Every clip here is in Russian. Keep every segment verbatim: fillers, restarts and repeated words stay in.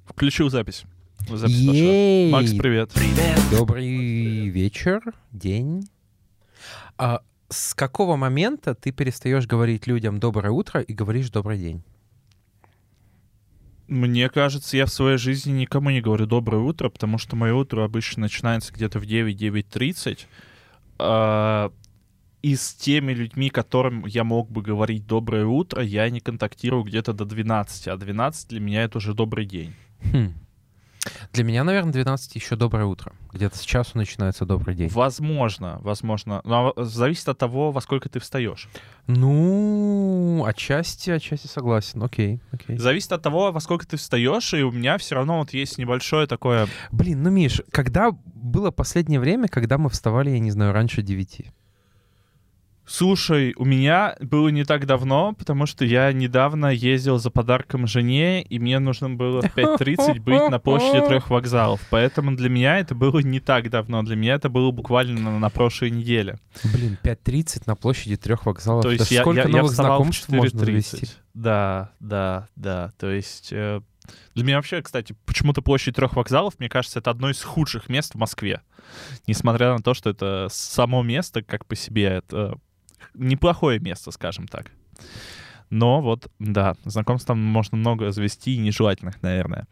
Включил запись. Запись Ей! Макс, привет. Привет. Добрый вечер, день. А с какого момента ты перестаешь говорить людям «доброе утро» и говоришь «добрый день»? Мне кажется, я в своей жизни никому не говорю «доброе утро», потому что мое утро обычно начинается где-то в девять-девять тридцать. А, и с теми людьми, которым я мог бы говорить «доброе утро», я не контактирую где-то до двенадцати, а двенадцать для меня — это уже «добрый день». Хм. Для меня, наверное, двенадцать еще «доброе утро». Где-то с часу начинается «добрый день». Возможно, возможно. Но зависит от того, во сколько ты встаешь. Ну, отчасти, отчасти согласен. Окей, окей. Зависит от того, во сколько ты встаешь, и у меня все равно вот есть небольшое такое... Блин, ну, Миш, когда было последнее время, когда мы вставали, я не знаю, раньше девяти? Слушай, у меня было не так давно, потому что я недавно ездил за подарком жене, и мне нужно было в пять тридцать быть на площади трех вокзалов. Поэтому для меня это было не так давно. Для меня это было буквально на, на прошлой неделе. Блин, пять тридцать на площади трех вокзалов. То Это есть я, сколько я, я новых вставал в знакомств четыре можно завести? тридцать. Да, да, да. То есть э, для меня вообще, кстати, почему-то площадь трех вокзалов, мне кажется, это одно из худших мест в Москве. Несмотря на то, что это само место, как по себе, это... неплохое место, скажем так. Но вот, да, знакомств там можно много завести, и нежелательных, наверное.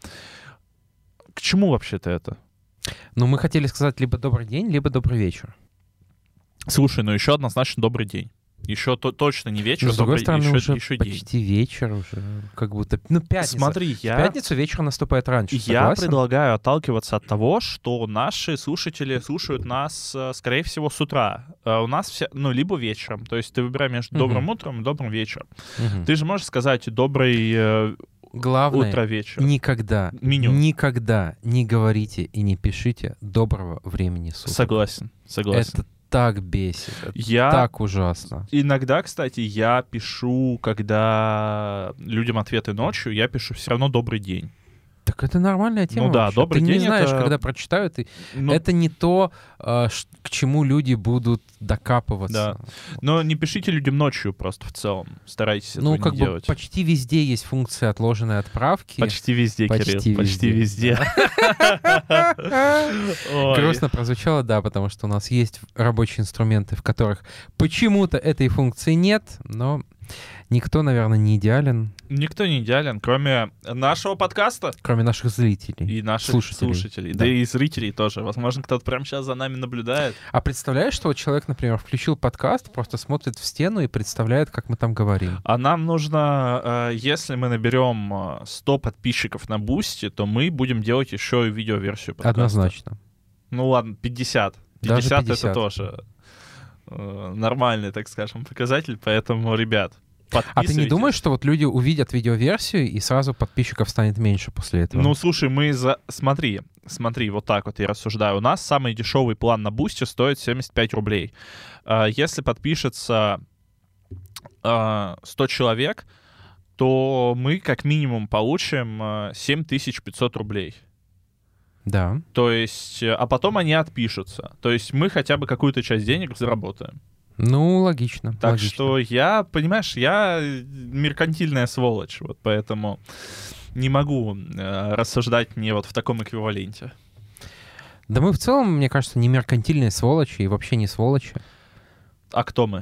К чему вообще-то это? Ну, мы хотели сказать либо «добрый день», либо «добрый вечер». Слушай, ну еще однозначно «добрый день». Еще то, точно не вечер, Но, с другой добрый, стороны, еще, уже еще день. почти вечер уже. Как будто... Ну, пятница. Смотри, я... В пятницу вечер наступает раньше, Я согласен? предлагаю отталкиваться от того, что наши слушатели слушают нас, скорее всего, с утра. А у нас все, ну, либо вечером. То есть ты выбираешь между Мгм. добрым утром и добрым вечером. Мгм. Ты же можешь сказать «добрый э, Главное, утро, вечер». никогда, Меню. никогда не говорите и не пишите «доброго времени суток». Согласен, согласен. Это так бесит, это Я так ужасно. иногда, кстати, я пишу, когда людям ответы ночью, я пишу все равно «добрый день». Так это нормальная тема. Ну да, вообще. добрый Ты день не знаешь, это- когда прочитают, и Ну, это не то, э, ш- к чему люди будут докапываться. Но не пишите людям ночью просто в целом. Старайтесь этого Ну, не как бы делать. почти везде есть функция отложенной отправки. Почти везде, Почти Кирилл, почти везде, везде. Ой. Грустно прозвучало, да, потому что у нас есть рабочие инструменты, в которых почему-то этой функции нет, но никто, наверное, не идеален, Никто не идеален, кроме нашего подкаста кроме наших зрителей. и наших Слушателей. слушателей. Да. Да и зрителей тоже. Возможно, кто-то прямо сейчас за нами наблюдает. А представляешь, что вот человек, например, включил подкаст, просто смотрит в стену и представляет, как мы там говорим? А нам нужно, э, если мы наберем э, сто подписчиков на Бусти, то мы будем делать еще и видеоверсию подкаста. Однозначно. Ну ладно, пятьдесят. Даже пятьдесят, пятьдесят. это тоже э, нормальный, так скажем, показатель. Поэтому, ребят, А ты не подписывайтесь. думаешь, что вот люди увидят видеоверсию и сразу подписчиков станет меньше после этого? Ну, слушай, мы за... Смотри, смотри, вот так вот я рассуждаю. У нас самый дешевый план на Бусти стоит семьдесят пять рублей. А, Если подпишется а, сто человек, то мы как минимум получим а, семь тысяч пятьсот рублей. Да. То есть, э, а потом они отпишутся. То есть мы хотя бы какую-то часть денег заработаем. Ну, логично. Так логично. что я, понимаешь, я меркантильная сволочь, вот поэтому не могу э, рассуждать не вот в таком эквиваленте. Да мы в целом, мне кажется, не меркантильные сволочи и вообще не сволочи. А кто мы?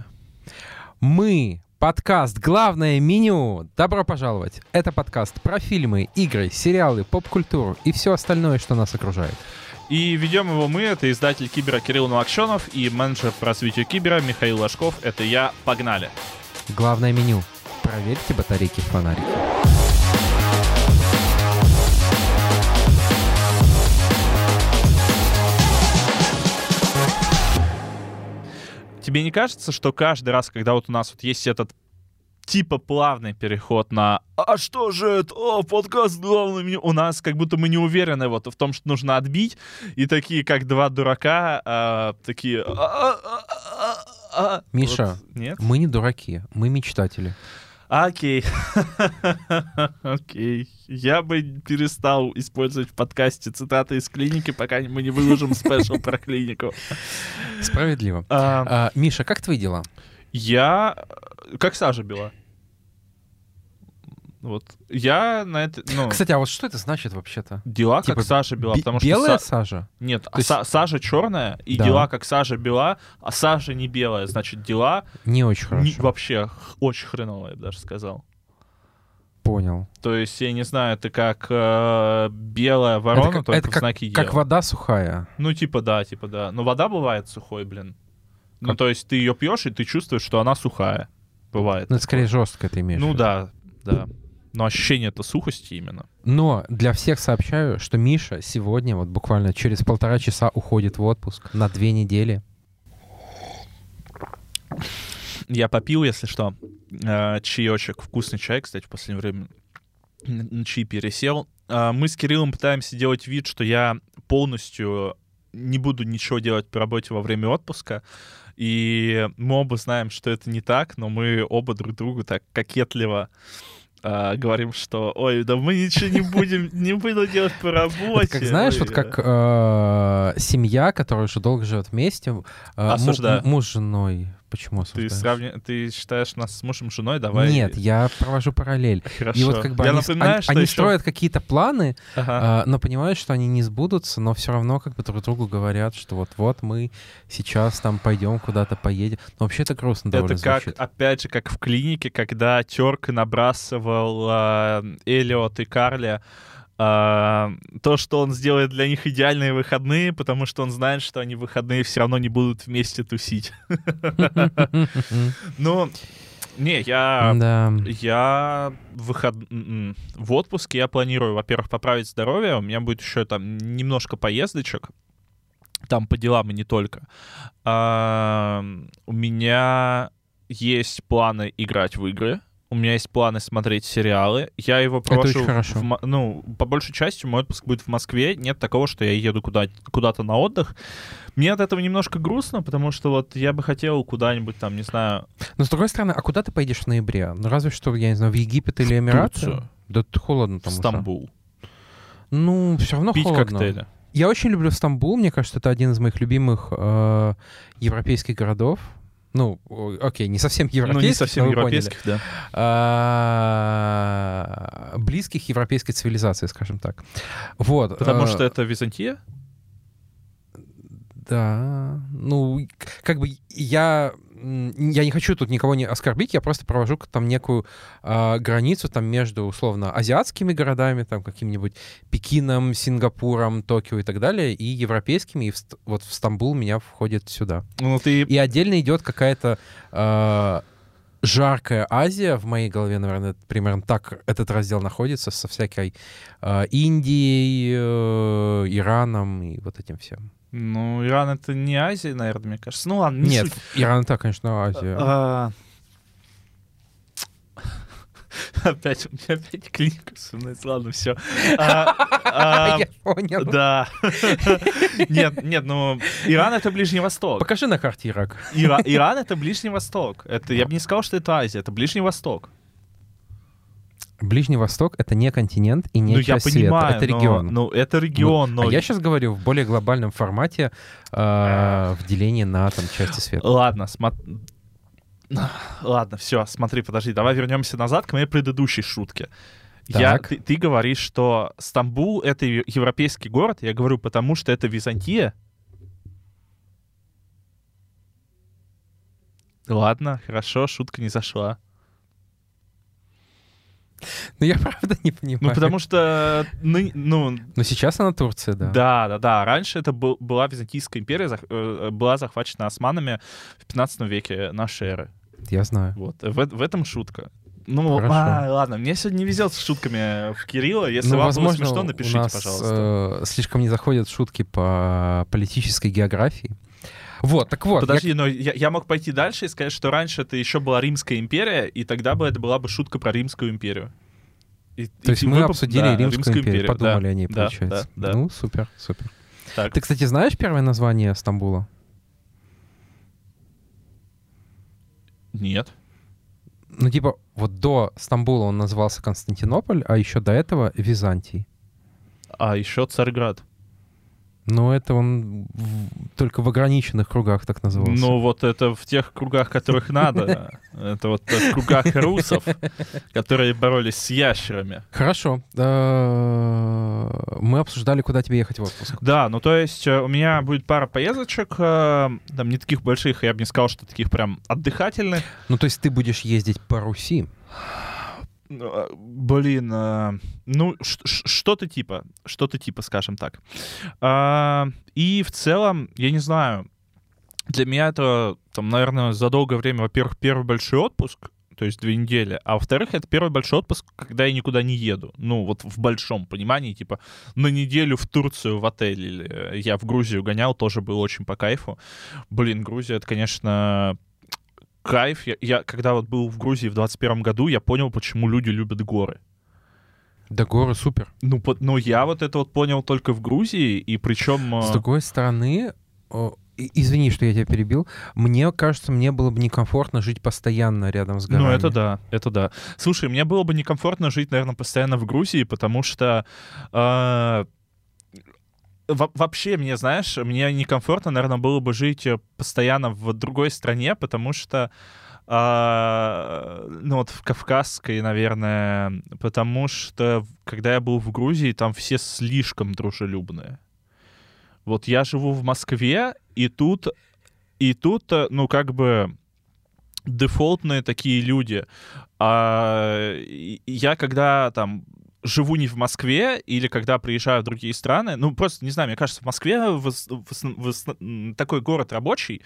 Мы подкаст «Главное меню». Добро пожаловать. Это подкаст про фильмы, игры, сериалы, поп-культуру и все остальное, что нас окружает. И ведем его мы, это издатель Кибера Кирилл Новокшенов и менеджер по развитию Кибера Михаил Ложков. Это я. Погнали. Главное меню. Проверьте батарейки в фонарике. Тебе не кажется, что каждый раз, когда вот у нас вот есть этот типа плавный переход на «А что же это? О, подкаст главное меню», у нас как будто мы не уверены вот в том, что нужно отбить, и такие, как два дурака, а, такие «А-а-а-а-а». Миша, Вот, нет? мы не дураки, мы мечтатели. Окей. Окей. Я бы перестал использовать в подкасте цитаты из клиники, пока мы не выложим спешл про клинику. Справедливо. А, А, Миша, как твои дела? Я... Как сажа била? Вот. Я на это... Ну, Кстати, а вот что это значит вообще-то? дела типа как сажа бела, Бе- потому что... белая са- сажа? Нет, То а есть- са- сажа черная, и Да. дела как сажа бела, а сажа не белая. Значит, дела Не очень не- хорошо. вообще х- очень хреново, я бы даже сказал. Понял. То есть, я не знаю, это как э, белая ворона, это как, только это в как, знаке как ева. вода сухая. Ну, типа да, типа да. Но вода бывает сухой, блин. Ну, Как? то есть, ты ее пьешь, и ты чувствуешь, что она сухая. Бывает. Ну, это скорее жестко ты имеешь. в Ну виду. да, да. Но ощущение-то сухости именно. Но для всех сообщаю, что Миша сегодня вот буквально через полтора часа уходит в отпуск на две недели. Я попил, если что, э, чаечек. Вкусный чай, кстати, в последнее время на на чаи пересел. Э, Мы с Кириллом пытаемся делать вид, что я полностью не буду ничего делать по работе во время отпуска. И мы оба знаем, что это не так, но мы оба друг другу так кокетливо э, говорим, что ой, да мы ничего не будем, не буду делать по работе. Это как, знаешь, Ой, вот как э, семья, которая уже долго живет вместе, э, му- Осуждаю. м- муж с женой. Почему Ты, осуждаешь? сравни... ты считаешь нас с мужем, женой? Давай. Нет, я провожу параллель. Хорошо. И вот как бы я они, с- напоминаю, они- что они еще- строят какие-то планы, Ага. а, но понимают, что они не сбудутся, но все равно как бы друг другу говорят, что вот-вот мы сейчас там пойдем куда-то поедем. Но вообще это грустно довольно Это как, звучит. опять же, как в клинике, когда Терк набрасывал э, Эллиот и Карли э, то, что он сделает для них идеальные выходные, потому что он знает, что они в выходные все равно не будут вместе тусить. Ну, не, я... Да. Я выход... м-м. в отпуске я планирую, во-первых, поправить здоровье. У меня будет еще там немножко поездочек. Там по делам и не только. А, у меня есть планы играть в игры. У меня есть планы смотреть сериалы. Я его прошу... очень хорошо. в Мо- ну, по большей части мой отпуск будет в Москве. Нет такого, что я еду куда- куда-то на отдых. Мне от этого немножко грустно, потому что вот я бы хотел куда-нибудь там, не знаю... Но с другой стороны, а куда ты поедешь в ноябре? Ну разве что, я не знаю, в Египет или Эмираты? Турцию. Да тут холодно В там уже. Стамбул. Ну, все равно Пить холодно. коктейли. Я очень люблю Стамбул. Мне кажется, это один из моих любимых э, европейских городов. Ну, о- окей, не совсем европейских, Ну, не совсем но вы поняли. европейских, да. А, близких европейской цивилизации, скажем так. Вот. Потому э, что это Византия? Да. Ну, и к- как бы я... м, Я не хочу тут никого не оскорбить, я просто провожу к- там некую а, границу там между, условно, азиатскими городами, там каким-нибудь Пекином, Сингапуром, Токио и так далее, и европейскими, и в Ст- вот в Стамбул меня входит сюда. Ну, ты... И отдельно идет какая-то а, жаркая Азия, в моей голове, наверное, примерно так этот раздел находится, со всякой а, Индией, э, Ираном и вот этим всем. Ну, Иран — это не Азия, наверное, мне кажется. Ну, ладно, не Нет, суть. Иран это, конечно, Азия. А, Опять, у меня опять клиника становится. Ладно, все. Я понял. Да. Нет, нет, ну, Иран — это Ближний Восток. Покажи на карте Ирак. Ира- Иран — это Ближний Восток. Это, я бы не сказал, что это Азия, это Ближний Восток. Ближний Восток — это не континент и не Ну, я часть понимаю, света, это но- регион. Ну, это регион, но... А я сейчас говорю в более глобальном формате э, в делении на там, части света. Ладно, смотри. Ладно, все, смотри, подожди, давай вернемся назад к моей предыдущей шутке. Я, Так. ты, ты говоришь, что Стамбул — это ев- европейский город. Я говорю, потому что это Византия. Ладно, хорошо, шутка не зашла. Ну, я правда не понимаю. Ну, потому что, ны- ну, Но сейчас она Турция, да. да, да, да. Раньше это был- была Византийская империя, зах- э, была захвачена османами в пятнадцатом веке нашей эры. Я знаю. Вот, в, в этом шутка. Ну, Хорошо. а, ладно, мне сегодня не везет с шутками в Кирилла. Если Ну, вам возможно, было смешно, напишите, у нас пожалуйста. э, слишком не заходят шутки по политической географии. Вот, так вот. Подожди, но я, я мог пойти дальше и сказать, что раньше это еще была Римская империя, и тогда бы это была бы шутка про Римскую империю. И- я- То есть и мы вы бы- обсудили да, Римскую империю, подумали да, о ней, да, получается. Да, да. Ну, супер, супер. Так. Ты, кстати, знаешь первое название Стамбула? Нет. Ну, типа, вот до Стамбула он назывался Константинополь, а еще до этого Византий. А еще Царьград. Но это он в, только в ограниченных кругах так назывался. Ну, вот это в тех кругах, которых надо. Это вот в кругах русов, которые боролись с ящерами. Хорошо. Мы обсуждали, куда тебе ехать в отпуск. Да, ну то есть у меня будет пара поездочек, там не таких больших, я бы не сказал, что таких прям отдыхательных. Ну то есть ты будешь ездить по Руси? Блин, ну что-то типа, что-то типа, скажем так. И в целом, я не знаю, для меня это, там, наверное, за долгое время, во-первых, первый большой отпуск, то есть две недели, а во-вторых, это первый большой отпуск, когда я никуда не еду. Ну, вот в большом понимании, типа, на неделю в Турцию в отель, или я в Грузию гонял, тоже было очень по кайфу. Блин, Грузия, это, конечно... кайф. Я, я когда вот был в Грузии в двадцать первом году, я понял, почему люди любят горы. Да, горы супер. Ну, по, ну, я вот это вот понял только в Грузии, и причем... С другой стороны, о, извини, что я тебя перебил, мне кажется, мне было бы некомфортно жить постоянно рядом с горами. Ну, это да, это да. Слушай, мне было бы некомфортно жить, наверное, постоянно в Грузии, потому что... Э, Во- вообще, мне, знаешь, мне некомфортно, наверное, было бы жить постоянно в другой стране, потому что, э, ну вот в Кавказской, наверное, потому что, когда я был в Грузии, там все слишком дружелюбные. Вот я живу в Москве, и тут, и тут, ну, как бы дефолтные такие люди. А я когда там... живу не в Москве, или когда приезжаю в другие страны, ну, просто, не знаю, мне кажется, в Москве в, в, в, такой город рабочий,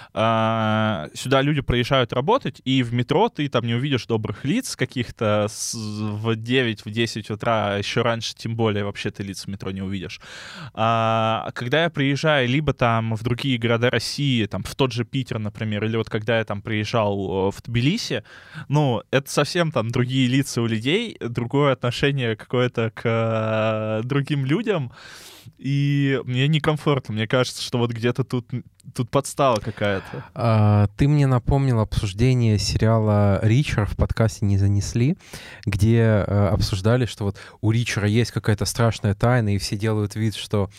а, сюда люди приезжают работать, и в метро ты там не увидишь добрых лиц каких-то с, в девять-десять утра, еще раньше, тем более, вообще ты лиц в метро не увидишь. А, когда я приезжаю либо там в другие города России, там в тот же Питер, например, или вот когда я там приезжал в Тбилиси, ну, это совсем там другие лица у людей, другое отношение какое-то к э, другим людям, и мне некомфортно. Мне кажется, что вот где-то тут, тут подстава какая-то. А, ты мне напомнил обсуждение сериала «Ричер» в подкасте «Не занесли», где а, обсуждали, что вот у Ричера есть какая-то страшная тайна, и все делают вид, что,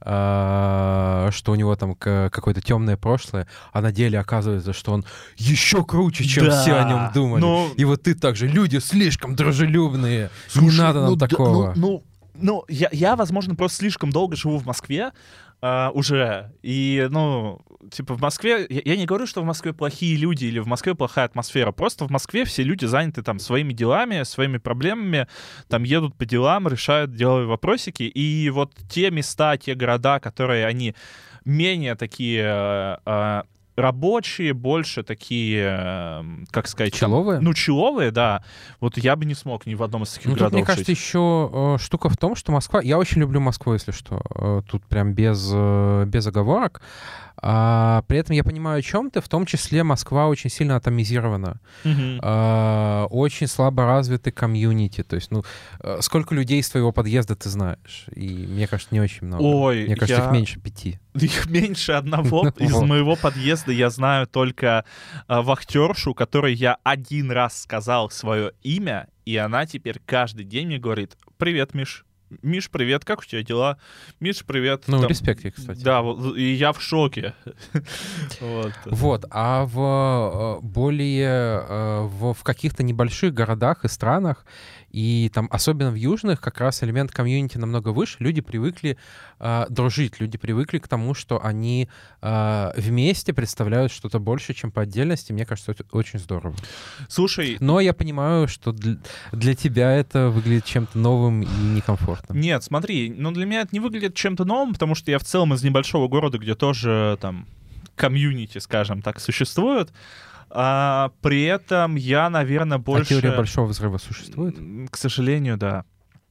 а, что у него там какое-то темное прошлое, а на деле оказывается, что он еще круче, чем да, все о нем думали. но... И вот ты также, люди слишком дружелюбные, Слушай, не надо нам ну, такого. Да, ну, ну... Ну, я, я, возможно, просто слишком долго живу в Москве э, уже. И, ну, типа, в Москве... Я, я не говорю, что в Москве плохие люди или в Москве плохая атмосфера. Просто в Москве все люди заняты там своими делами, своими проблемами, там едут по делам, решают, делают вопросики. И вот те места, те города, которые они менее такие... Э, э, рабочие, больше такие, как сказать... Человые? Там, ну, человые, да. Вот я бы не смог ни в одном из таких ну, городов тут, мне кажется, жить. еще э, штука в том, что Москва... Я очень люблю Москву, если что. Э, тут прям без, э, без оговорок. А, при этом я понимаю, о чем ты. В том числе Москва очень сильно атомизирована. Mm-hmm. А, очень слабо развитый комьюнити. То есть, ну, сколько людей с твоего подъезда ты знаешь? И мне кажется, не очень много. Ой, мне кажется, я... их меньше пяти. Их меньше одного. Из моего подъезда я знаю только а, вахтершу, которой я один раз сказал свое имя, и она теперь каждый день мне говорит: «Привет, Миш». Миш, привет, как у тебя дела? Миш, привет. Ну, там... респект, кстати. Да, вот, и я в шоке. вот. вот, а в более, в, в каких-то небольших городах и странах, и там, особенно в южных, как раз элемент комьюнити намного выше, люди привыкли э, дружить, люди привыкли к тому, что они э, вместе представляют что-то больше, чем по отдельности. Мне кажется, это очень здорово. Слушай... Но я понимаю, что для, для тебя это выглядит чем-то новым и некомфортным. Нет, смотри, ну для меня это не выглядит чем-то новым, потому что я в целом из небольшого города, где тоже там комьюнити, скажем так, существует. А, при этом я, наверное, больше... А теория большого взрыва существует? К сожалению, да.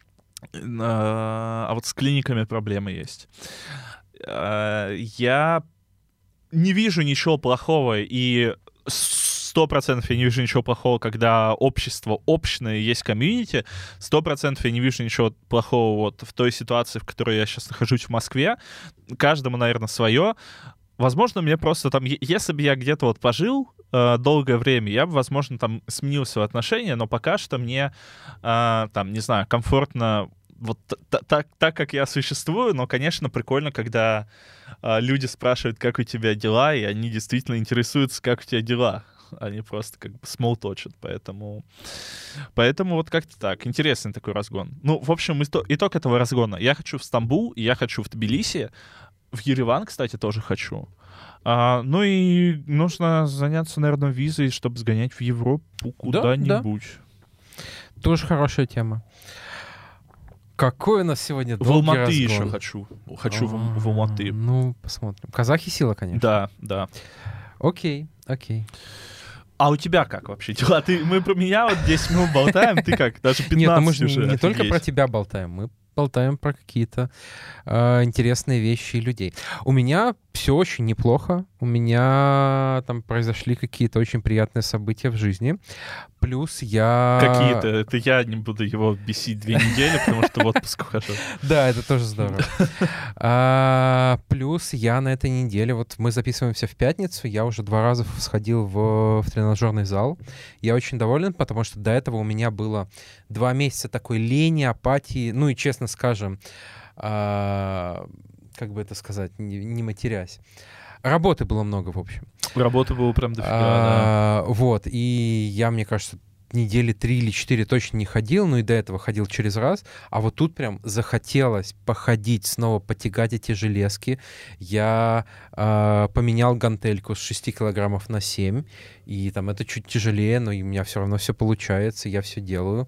А, а вот с клиниками проблемы есть. А, я не вижу ничего плохого, и сто процентов я не вижу ничего плохого, когда общество общное, есть комьюнити. Сто процентов я не вижу ничего плохого вот в той ситуации, в которой я сейчас нахожусь в Москве. Каждому, наверное, свое. Возможно, мне просто там, если бы я где-то вот пожил э, долгое время, я бы, возможно, там сменил свои отношения, но пока что мне, э, там, не знаю, комфортно вот так, так как я существую, но, конечно, прикольно, когда э, люди спрашивают, как у тебя дела, и они действительно интересуются, как у тебя дела. Они просто как бы смолточат, поэтому... Поэтому вот как-то так. Интересный такой разгон. Ну, в общем, итог, итог этого разгона. Я хочу в Стамбул, я хочу в Тбилиси, в Ереван, кстати, тоже хочу. А, ну и нужно заняться, наверное, визой, чтобы сгонять в Европу куда-нибудь. Да, да. Тоже хорошая тема. Какой у нас сегодня долгий В Алматы разгон. еще хочу. Хочу в, в Алматы. Ну, посмотрим. Казахи сила, конечно. Да, да. Окей, окей. А у тебя как вообще дела? Ты, мы про меня вот десять минут болтаем, ты как? Даже пятнадцать Нет, ну мы же уже. не, не только про тебя болтаем, мы болтаем про какие-то э, интересные вещи и людей. У меня все очень неплохо. У меня там произошли какие-то очень приятные события в жизни. Плюс я... Какие-то. Это я не буду его бесить две недели, потому что в отпуск ухожу. Да, это тоже здорово. А, плюс я на этой неделе, вот мы записываемся в пятницу, я уже два раза сходил в, в тренажерный зал. Я очень доволен, потому что до этого у меня было два месяца такой лени, апатии, ну и, честно скажем, а, как бы это сказать, не, не матерясь. Работы было много, в общем. Работы было прям дофига, а, да. Вот, и я, мне кажется, недели три или четыре точно не ходил, но и до этого ходил через раз. А вот тут прям захотелось походить снова, потягать эти железки. Я э, поменял гантельку с шести килограммов на семь, и там это чуть тяжелее, но у меня все равно все получается, я все делаю.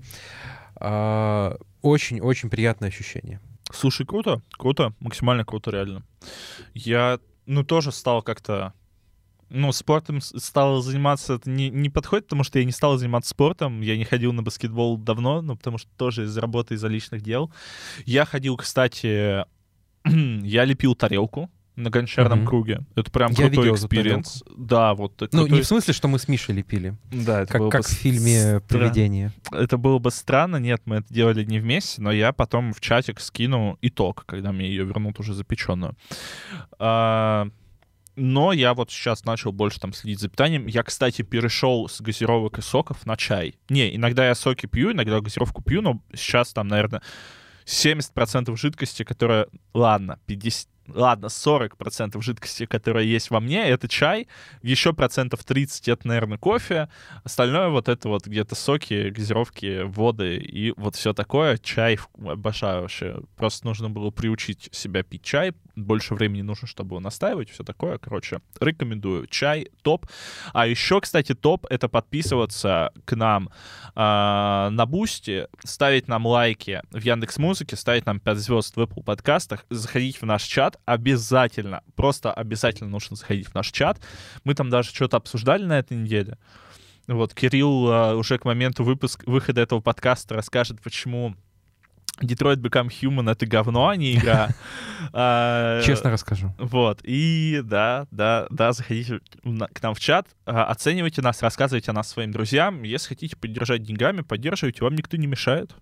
Очень-очень приятное ощущение. Слушай, круто, круто, максимально круто, реально. Я, ну, тоже стал как-то... Ну, спортом стал заниматься, это не, не подходит, потому что я не стал заниматься спортом, я не ходил на баскетбол давно, ну, потому что тоже из-за работы, из-за личных дел. Я ходил, кстати, я лепил тарелку на гончарном mm-hmm. круге. Это прям я крутой экспириенс. Да, вот. Ну, крутой... не в смысле, что мы с Мишей лепили. Да, это как, было как бы в фильме стра... «Привидение». Это было бы странно, нет, мы это делали не вместе, но я потом в чатик скину итог, когда мне ее вернут уже запеченную. А... Но я вот сейчас начал больше там следить за питанием. Я, кстати, перешел с газировок и соков на чай. Не, иногда я соки пью, иногда газировку пью, но сейчас там, наверное, семьдесят процентов жидкости, которая... Ладно, пятьдесят... Ладно, сорок процентов жидкости, которая есть во мне, это чай. Еще процентов тридцать — это, наверное, кофе. Остальное вот это вот где-то соки, газировки, воды и вот все такое. Чай обожаю вообще. Просто нужно было приучить себя пить чай. Больше времени нужно, чтобы его настаивать. Все такое. Короче, рекомендую. Чай топ. А еще, кстати, топ — это подписываться к нам э, на Бусти, ставить нам лайки в Яндекс.Музыке, ставить нам пять звезд в Apple подкастах, заходить в наш чат. Обязательно, просто обязательно нужно заходить в наш чат. Мы там даже что-то обсуждали на этой неделе. Вот, Кирилл а, уже к моменту выпуска, выхода этого подкаста расскажет, почему Detroit Become Human — это говно, а не игра. Честно расскажу. Вот, и да, да, да, заходите к нам в чат, оценивайте нас, рассказывайте о нас своим друзьям. Если хотите поддержать деньгами, поддерживайте, вам никто не мешает.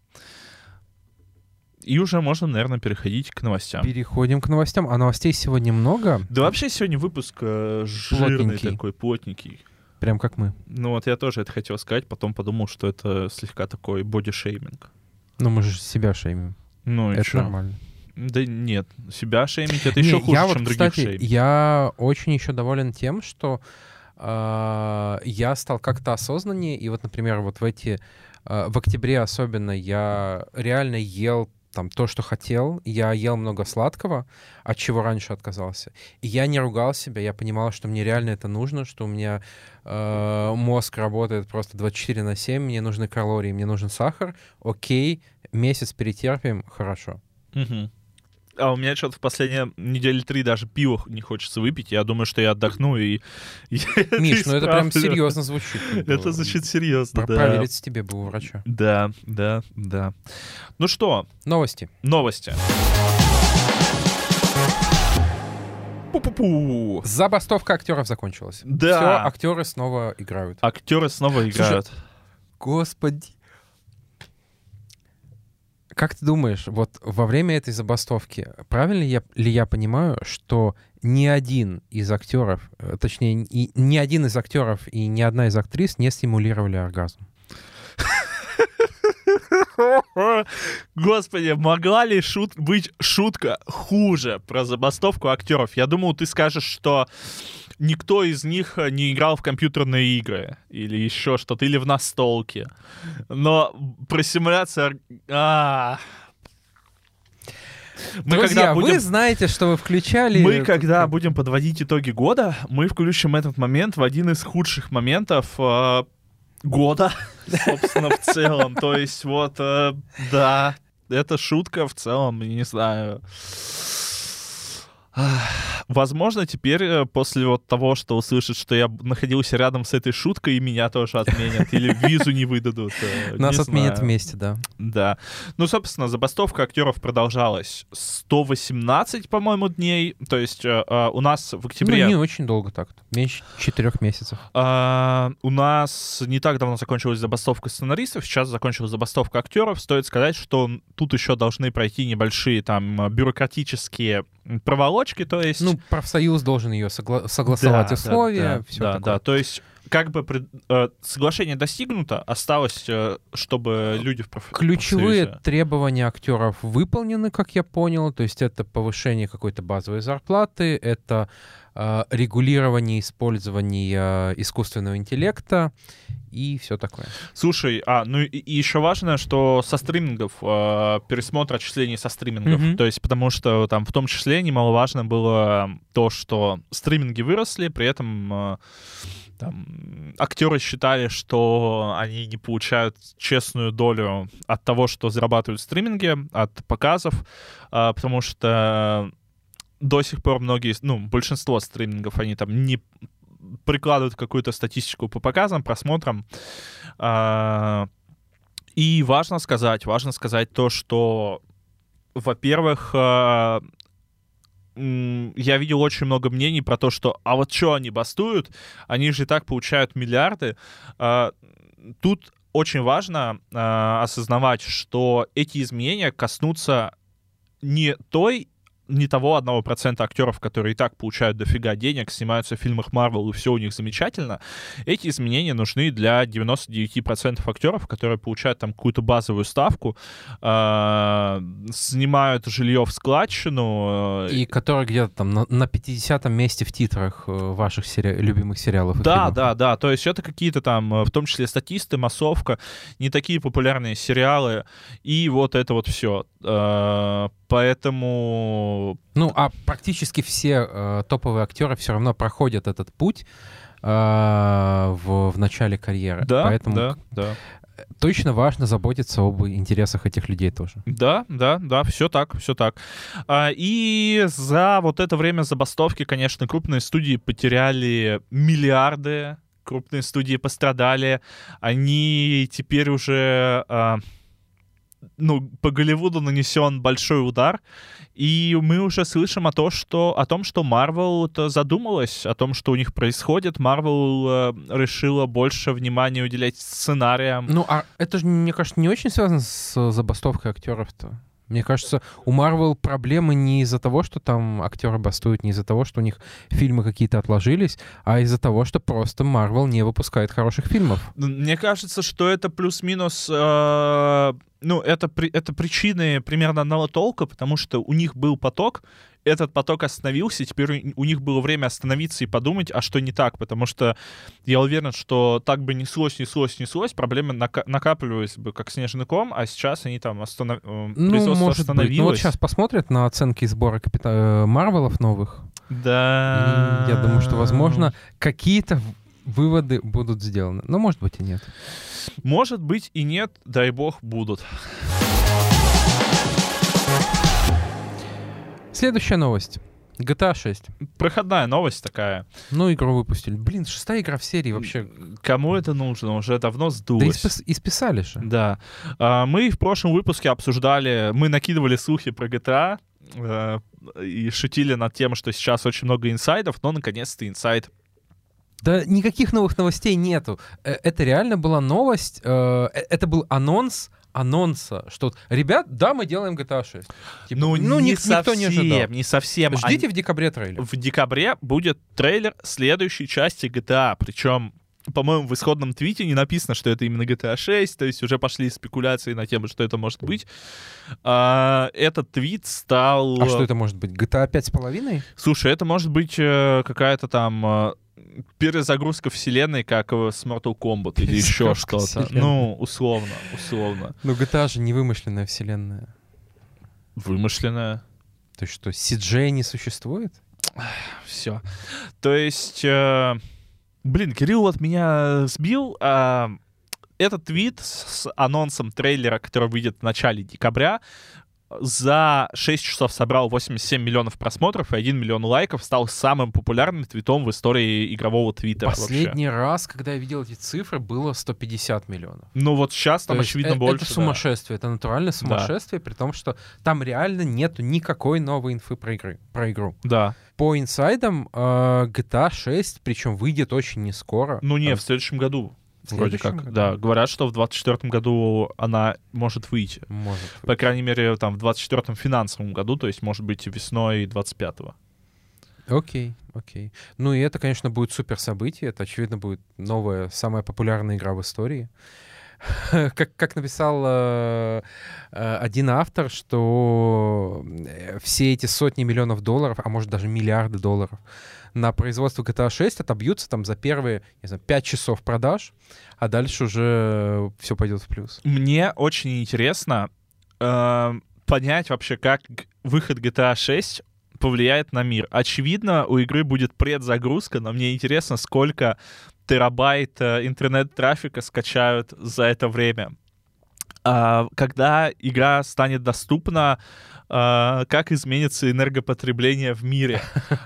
И уже можно, наверное, переходить к новостям. Переходим к новостям. А новостей сегодня много? Да вообще сегодня выпуск э, жирный плотненький. Такой, плотненький. Прям как мы. Ну вот я тоже это хотел сказать, потом подумал, что это слегка такой бодишейминг. Ну мы же себя шеймим. Ну и это чё? Нормально. Да нет, себя шеймить — это еще не, хуже, я чем вот, других кстати, шеймить. Я очень еще доволен тем, что э, я стал как-то осознаннее, и вот, например, вот в эти... Э, в октябре особенно я реально ел там то, что хотел. Я ел много сладкого, от чего раньше отказался. И я не ругал себя, я понимал, что мне реально это нужно, что у меня э, мозг работает просто двадцать четыре на семь, мне нужны калории, мне нужен сахар. Окей, месяц перетерпим, хорошо. Угу. А у меня что-то в последние недели три даже пиво не хочется выпить. Я думаю, что я отдохну и... Миш, ну это прям серьезно звучит. Это звучит серьезно, да. Проверить тебе бы у врача. Да, да, да. Ну что? Новости. Новости. Пу-пу-пу. Забастовка актеров закончилась. Да. Все, актеры снова играют. Актеры снова играют. Слушай, господи. Как ты думаешь, вот во время этой забастовки, правильно я, ли я понимаю, что ни один из актеров, точнее, и, ни один из актеров и ни одна из актрис не стимулировали оргазм? Господи, могла ли шут... быть шутка хуже про забастовку актеров? Я думал, ты скажешь, что никто из них не играл в компьютерные игры или еще что-то, или в настолки. Но про симуляцию... А-а-а. Мы Друзья, когда будем... вы знаете, что вы включали... Мы, когда будем подводить итоги года, мы включим этот момент в один из худших моментов э, года, собственно, в целом. То есть вот, э, да, это шутка в целом, не знаю... Возможно, теперь после вот того, что услышат, что я находился рядом с этой шуткой, и меня тоже отменят, или визу не выдадут. Нас отменят вместе, да. Да. Ну, собственно, забастовка актеров продолжалась сто восемнадцать, по-моему, дней. То есть у нас в октябре... Ну, не очень долго так-то. Меньше четырех месяцев. У нас не так давно закончилась забастовка сценаристов, сейчас закончилась забастовка актеров. Стоит сказать, что тут еще должны пройти небольшие там бюрократические проволочки, то есть... Ну, профсоюз должен ее согла- согласовать да, условия, да, да, все да, такое. Да, то есть как бы пред, э, соглашение достигнуто, осталось, э, чтобы люди в проф... Ключевые профсоюзе... требования актеров выполнены, как я понял, то есть это повышение какой-то базовой зарплаты, это э, регулирование использования искусственного интеллекта и все такое. Слушай, а, ну и, и еще важно, что со стримингов, э, пересмотр отчислений со стримингов, Mm-hmm. то есть потому что там в том числе немаловажно было то, что стриминги выросли, при этом э, там, актеры считали, что они не получают честную долю от того, что зарабатывают стриминги, от показов, э, потому что до сих пор многие, ну, большинство стримингов, они там не прикладывают какую-то статистику по показам, просмотрам. И важно сказать, важно сказать то, что, во-первых, я видел очень много мнений про то, что а вот что они бастуют, они же и так получают миллиарды. Тут очень важно осознавать, что эти изменения коснутся не той не того одного процента актеров, которые и так получают дофига денег, снимаются в фильмах Marvel, и все у них замечательно. Эти изменения нужны для девяноста девяти процентов актеров, которые получают там какую-то базовую ставку, э, снимают жилье в складчину. И которые где-то там на, на пятидесятом месте в титрах ваших сери... любимых сериалов. И да, фильмов. да, да. То есть это какие-то там, в том числе статисты, массовка, не такие популярные сериалы, и вот это вот все. Э, поэтому... Ну, а практически все э, топовые актеры все равно проходят этот путь э, в, в начале карьеры. Да, Поэтому да, да. точно важно заботиться об интересах этих людей тоже. Да, да, да, все так, все так. А, и за вот это время забастовки, конечно, крупные студии потеряли миллиарды, крупные студии пострадали. Они теперь уже... А, ну, по Голливуду нанесен большой удар, и мы уже слышим о, то, что, о том, что Marvel задумалась о том, что у них происходит. Marvel э, решила больше внимания уделять сценариям. Ну, а это же, мне кажется, не очень связано с забастовкой актеров-то. Мне кажется, у Marvel проблемы не из-за того, что там актеры бастуют, не из-за того, что у них фильмы какие-то отложились, а из-за того, что просто Marvel не выпускает хороших фильмов. Мне кажется, что это плюс-минус... Э, ну, это, это причины примерно одного толка, потому что у них был поток, этот поток остановился, теперь у них было время остановиться и подумать, а что не так, потому что я уверен, что так бы неслось, неслось, неслось, проблемы нака- накапливались бы как снежный ком, а сейчас они там останов... ну, может остановилось. Быть. Ну, вот сейчас посмотрят на оценки сбора капита... Марвелов новых. Да. И я думаю, что, возможно, какие-то выводы будут сделаны. Но, может быть, и нет. Может быть, и нет, дай бог, будут. Следующая новость. джи ти эй шесть. Проходная новость такая. Ну, игру выпустили. Блин, шестая игра в серии вообще. Кому это нужно? Уже давно сдулось. Да испис- исписали же. Да. Мы в прошлом выпуске обсуждали, мы накидывали слухи про джи ти эй и шутили над тем, что сейчас очень много инсайдов, но наконец-то инсайд. Да никаких новых новостей нету. Это реально была новость, это был анонс анонса, что, ребят, да, мы делаем джи ти эй шесть. Типа, ну, ну, не никто совсем, не ожидал. Не совсем. Ждите Они... в декабре трейлер. В декабре будет трейлер следующей части джи ти эй, причем по-моему, в исходном твите не написано, что это именно джи ти эй шесть, то есть уже пошли спекуляции на тему, что это может быть. А, этот твит стал... А что это может быть? джи ти эй пять с половиной? Слушай, это может быть э, какая-то там э, перезагрузка вселенной, как с Mortal Kombat или еще что-то. Вселенной. Ну, условно, условно. Ну, джи ти эй же не вымышленная вселенная. Вымышленная. То есть что, си джей не существует? Все. То есть... Э, Блин, Кирилл вот меня сбил. А, этот твит с анонсом трейлера, который выйдет в начале декабря, за шесть часов собрал восемьдесят семь миллионов просмотров и один миллион лайков, стал самым популярным твитом в истории игрового твиттера. Последний вообще. раз, когда я видел эти цифры, было сто пятьдесят миллионов. Ну вот сейчас там, То есть очевидно, э- больше. Это сумасшествие, да. Это натуральное сумасшествие, да. При том, что там реально нету никакой новой инфы про, игры, про игру. Да. По инсайдам, э, джи ти эй шесть, причем выйдет очень не скоро. Ну не, там... в следующем году. В Вроде как, году? да. Говорят, что в двадцать четвёртом году она может выйти. Может выйти. По крайней мере, там в двадцать четвёртом финансовом году, то есть, может быть, весной двадцать пятого. Окей, окей. Ну и это, конечно, будет супер событие. Это, очевидно, будет новая, самая популярная игра в истории. Как, как написал э, э, один автор, что все эти сотни миллионов долларов, а может даже миллиарды долларов на производство джи ти эй шесть отобьются там за первые, не знаю, пять часов продаж, а дальше уже все пойдет в плюс. Мне очень интересно э, понять вообще, как выход джи ти эй шесть повлияет на мир. Очевидно, у игры будет предзагрузка, но мне интересно, сколько терабайт э, интернет-трафика скачают за это время. А, когда игра станет доступна, а, как изменится энергопотребление в мире?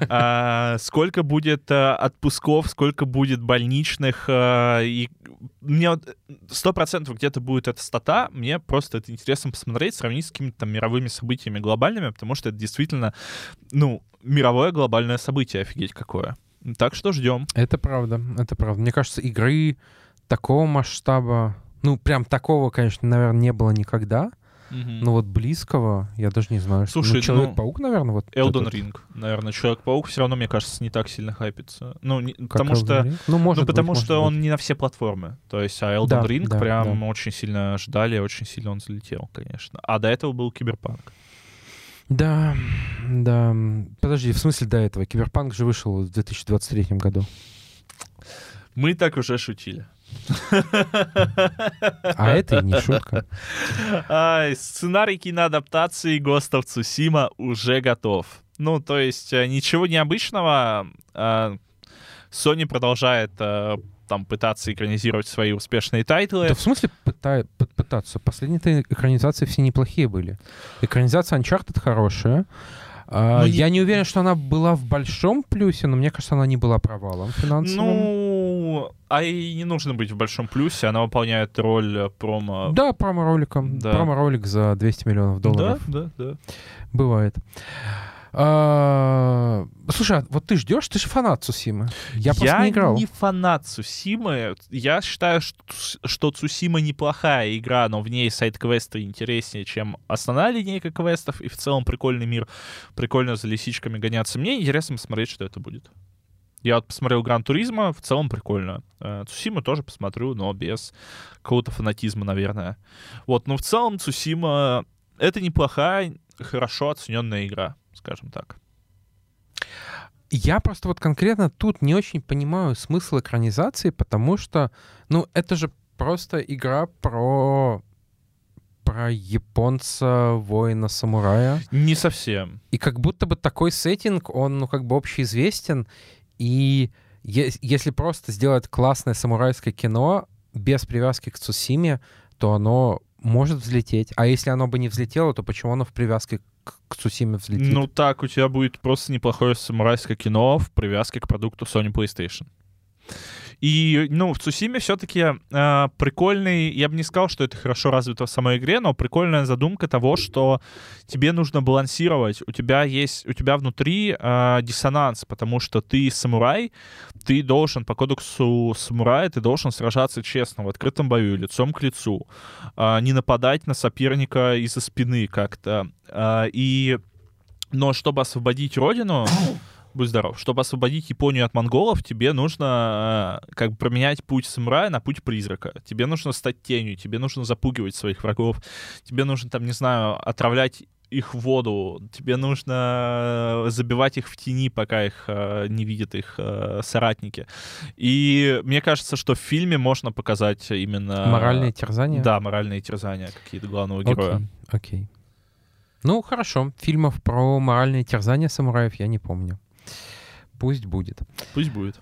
А, сколько будет а, отпусков, сколько будет больничных? А, и мне сто процентов где-то будет эта стата. Мне просто это интересно посмотреть, сравнить с какими-то там мировыми событиями глобальными, потому что это действительно, ну, мировое глобальное событие, офигеть какое. Так что ждем. Это правда, это правда. Мне кажется, игры такого масштаба, ну, прям такого, конечно, наверное, не было никогда, mm-hmm. но вот близкого, я даже не знаю. Слушай, ну, Человек-паук, ну, наверное, вот Elden этот... Ring, наверное. Человек-паук все равно, мне кажется, не так сильно хайпится. Ну, не, как потому Elden что, Ring? ну, может ну, потому быть, что может он быть. не на все платформы. То есть, а Elden да, Ring да, прям да. очень сильно ждали, очень сильно он залетел, конечно. А до этого был Киберпанк. Да, да. Подожди, в смысле до этого? Киберпанк же вышел в две тысячи двадцать третьем году. Мы так уже шутили. А это и не шутка. Ай, сценарий киноадаптации Ghost of Tsushima уже готов. Ну, то есть ничего необычного. Sony продолжает там пытаться экранизировать свои успешные тайтлы. Да в смысле пыта- пытаться? Последние экранизации все неплохие были. Экранизация Uncharted хорошая. А, ну, я не... не уверен, что она была в большом плюсе, но мне кажется, она не была провалом финансовым. Ну, а и не нужно быть в большом плюсе, она выполняет роль промо... Да, промо-роликом. Да. Промо-ролик за двести миллионов долларов. Да, да, да. Бывает. А, слушай, а вот ты ждешь? Ты же фанат Цусимы. Я просто я не играл. Я не фанат Цусимы. Я считаю, что, что Цусима неплохая игра, но в ней сайд-квесты интереснее, чем основная линейка квестов, и в целом прикольный мир. Прикольно за лисичками гоняться. Мне интересно посмотреть, что это будет. Я вот посмотрел Гран Туризмо, в целом прикольно. Цусиму тоже посмотрю, но без какого-то фанатизма, наверное. Вот, но в целом Цусима — это неплохая, хорошо оцененная игра, скажем так. Я просто вот конкретно тут не очень понимаю смысл экранизации, потому что, ну, это же просто игра про про японца, воина-самурая. Не совсем. И как будто бы такой сеттинг, он, ну, как бы общеизвестен, и е- если просто сделать классное самурайское кино без привязки к Цусиме, то оно может взлететь. А если оно бы не взлетело, то почему оно в привязке к, к Цусиме взлетит? Ну так, у тебя будет просто неплохое самурайское кино в привязке к продукту Sony PlayStation. И, ну, в Цусиме все-таки э, прикольный, я бы не сказал, что это хорошо развито в самой игре, но прикольная задумка того, что тебе нужно балансировать. У тебя есть, у тебя внутри э, диссонанс, потому что ты самурай, ты должен, по кодексу самурая, ты должен сражаться честно, в открытом бою, лицом к лицу, э, не нападать на соперника из-за спины как-то. Э, и, но чтобы освободить родину... Будь здоров. Чтобы освободить Японию от монголов, тебе нужно э, как бы променять путь самурая на путь призрака. Тебе нужно стать тенью, тебе нужно запугивать своих врагов, тебе нужно, там, не знаю, отравлять их в воду, тебе нужно забивать их в тени, пока их э, не видят их э, соратники. И мне кажется, что в фильме можно показать именно... Моральные терзания? Да, моральные терзания какие-то главного героя. Окей, окей. Ну, хорошо. Фильмов про моральные терзания самураев я не помню. Пусть будет. Пусть будет.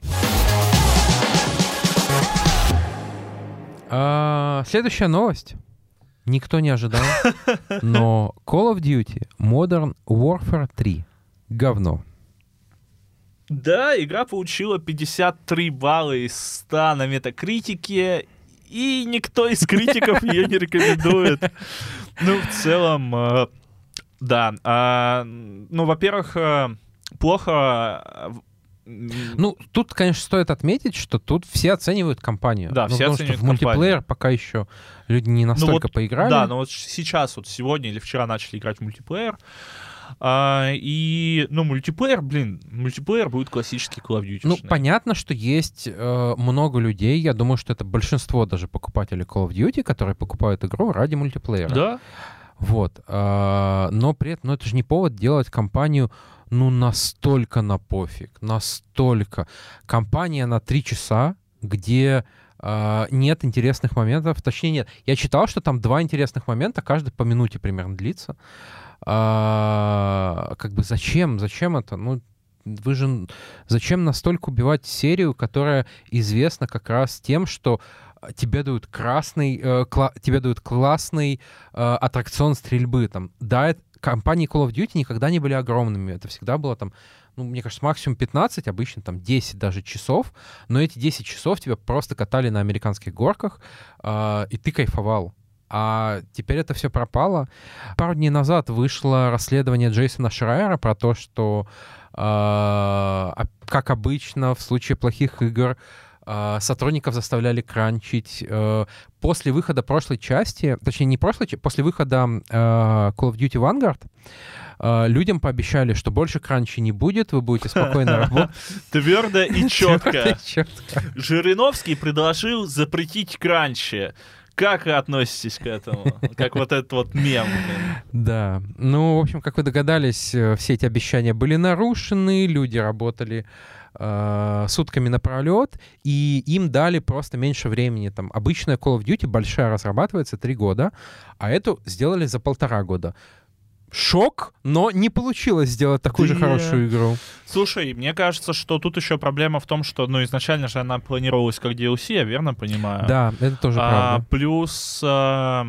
А, следующая новость. Никто не ожидал, но Call of Duty Modern Warfare три. Говно. Да, игра получила пятьдесят три балла из ста на метакритике, и никто из критиков ее не рекомендует. Ну, в целом, э, да. Э, ну, во-первых, э, плохо... Ну, тут, конечно, стоит отметить, что тут все оценивают компанию. Да, ну, все потому оценивают что в мультиплеер компанию. пока еще люди не настолько ну, вот, поиграли. Да, но вот сейчас, вот сегодня или вчера начали играть в мультиплеер. А, и, ну, мультиплеер, блин, мультиплеер будет классический Call of Duty. Ну, понятно, что есть э, много людей, я думаю, что это большинство даже покупателей Call of Duty, которые покупают игру ради мультиплеера. Да. Вот. Э, но при этом, ну, это же не повод делать кампанию, ну, настолько на пофиг, настолько. Кампания на три часа, где э, нет интересных моментов, точнее, нет. Я читал, что там два интересных момента, каждый по минуте примерно длится. А, как бы зачем? Зачем это? Ну, вы же... Зачем настолько убивать серию, которая известна как раз тем, что тебе дают красный... Э, кла- тебе дают классный э, аттракцион стрельбы. Там, да, это, компании Call of Duty никогда не были огромными. Это всегда было там, ну, мне кажется, максимум пятнадцать, обычно там десять даже часов. Но эти десять часов тебя просто катали на американских горках, э, и ты кайфовал. А теперь это все пропало. Пару дней назад вышло расследование Джейсона Шрайера про то, что, э, как обычно, в случае плохих игр э, сотрудников заставляли кранчить. Э, после выхода прошлой части, точнее, не прошлой части, после выхода э, Call of Duty Vanguard э, людям пообещали, что больше кранчи не будет, вы будете спокойно работать. Твердо и четко. Жириновский предложил запретить кранчи. Как вы относитесь к этому? Как вот этот вот мем. Да. Ну, в общем, как вы догадались, все эти обещания были нарушены, люди работали э, сутками напролет, и им дали просто меньше времени. Там обычная Call of Duty большая разрабатывается три года, а эту сделали за полтора года. Шок, но не получилось сделать такую да. же хорошую игру. Слушай, мне кажется, что тут еще проблема в том, что, ну, изначально же она планировалась как ди эл си, я верно понимаю? Да, это тоже а, правда. Плюс... А...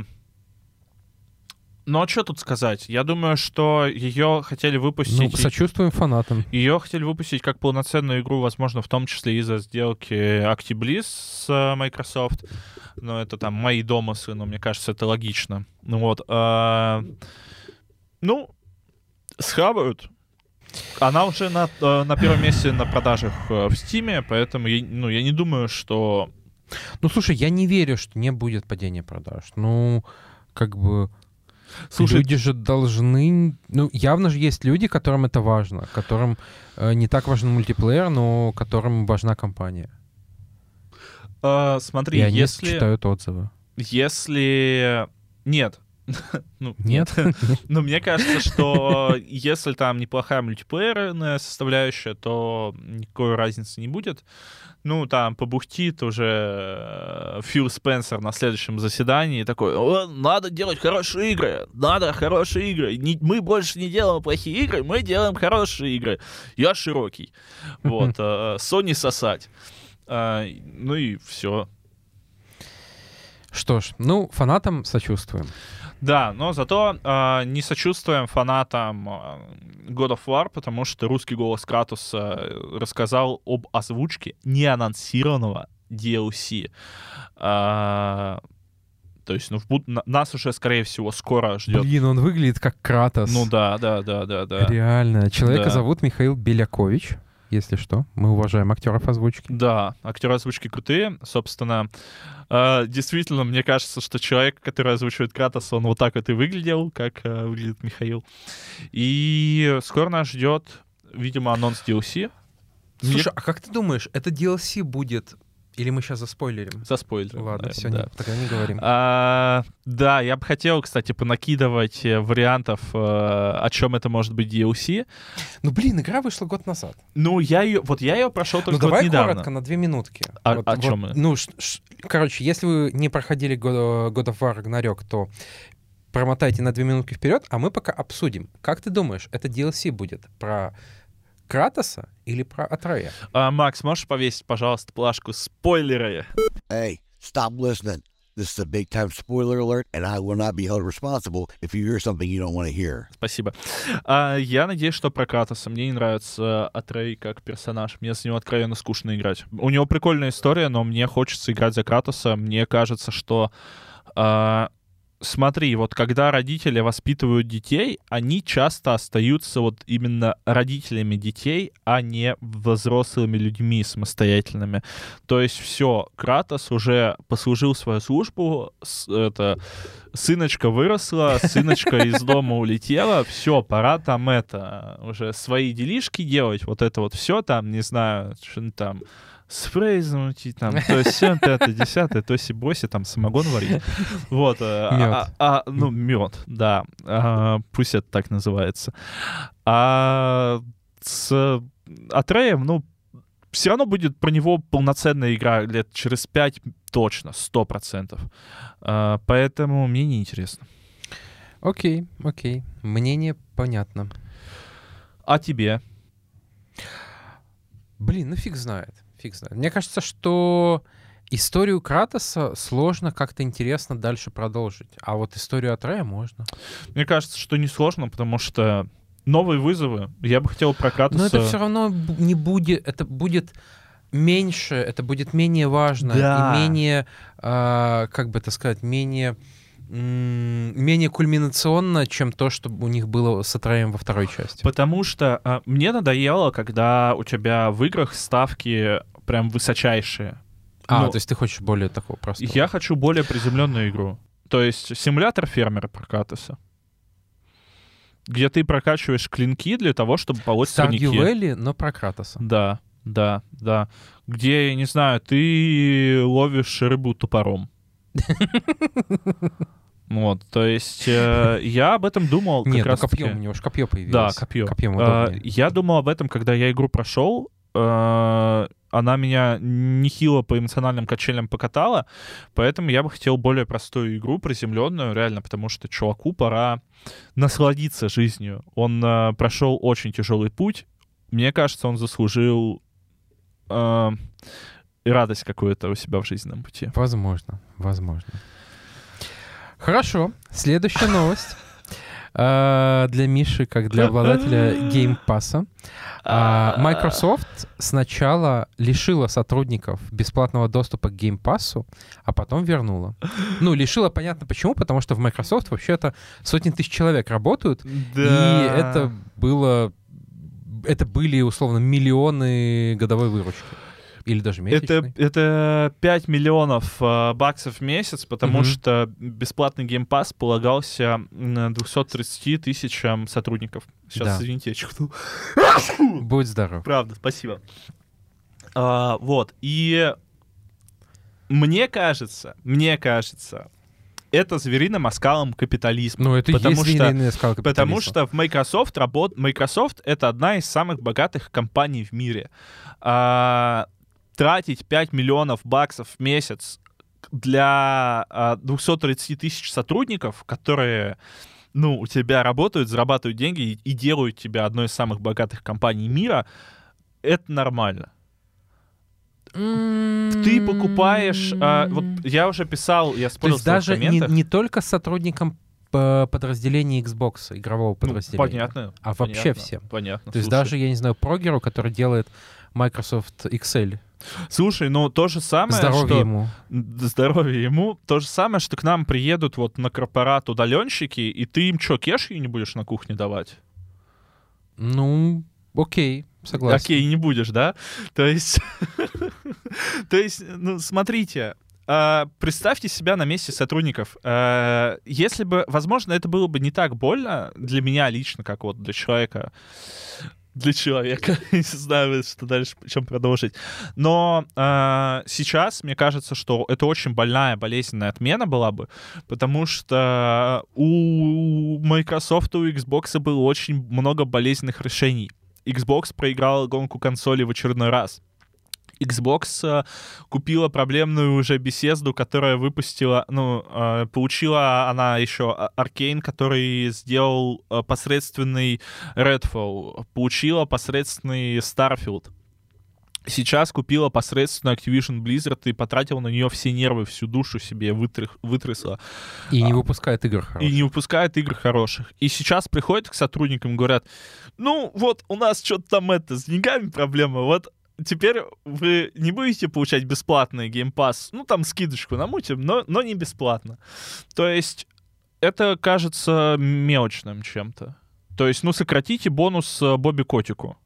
Ну, а что тут сказать? Я думаю, что ее хотели выпустить... Ну, сочувствуем фанатам. Ее хотели выпустить как полноценную игру, возможно, в том числе из-за сделки ActiBliz с Microsoft. Но это там мои домыслы, но мне кажется, это логично. Ну вот... А... Ну, схавают. Она уже на, на первом месте на продажах в Steam, поэтому я, ну, я не думаю, что... Ну, слушай, я не верю, что не будет падения продаж. Ну, как бы... Слушай, люди же должны... Ну, явно же есть люди, которым это важно, которым э, не так важен мультиплеер, но которым важна компания. А, смотри, И они если... читают отзывы. Если... Нет. ну, нет? Ну, мне кажется, что если там неплохая мультиплеерная составляющая, то никакой разницы не будет. Ну, там побухтит уже Фил Спенсер на следующем заседании такой: надо делать хорошие игры, надо хорошие игры. Не, мы больше не делаем плохие игры, мы делаем хорошие игры. Я широкий. Вот. Sony сосать. Ну и все. Что ж, ну, фанатам сочувствуем. Да, но зато э, не сочувствуем фанатам God of War, потому что русский голос Кратуса рассказал об озвучке неанонсированного ди эл си. Э, то есть, ну, в буд... нас уже, скорее всего, скоро ждет. Блин, он выглядит как Кратос. Ну да, да, да, да, да. Реально. Человека да. зовут Михаил Белякович. Если что, мы уважаем актеров озвучки. Да, актеры озвучки крутые. Собственно, э, действительно, мне кажется, что человек, который озвучивает Кратоса, он вот так вот и выглядел, как э, выглядит Михаил. И скоро нас ждет видимо, анонс ди эл си. Слушай, Мне- а как ты думаешь, это ди эл си будет... Или мы сейчас заспойлерим? За спойлер. Ладно, да, все, да. тогда не говорим. А, да, я бы хотел, кстати, понакидывать э, вариантов, э, о чем это может быть ди эл си. Ну, блин, игра вышла год назад. Ну, я ее, вот я ее прошел Ну, только давай вот недавно. коротко, на две минутки. А- Вот- о вот, чём мы? Ну, ш- ш- короче, если вы не проходили God God of War Ragnarok, то промотайте на две минутки вперед, а мы пока обсудим. Как ты думаешь, это ди эл си будет про Кратоса или про Атрея? А, Макс, можешь повесить, пожалуйста, плашку спойлеры? Hey, stop listening. This is a big time spoiler alert, and I will not be held responsible if you hear something you don't want to hear. Спасибо. А, я надеюсь, что про Кратоса. Мне не нравится Атрей как персонаж. Мне с ним откровенно скучно играть. У него прикольная история, но мне хочется играть за Кратоса. Мне кажется, что... а, Смотри, вот когда родители воспитывают детей, они часто остаются вот именно родителями детей, а не взрослыми людьми самостоятельными. То есть все, Кратос уже послужил свою службу, с- это, сыночка выросла, сыночка из дома улетела, все, пора там это, уже свои делишки делать, вот это вот все там, не знаю, что там, спрей замутить, там, то есть все, пятое, десятое, то есть и бойся, там, самогон варить. Вот. э, Мёд. а- а- ну, мед, да. А, пусть это так называется. А с Атреем, ну, все равно будет про него полноценная игра лет через пять точно, сто процентов. А, поэтому мне неинтересно. Окей, окей. Мнение понятно. А тебе? Блин, ну фиг знает. Фиг знает. Мне кажется, что историю Кратоса сложно как-то интересно дальше продолжить. А вот историю Атрея можно. Мне кажется, что несложно, потому что новые вызовы. Я бы хотел про Кратоса... Но это все равно б- не будет... Это будет меньше, это будет менее важно. Да. И менее, а, как бы это сказать, менее... м, менее кульминационно, чем то, что у них было с Атреем во второй части. Потому что а, мне надоело, когда у тебя в играх ставки прям высочайшие. А, ну, то есть ты хочешь более такого простого. Я хочу более приземленную игру. То есть симулятор фермера про Кратоса, где ты прокачиваешь клинки для того, чтобы полоть Stardew сорняки. Valley, но про Кратоса. Да, да, да. Где, я не знаю, ты ловишь рыбу топором. Вот, то есть э, я об этом думал как Нет, ну раз копьем, таки. у него же копье Да, появилось. копье. Копьем А, удобнее. я думал об этом, когда я игру прошел. А, она меня нехило по эмоциональным качелям покатала, поэтому я бы хотел более простую игру, приземленную, реально, потому что чуваку пора насладиться жизнью. Он а, прошел очень тяжелый путь. Мне кажется, он заслужил а, радость какую-то у себя в жизненном пути. Возможно, возможно. Хорошо, следующая новость. А, Для Миши, как для обладателя Game Pass'а. А, Microsoft сначала лишила сотрудников бесплатного доступа к Game Pass'у, а потом вернула. Ну, лишила, понятно почему, потому что в Microsoft вообще-то сотни тысяч человек работают, и это было... Это были, условно, миллионы годовой выручки. Или даже Это, месячной. это пять миллионов э, баксов в месяц, потому Мгм. что бесплатный геймпасс полагался м, двухсот тридцати тысячам сотрудников. Сейчас, Да. извините, я чихнул. Будь здоров. Правда, спасибо. А, вот, и мне кажется, мне кажется, это звериным оскалом капитализма. Ну, это и потому есть что, звериная скала Потому капитализма. что в Microsoft работ... Microsoft — это одна из самых богатых компаний в мире. А, тратить пять миллионов баксов в месяц для а, двухсот тридцати тысяч сотрудников, которые, ну, у тебя работают, зарабатывают деньги и, и делают тебя одной из самых богатых компаний мира, это нормально. Ты покупаешь... а, вот я уже писал, я То спорил есть в своих даже не, комментах. не только сотрудникам э, подразделения Xbox, игрового Ну, подразделения, понятно. а вообще понятно, всем. Понятно. То есть Слушай. даже, я не знаю, прогеру, который делает Microsoft Excel. Слушай, ну то же самое, Здоровье что... ему. Д- Здоровье ему. То же самое, что к нам приедут вот на корпорат удаленщики, и ты им что, кешью не будешь на кухне давать? Ну, окей, согласен. Окей, не будешь, да? То есть... То есть, ну, смотрите, а, представьте себя на месте сотрудников. А, Если бы, возможно, это было бы не так больно для меня лично, как вот для человека, для человека. Не знаю, что дальше, чем продолжить. Но э, сейчас, мне кажется, что это очень больная, болезненная отмена была бы, потому что у Microsoft, у Xbox было очень много болезненных решений. Xbox проиграл гонку консолей в очередной раз. Xbox э, купила проблемную уже Bethesda, которая выпустила, ну, э, получила она еще Arcane, который сделал э, посредственный Redfall, получила посредственный Starfield. Сейчас купила посредственную Activision Blizzard и потратила на нее все нервы, всю душу себе вытрях, вытрясла. И не выпускает игр хороших. И не выпускает игр хороших. И сейчас приходят к сотрудникам и говорят, ну, вот у нас что-то там это, с деньгами проблема, вот теперь вы не будете получать бесплатный Game Pass, ну, там скидочку намутим, но, но не бесплатно. То есть это кажется мелочным чем-то. То есть, ну, сократите бонус Бобби Котику.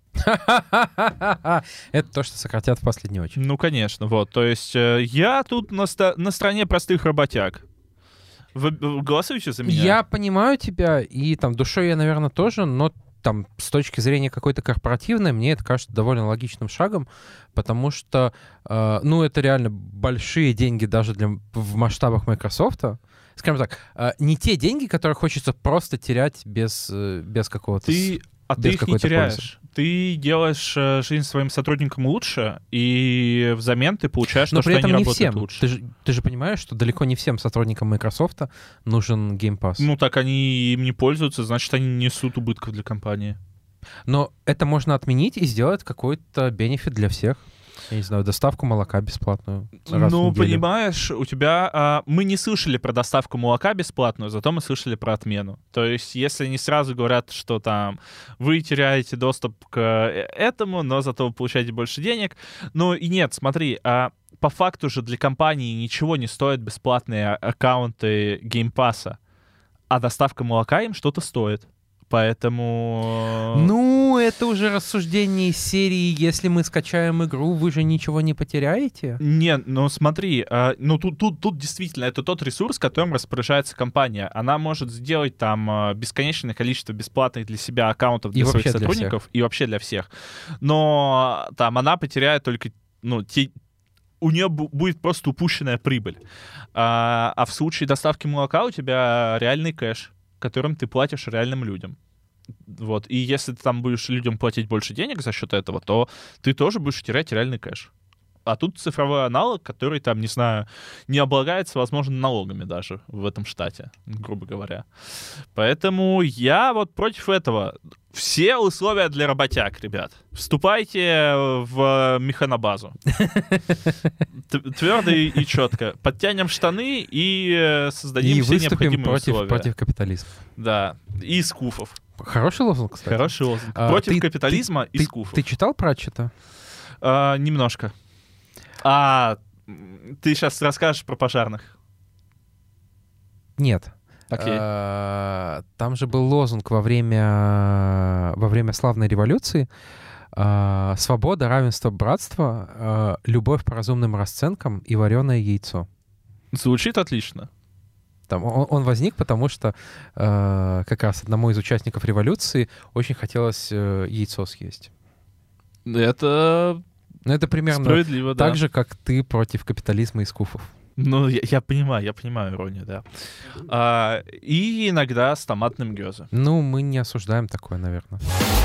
Это то, что сократят в последнюю очередь. Ну, конечно, вот. То есть я тут на, ста- на стороне простых работяг. Вы голосуете за меня? Я понимаю тебя, и там душой я, наверное, тоже, но там с точки зрения какой-то корпоративной, мне это кажется довольно логичным шагом, потому что, э, ну, это реально большие деньги даже для, в масштабах Microsoft. Скажем так, э, не те деньги, которые хочется просто терять без, э, без какого-то... Ты... А ты их не теряешь. Пользы. Ты делаешь э, жизнь своим сотрудникам лучше, и взамен ты получаешь Но то, при что этом они не работают всем. лучше. Ты же, ты же понимаешь, что далеко не всем сотрудникам Microsoft нужен Game Pass. Ну так они им не пользуются, значит, они несут убытков для компании. Но это можно отменить и сделать какой-то бенефит для всех. Я не знаю, доставку молока бесплатную. Раз ну, в неделю. понимаешь, у тебя... А, мы не слышали про доставку молока бесплатную, зато мы слышали про отмену. То есть, если они сразу говорят, что там вы теряете доступ к этому, но зато вы получаете больше денег. Ну и нет, смотри, а по факту же для компании ничего не стоят бесплатные аккаунты геймпасса, а доставка молока им что-то стоит. Поэтому... Ну, это уже рассуждение из серии «Если мы скачаем игру, вы же ничего не потеряете». Нет, ну смотри, э, ну тут, тут, тут действительно это тот ресурс, которым распоряжается компания. Она может сделать там э, бесконечное количество бесплатных для себя аккаунтов для и своих для сотрудников всех. И вообще для всех. Но там она потеряет только, ну, те... у нее б- будет просто упущенная прибыль. А, а в случае доставки молока у тебя реальный кэш, которым ты платишь реальным людям. Вот. И если ты там будешь людям платить больше денег за счет этого, то ты тоже будешь терять реальный кэш. А тут цифровой аналог, который там, не знаю, не облагается, возможно, налогами даже в этом штате, грубо говоря. Поэтому я вот против этого. Все условия для работяг, ребят. Вступайте в механобазу. Твердо и четко. Подтянем штаны и создадим и все необходимые против, условия. против капитализма. Да, и скуфов. Хороший лозунг, кстати. Хороший лозунг. А, против ты, капитализма ты, и ты, скуфов. Ты читал Пратчета? А, немножко. А, ты сейчас расскажешь про пожарных? Нет. Окей. А, там же был лозунг во время, во время славной революции: а, свобода, равенство, братство, а, любовь по разумным расценкам и вареное яйцо. Звучит отлично. Там он, он возник, потому что э, как раз одному из участников революции очень хотелось э, яйцо съесть. Это, ну, это примерно справедливо, да. так же, как ты против капитализма и скуфов. Ну, я, я понимаю, я понимаю иронию, да. А, и иногда с томатным гёзе. Ну, мы не осуждаем такое, наверное.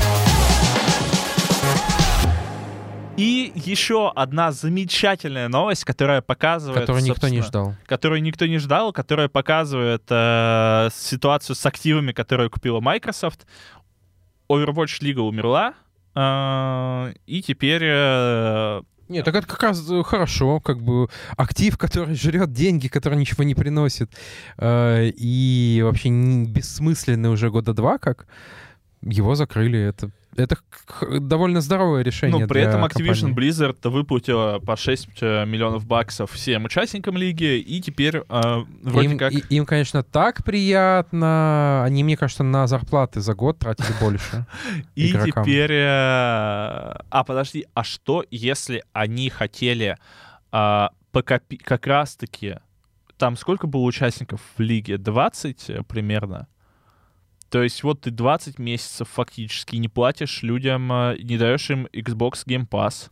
И еще одна замечательная новость, которая показывает... Которую никто не ждал. Которую никто не ждал, которая показывает э, ситуацию с активами, которые купила Microsoft. Overwatch League умерла, э, и теперь... Э, Нет, так это как раз хорошо, как бы актив, который жрет деньги, который ничего не приносит, э, и вообще не, бессмысленный уже года два, как его закрыли, это... Это довольно здоровое решение. Ну, при этом компании. Activision Blizzard выплатила по шесть миллионов баксов всем участникам лиги, и теперь э, вроде им, как... И, им, конечно, так приятно. Они, мне кажется, на зарплаты за год тратили больше. И теперь... А, подожди, а что, если они хотели как раз-таки... Там сколько было участников в лиге? двадцать примерно? То есть вот ты двадцать месяцев фактически не платишь людям, э, не даешь им Xbox Game Pass.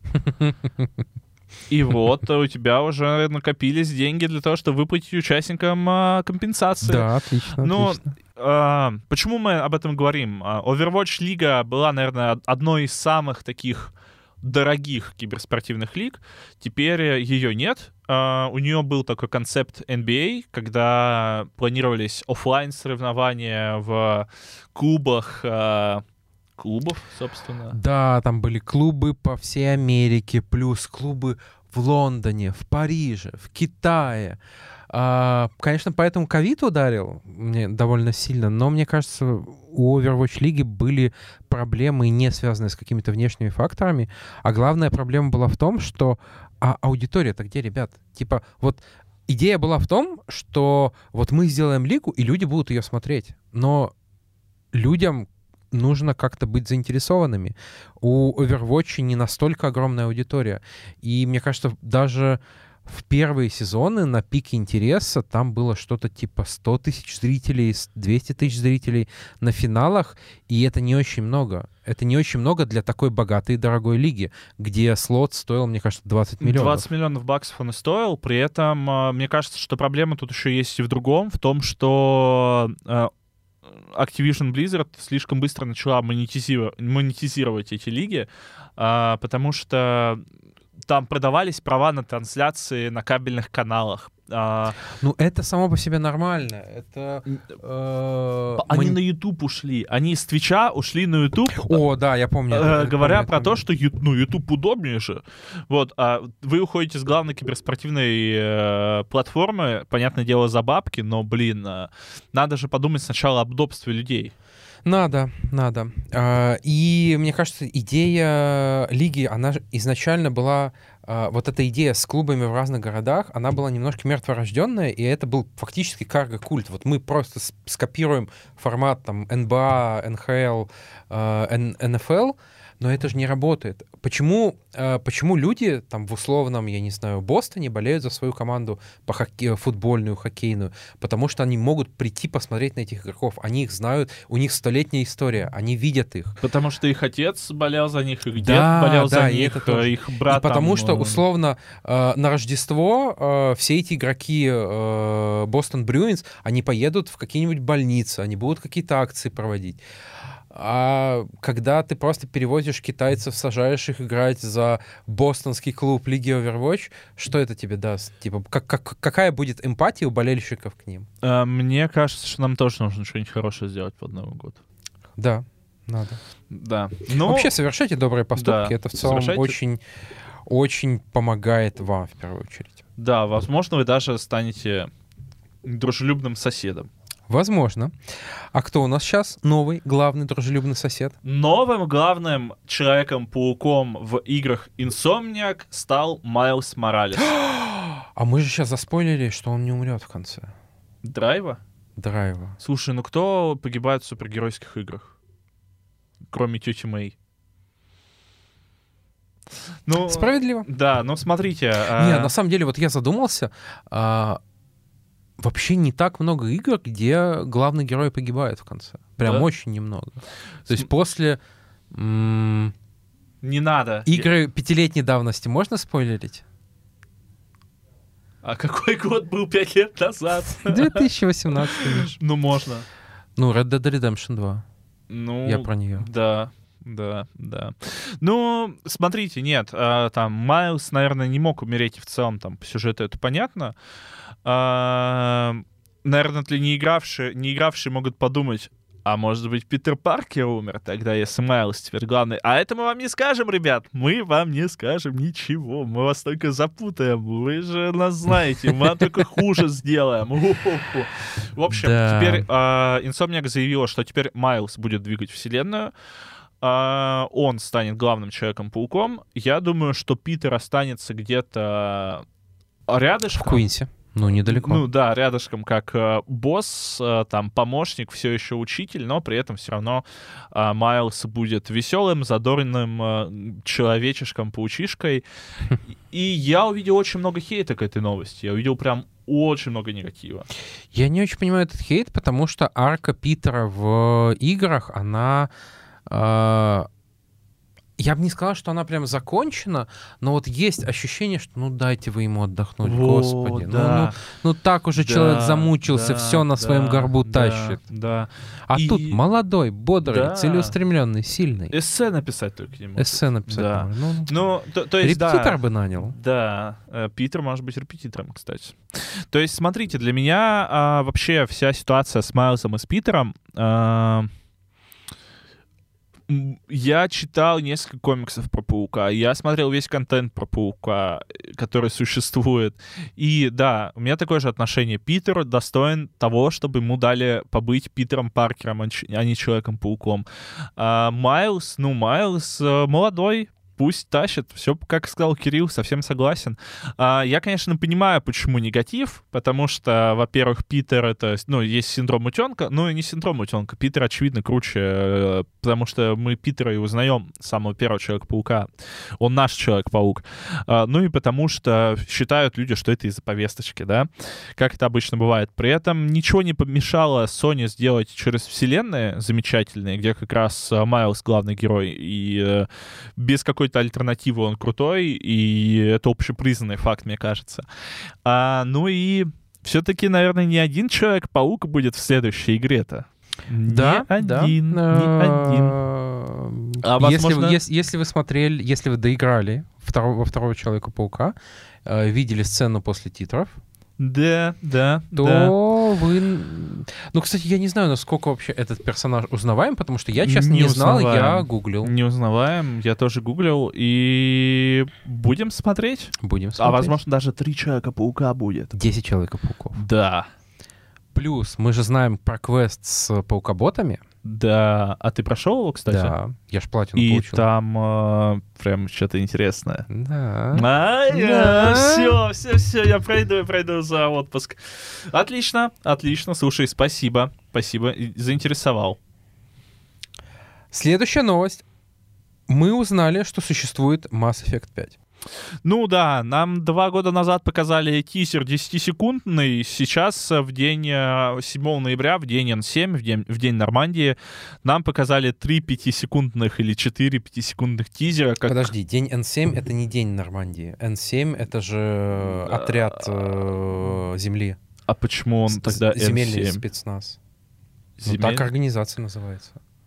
И вот у тебя уже накопились деньги для того, чтобы выплатить участникам а, компенсации. Да, отлично, Но отлично. а, почему мы об этом говорим? А, Overwatch Лига была, наверное, одной из самых таких дорогих киберспортивных лиг. Теперь ее нет. А, у нее был такой концепт эн би эй, когда планировались офлайн соревнования в клубах, а, клубов, собственно. Да, там были клубы по всей Америке, плюс клубы в Лондоне, в Париже, в Китае. А, конечно, поэтому ковид ударил мне довольно сильно, но мне кажется, у Overwatch лиги были проблемы, не связанные с какими-то внешними факторами, а главная проблема была в том, что а аудитория-то где, ребят? Типа, вот идея была в том, что вот мы сделаем лигу, и люди будут ее смотреть, но людям нужно как-то быть заинтересованными. У Overwatch не настолько огромная аудитория. И мне кажется, даже в первые сезоны на пике интереса там было что-то типа сто тысяч зрителей, двести тысяч зрителей на финалах, и это не очень много. Это не очень много для такой богатой и дорогой лиги, где слот стоил, мне кажется, двадцать миллионов. двадцать миллионов баксов он и стоил. При этом, мне кажется, что проблема тут еще есть и в другом, в том, что Activision Blizzard слишком быстро начала монетизировать, монетизировать эти лиги, а, потому что там продавались права на трансляции на кабельных каналах. А, ну, это само по себе нормально. Это... Э, они мон... на YouTube ушли. Они с Твича ушли на YouTube. О, да, я помню. Э, это, говоря помню, про помню. то, что ну, YouTube удобнее же. Вот, а вы уходите с главной киберспортивной э, платформы, понятное дело, за бабки, но, блин, э, надо же подумать сначала об удобстве людей. Надо, надо. А, и мне кажется, идея лиги, она изначально была, а, вот эта идея с клубами в разных городах, она была немножко мертворожденная, и это был фактически карго-культ. Вот мы просто скопируем формат там эн би эй, эн эйч эл, эн эф эл, но это же не работает. Почему, э, почему люди там в условном, я не знаю, Бостоне болеют за свою команду по хокке... футбольную, хоккейную? Потому что они могут прийти посмотреть на этих игроков. Они их знают, у них столетняя история, они видят их. Потому что их отец болел за них, их дед да, болел да, за них, тоже. их брат. И потому там, что, условно, э, на Рождество э, все эти игроки э, Бостон Брюинс, они поедут в какие-нибудь больницы, они будут какие-то акции проводить. А когда ты просто перевозишь китайцев, сажаешь их играть за бостонский клуб Лиги Overwatch, что это тебе даст? Типа, как, как, какая будет эмпатия у болельщиков к ним? Мне кажется, что нам тоже нужно что-нибудь хорошее сделать под Новый год. Да, надо. Да. Но... Вообще, совершайте добрые поступки. Да, это в целом совершайте... очень, очень помогает вам, в первую очередь. Да, возможно, вы даже станете дружелюбным соседом. Возможно. А кто у нас сейчас новый главный дружелюбный сосед? Новым главным Человеком-пауком в играх Insomniac стал Майлз Моралес. А мы же сейчас заспойлили, что он не умрет в конце. Драйва? Драйва. Слушай, ну кто погибает в супергеройских играх? Кроме тети Мэй. Ну, справедливо. Да, ну смотрите. Не, а... на самом деле, вот я задумался... А... Вообще не так много игр, где главный герой погибает в конце. Прям да? очень немного. То есть после... М- не надо. Игры пятилетней давности можно спойлерить? А какой год был пять лет назад? две тысячи восемнадцатый, Миш. Ну, можно. Ну, Red Dead Redemption два. Ну, я про нее. Да, да, да. Ну, смотрите, нет, а, там Майлз, наверное, не мог умереть в целом, там, по сюжету это понятно. А, наверное, для не игравшие, не игравшие могут подумать, а может быть, Питер Паркер умер тогда, если Майлз теперь главный. А это мы вам не скажем, ребят. Мы вам не скажем ничего. Мы вас только запутаем. Вы же нас знаете. Мы вам только хуже сделаем. В общем, да. теперь uh, Insomniac заявила, что теперь Майлз будет двигать вселенную. Uh, он станет главным Человеком-пауком. Я думаю, что Питер останется где-то рядышком. В Куинсе. Ну, недалеко. Ну да, рядышком как э, босс, э, там, помощник, все еще учитель, но при этом все равно э, Майлз будет веселым, задорным э, человечешком-паучишкой. И я увидел очень много хейта к этой новости. Я увидел прям очень много негатива. Я не очень понимаю этот хейт, потому что арка Питера в играх, она... Э, я бы не сказал, что она прям закончена, но вот есть ощущение, что ну дайте вы ему отдохнуть, Во, господи. да. Ну, ну, ну так уже Да, человек замучился, да, все на да, своем горбу да, тащит. Да. А И- тут молодой, бодрый, Да. целеустремленный, сильный. Эссе написать только не может. Эссе написать. Да. можно. Ну, Ну, то, то есть, репетитор да. бы нанял. Да, э, Питер может быть репетитором, кстати. То есть, смотрите, для меня а, вообще вся ситуация с Майлзом и с Питером... а, м, я читал несколько комиксов про Паука, я смотрел весь контент про Паука, который существует. И да, у меня такое же отношение. Питер достоин того, чтобы ему дали побыть Питером Паркером, а ч- а не Человеком-пауком. А Майлз, ну, Майлз э, молодой, пусть тащит. Все, как сказал Кирилл, совсем согласен. А, я, конечно, понимаю, почему негатив, потому что, во-первых, Питер — это, ну, есть синдром утенка, ну, и не синдром утенка. Питер, очевидно, круче, э, потому что мы Питера и узнаем, самого первого Человека-паука. Он наш Человек-паук. А, ну, и потому что считают люди, что это из-за повесточки, да, как это обычно бывает. При этом ничего не помешало Sony сделать через вселенные замечательные, где как раз э, Майлз главный герой, и э, без какой-то альтернативы он крутой, и это общепризнанный факт, мне кажется. А, ну и все-таки, наверное, не один Человек-паук будет в следующей игре-то. Да, не да. один, не один. А Если, возможно- вы, если, если вы смотрели, если вы доиграли второго, во второго Человека-паука, э, видели сцену после титров, Да, да, то да. вы... Ну, кстати, я не знаю, насколько вообще этот персонаж узнаваем, потому что я, честно, не, Не знал, я узнаваем. гуглил. Не узнаваем, я тоже гуглил, и будем смотреть. Будем смотреть. А возможно, даже три Человека-паука будет. десять Человека-пауков. Да, Плюс мы же знаем про квест с паукоботами. да. А ты прошел его, кстати? Да, я ж платину И получил. там э, прям что-то интересное. Да. А, Да. все, все, все, я пройду, я пройду за отпуск. Отлично, отлично. Слушай, спасибо, спасибо, и заинтересовал. Следующая новость. Мы узнали, что существует Mass Effect пять. Ну да, нам два года назад показали тизер десятисекундный. Сейчас э, в день э, седьмого ноября, в день эн семь, в день, в день Нормандии, нам показали три пятисекундных или четыре пятисекундных тизера. Как... Подожди, день эн семь — это не день Нормандии. эн семь — это же Да. отряд э, Земли. А почему он С- тогда Земельный эн семь? спецназ. Ну, Земель? так организация называется.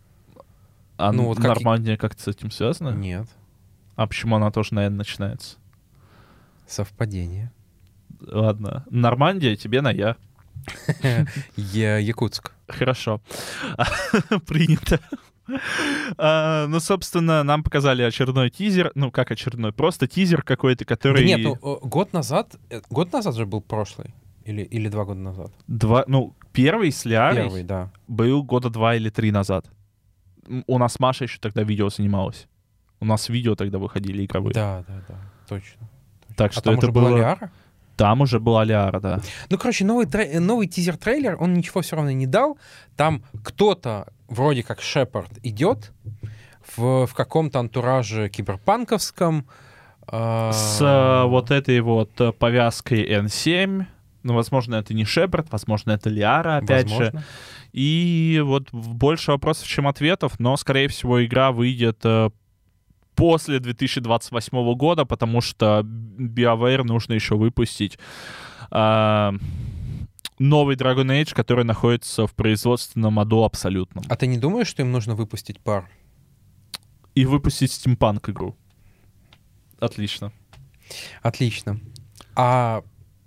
А ну, вот как и- Нормандия как-то с этим связана? Нет. А почему она тоже на N начинается? Совпадение. Ладно. Нормандия, тебе на я. Я Якутск. Хорошо. Принято. А, ну, собственно, нам показали очередной тизер. Ну, как очередной? Просто тизер какой-то, который... Да нет, ну э, год назад... э, Год назад же был прошлый. Или, или два года назад. Два... Ну, первый с Лиарой Первый, да. был года два или три назад. М, У нас Маша еще тогда видео занималась. У нас видео тогда выходили игровые. Да, да, да. Точно. Так А что там это уже была было... Лиара? Там уже была Лиара, да. Ну, короче, новый, трей- новый тизер-трейлер, он ничего все равно не дал. Там кто-то, вроде как Шепард, идет в, в каком-то антураже киберпанковском. а, С э, вот этой вот э, повязкой эн семь. Ну, возможно, это не Шепард, возможно, это Лиара, опять же. возможно. И вот в- больше вопросов, чем ответов, но, скорее всего, игра выйдет э, после две тысячи двадцать восьмого года, потому что BioWare нужно еще выпустить э, новый Dragon Age, который находится в производственном аду абсолютном. А ты не думаешь, что им нужно выпустить пар? И выпустить стимпанк игру. Отлично. Отлично. А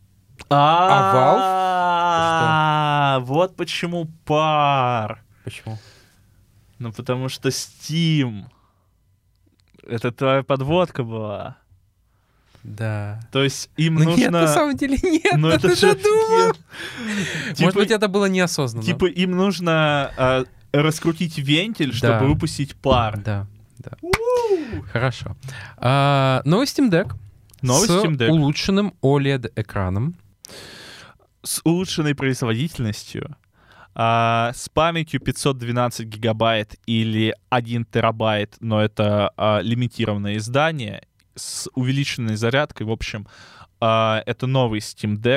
А вот почему пар. почему? Ну, потому что Steam. Это твоя подводка была. Да. То есть им Ну нужно... нет, на самом деле нет. Ну, ну это ты же думал? офигенно. Может быть, Типа, это было неосознанно. типа им нужно а, раскрутить вентиль, чтобы Да. выпустить пар. Да, да. Хорошо. А, новый Steam Deck. Новый с Steam Deck. улучшенным о лед-экраном. С улучшенной производительностью, а, с памятью пятьсот двенадцать гигабайт или один терабайт, но это а, лимитированное издание, с увеличенной зарядкой. В общем, а, это новый Steam Deck,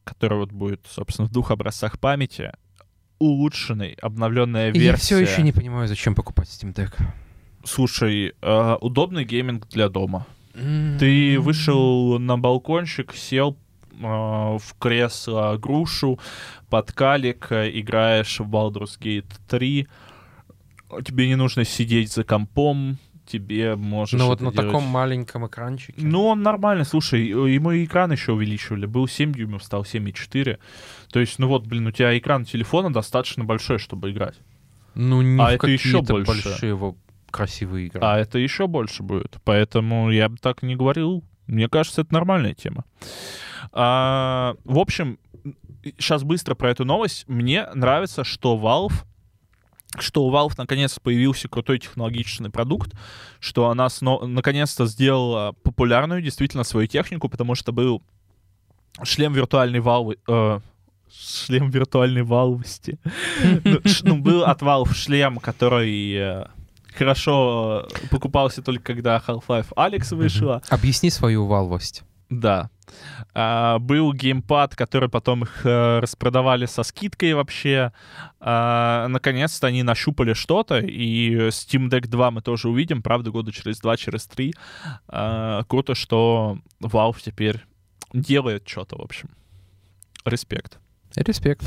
который вот будет, собственно, в двух образцах памяти, улучшенный, обновленная версия. Я все еще не понимаю, зачем покупать Steam Deck. Слушай, э, удобный гейминг для дома. Mm-hmm. Ты вышел на балкончик, сел э, в кресло грушу, под калик, играешь в Baldur's Gate три. Тебе не нужно сидеть за компом, тебе можешь... Ну вот на делать... таком маленьком экранчике. Ну, он нормально, слушай, ему и экран еще увеличивали. Был семь дюймов, стал семь и четыре. То есть, ну вот, блин, у тебя экран телефона достаточно большой, чтобы играть. Ну, не а в это еще больше. большие его красивые игры. А это еще больше будет. Поэтому я бы так не говорил. Мне кажется, это нормальная тема. А, в общем, сейчас быстро про эту новость. Мне нравится, что Valve что у Valve наконец появился крутой технологичный продукт, что она сно- наконец-то сделала популярную действительно свою технику, потому что был шлем виртуальной Valve... Э, шлем виртуальной Valve-сти. Ну, был от Valve шлем, который хорошо покупался только когда Half-Life Alyx вышла. Объясни свою валвость. Да. Uh, был геймпад, который потом их uh, распродавали со скидкой вообще. Uh, наконец-то они нащупали что-то, и Steam Deck два мы тоже увидим, правда, года через два, через три. Uh, круто, что Valve теперь делает что-то, в общем. Респект. Респект.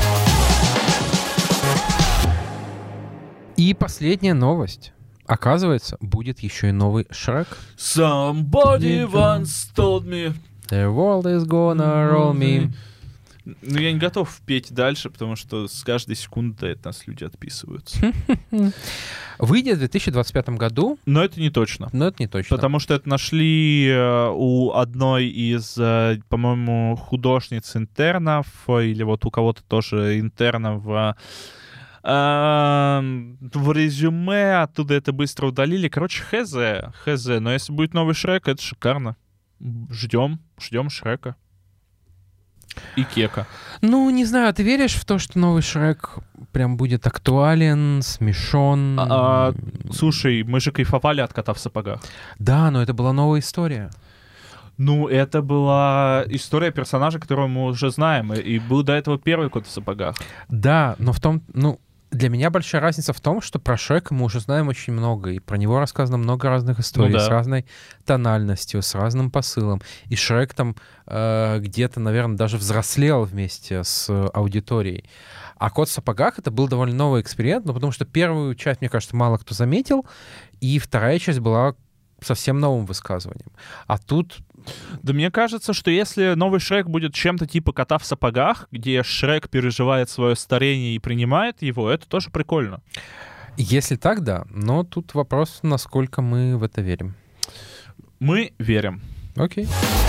И последняя новость. Оказывается, будет еще и новый Шрек. Somebody once told me... The world is gonna roll me. Ну, я не готов петь дальше, потому что с каждой секундой от нас люди отписываются. Выйдет в две тысячи двадцать пятом году. Но это не точно. Но это не точно. Потому что это нашли э, у одной из, э, по-моему, художниц интернов, или вот у кого-то тоже интернов в, э, в резюме, оттуда это быстро удалили. Короче, хз, хз. Но если будет новый Шрек, это шикарно. Ждем, ждем Шрека. И Кека. Ну, не знаю, ты веришь в то, что новый Шрек прям будет актуален, смешон? А, а, слушай, мы же кайфовали от кота в сапогах. Да, но это была новая история. Ну, это была история персонажа, которого мы уже знаем. И, и был до этого первый кот в сапогах. Да, но в том, ну, для меня большая разница в том, что про Шрека мы уже знаем очень много, и про него рассказано много разных историй, ну, да. С разной тональностью, с разным посылом. И Шрек там э, где-то, наверное, даже взрослел вместе с аудиторией. А «Кот в сапогах» — это был довольно новый эксперимент, ну, потому что первую часть, мне кажется, мало кто заметил, и вторая часть была совсем новым высказыванием. А тут... Да мне кажется, что если новый Шрек будет чем-то типа «Кота в сапогах», где Шрек переживает свое старение и принимает его, это тоже прикольно. Если так, да. Но тут вопрос, насколько мы в это верим. Мы верим. Окей.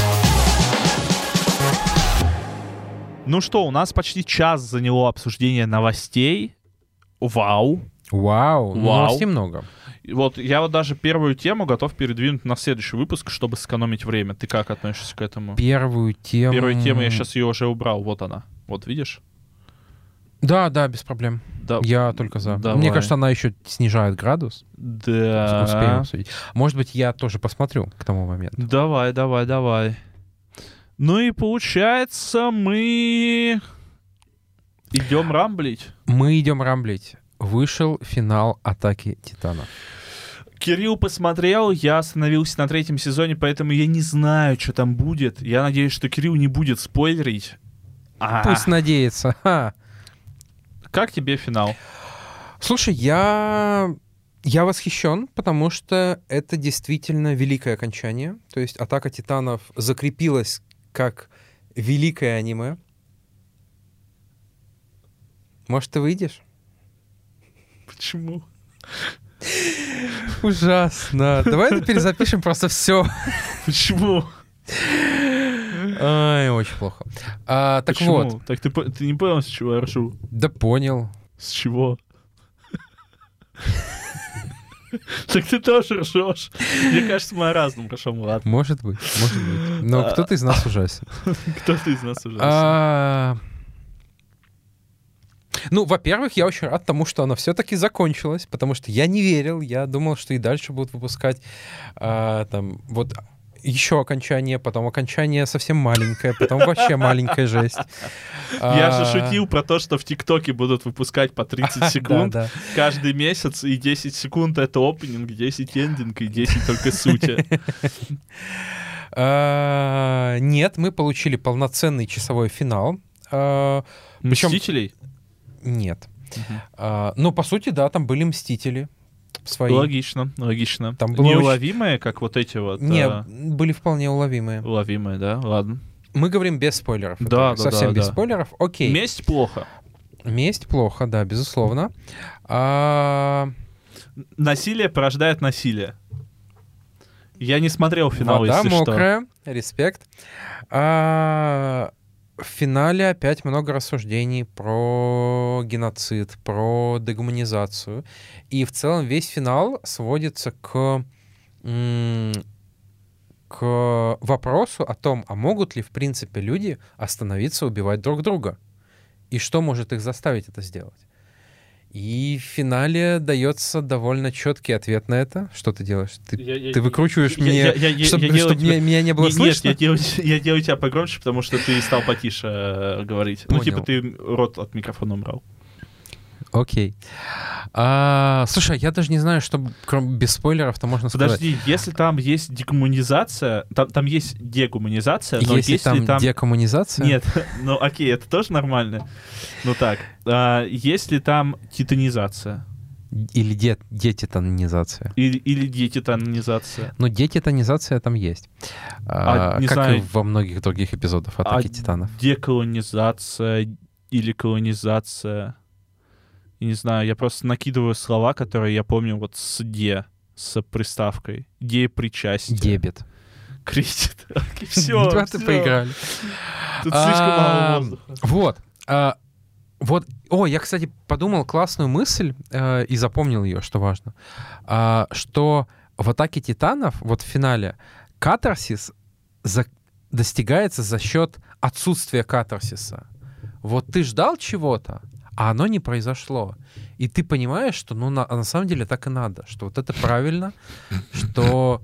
Ну что, у нас почти час заняло обсуждение новостей. Вау. Вау. Вау. Новостей много. Вот я вот даже первую тему готов передвинуть на следующий выпуск, чтобы сэкономить время. Ты как относишься к этому? Первую тему... Первую тему я сейчас ее уже убрал. Вот она. Вот видишь? Да, да, без проблем. Да. Я только за. Давай. Мне кажется, она еще снижает градус. Да. Успеем обсудить. Может быть, я тоже посмотрю к тому моменту. Давай, давай, давай. Ну и получается, мы идем рамблить. Мы идем рамблить. Вышел финал «Атаки Титанов». Кирилл посмотрел, я остановился на третьем сезоне, поэтому я не знаю, что там будет. Я надеюсь, что Кирилл не будет спойлерить. А-а-а. Пусть надеется. Ха. Как тебе финал? Слушай, я... я восхищен, потому что это действительно великое окончание. То есть «Атака Титанов» закрепилась как великое аниме. Может, ты выйдешь? Почему? Ужасно. Давай перезапишем просто все. Почему? Ай, очень плохо. А, так Почему? вот. Так ты, ты не понял, с чего я ржу? Да понял. С чего? Так ты тоже ржешь. Мне кажется, мы о-разному ржем, ладно. Может быть, может быть. Но кто-то из нас ужасен. Кто-то из нас ужасен. Ну, во-первых, я очень рад тому, что она все-таки закончилась, потому что я не верил, я думал, что и дальше будут выпускать а, там вот еще окончание, потом окончание совсем маленькое, потом вообще маленькая жесть. Я же А, шутил про то, что в ТикТоке будут выпускать по тридцать секунд да, да. каждый месяц, и десять секунд — это опенинг, десять эндинг и десять только сути. А, Нет, мы получили полноценный часовой финал. А, Причем- Мстителей? Нет. Мгм. А, Ну, по сути, да, там были Мстители свои. Логично, логично. Там было Неуловимые, как вот эти вот... Не, а, были вполне уловимые. уловимые, да? Ладно. Мы говорим без спойлеров. Да, во-первых. да, Совсем да, без да. спойлеров. Окей. Месть плохо. Месть плохо, да, безусловно. А, Насилие порождает насилие. Я не смотрел финал, Вода если что. мокрая, респект. А, В финале опять много рассуждений про геноцид, про дегуманизацию. И в целом весь финал сводится к, м, к вопросу о том, а могут ли в принципе люди остановиться убивать друг друга? И что может их заставить это сделать? И в финале дается довольно четкий ответ на это. Что ты делаешь? Ты, Я- я- ты выкручиваешь я- мне, я- я- я- чтобы, я делаю чтобы тебе- меня, меня не было Не- слышно? Нет, я делаю, я делаю тебя погромче, потому что ты стал потише э, говорить. Ну, Понял. типа, ты рот от микрофона убрал. Окей. А, слушай, я даже не знаю, что кроме без спойлеров-то можно сказать. Подожди, если там есть декоммунизация, там, там есть дегуманизация, но Если, если там, там... декоммунизация? Нет, ну окей, это тоже нормально. Ну так, а, если там титанизация Или де- детитанизация. или, или детитанизация, Ну, детитанизация там есть. А, А, не как знаю. и во многих других эпизодах «Атаки а титанов». деколонизация или колонизация, я не знаю, я просто накидываю слова, которые я помню вот с «де», с приставкой. Депричастие. Дебет. Кредит. Все, Ребята проиграли. Тут слишком А, мало воздуха. Вот. а, Вот. О, я, кстати, подумал классную мысль э, и запомнил ее, что важно. А, что в «Атаке титанов», вот в финале, катарсис за- достигается за счет отсутствия катарсиса. Вот ты ждал чего-то, а оно не произошло. И ты понимаешь, что ну, на, на самом деле так и надо, что вот это правильно, что...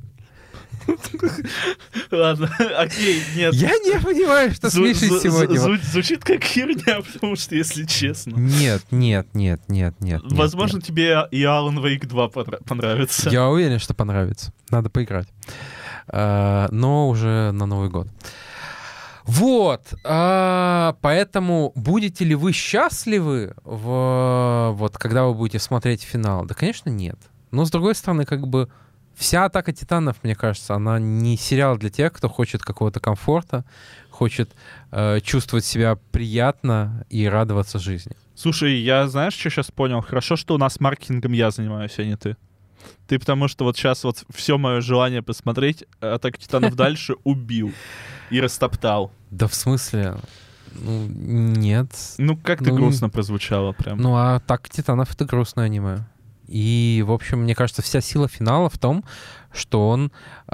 Ладно, окей, нет. Я не понимаю, что Зву- смешить зву- сегодня. зву- Звучит как херня, потому что, если честно. Нет, нет, нет, нет, нет. нет, Возможно, тебе и Alan Wake два понра- понравится. Я уверен, что понравится. Надо поиграть. А, но уже на Новый год. Вот. а, Поэтому будете ли вы счастливы, в, вот, когда вы будете смотреть финал? Да, конечно, нет. Но, с другой стороны, как бы вся «Атака титанов», мне кажется, она не сериал для тех, кто хочет какого-то комфорта, хочет э, чувствовать себя приятно и радоваться жизни. Слушай, я знаешь, что сейчас понял? Хорошо, что у нас маркетингом я занимаюсь, а не ты. Ты потому что вот сейчас вот все мое желание посмотреть «Атаку титанов» дальше убил и растоптал. Да в смысле? Ну, нет. Ну, как-то Ну, грустно прозвучало прям. Ну, а «Атака титанов» — это грустное аниме. И, в общем, мне кажется, вся сила финала в том, что он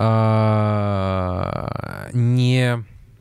а, не...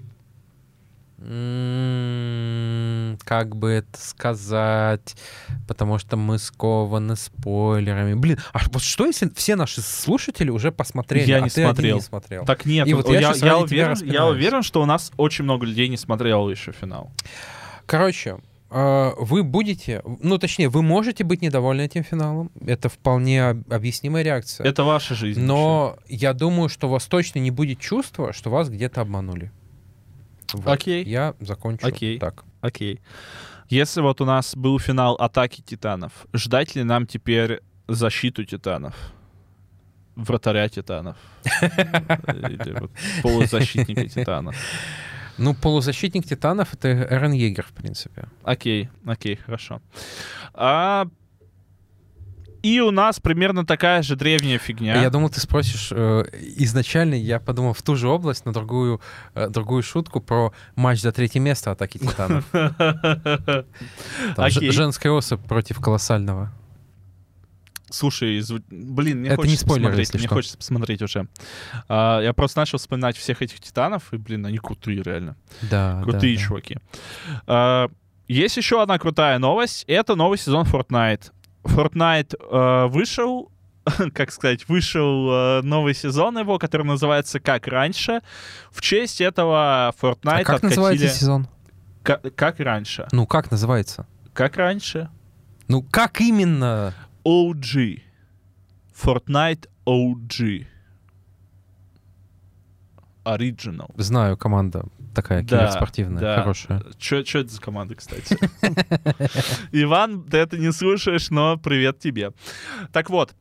м, Как бы это сказать? Потому что мы скованы спойлерами. Блин, а вот что, если все наши слушатели уже посмотрели, Я а не ты один смотрел. не смотрел? Так нет, И вот я, я я, щас ради тебя уверен, я распинаюсь. уверен, что у нас очень много людей не смотрело еще финал. Короче, э, вы будете, ну, точнее, вы можете быть недовольны этим финалом. Это вполне об- объяснимая реакция. Это ваша жизнь. Но я думаю, что у вас точно не будет чувства, что вас где-то обманули. Вот. Окей. Я закончу Окей. так. Окей. Если вот у нас был финал «Атаки титанов», ждать ли нам теперь защиту титанов? Вратаря титанов? Или вот полузащитника титанов? Ну, полузащитник титанов — это Эрен Йегер, в принципе. Окей, окей, хорошо. А... И у нас примерно такая же древняя фигня. Я думал, ты спросишь, э, изначально я подумал в ту же область, на другую, э, другую шутку про матч за третье место «Атаки титанов». Там ж- Окей. женская особь против колоссального. Слушай, зву- блин, мне Это не хочется спойлер, посмотреть, если мне что. хочется посмотреть уже. А, я просто начал вспоминать всех этих титанов, и, блин, они крутые реально. Да, Крутые да, да. чуваки. А, есть еще одна крутая новость. Это новый сезон Fortnite. Fortnite э, вышел, как сказать, вышел э, новый сезон его, который называется «Как раньше». В честь этого Fortnite А как откатили... называется сезон? Как, как раньше. Ну, как называется? Как раньше. Ну, как именно? о джи. Fortnite о джи. Original. Знаю, команда такая Да, киберспортивная, да. хорошая. Что это за команда, кстати? Иван, ты это не слушаешь, но привет тебе. Так вот,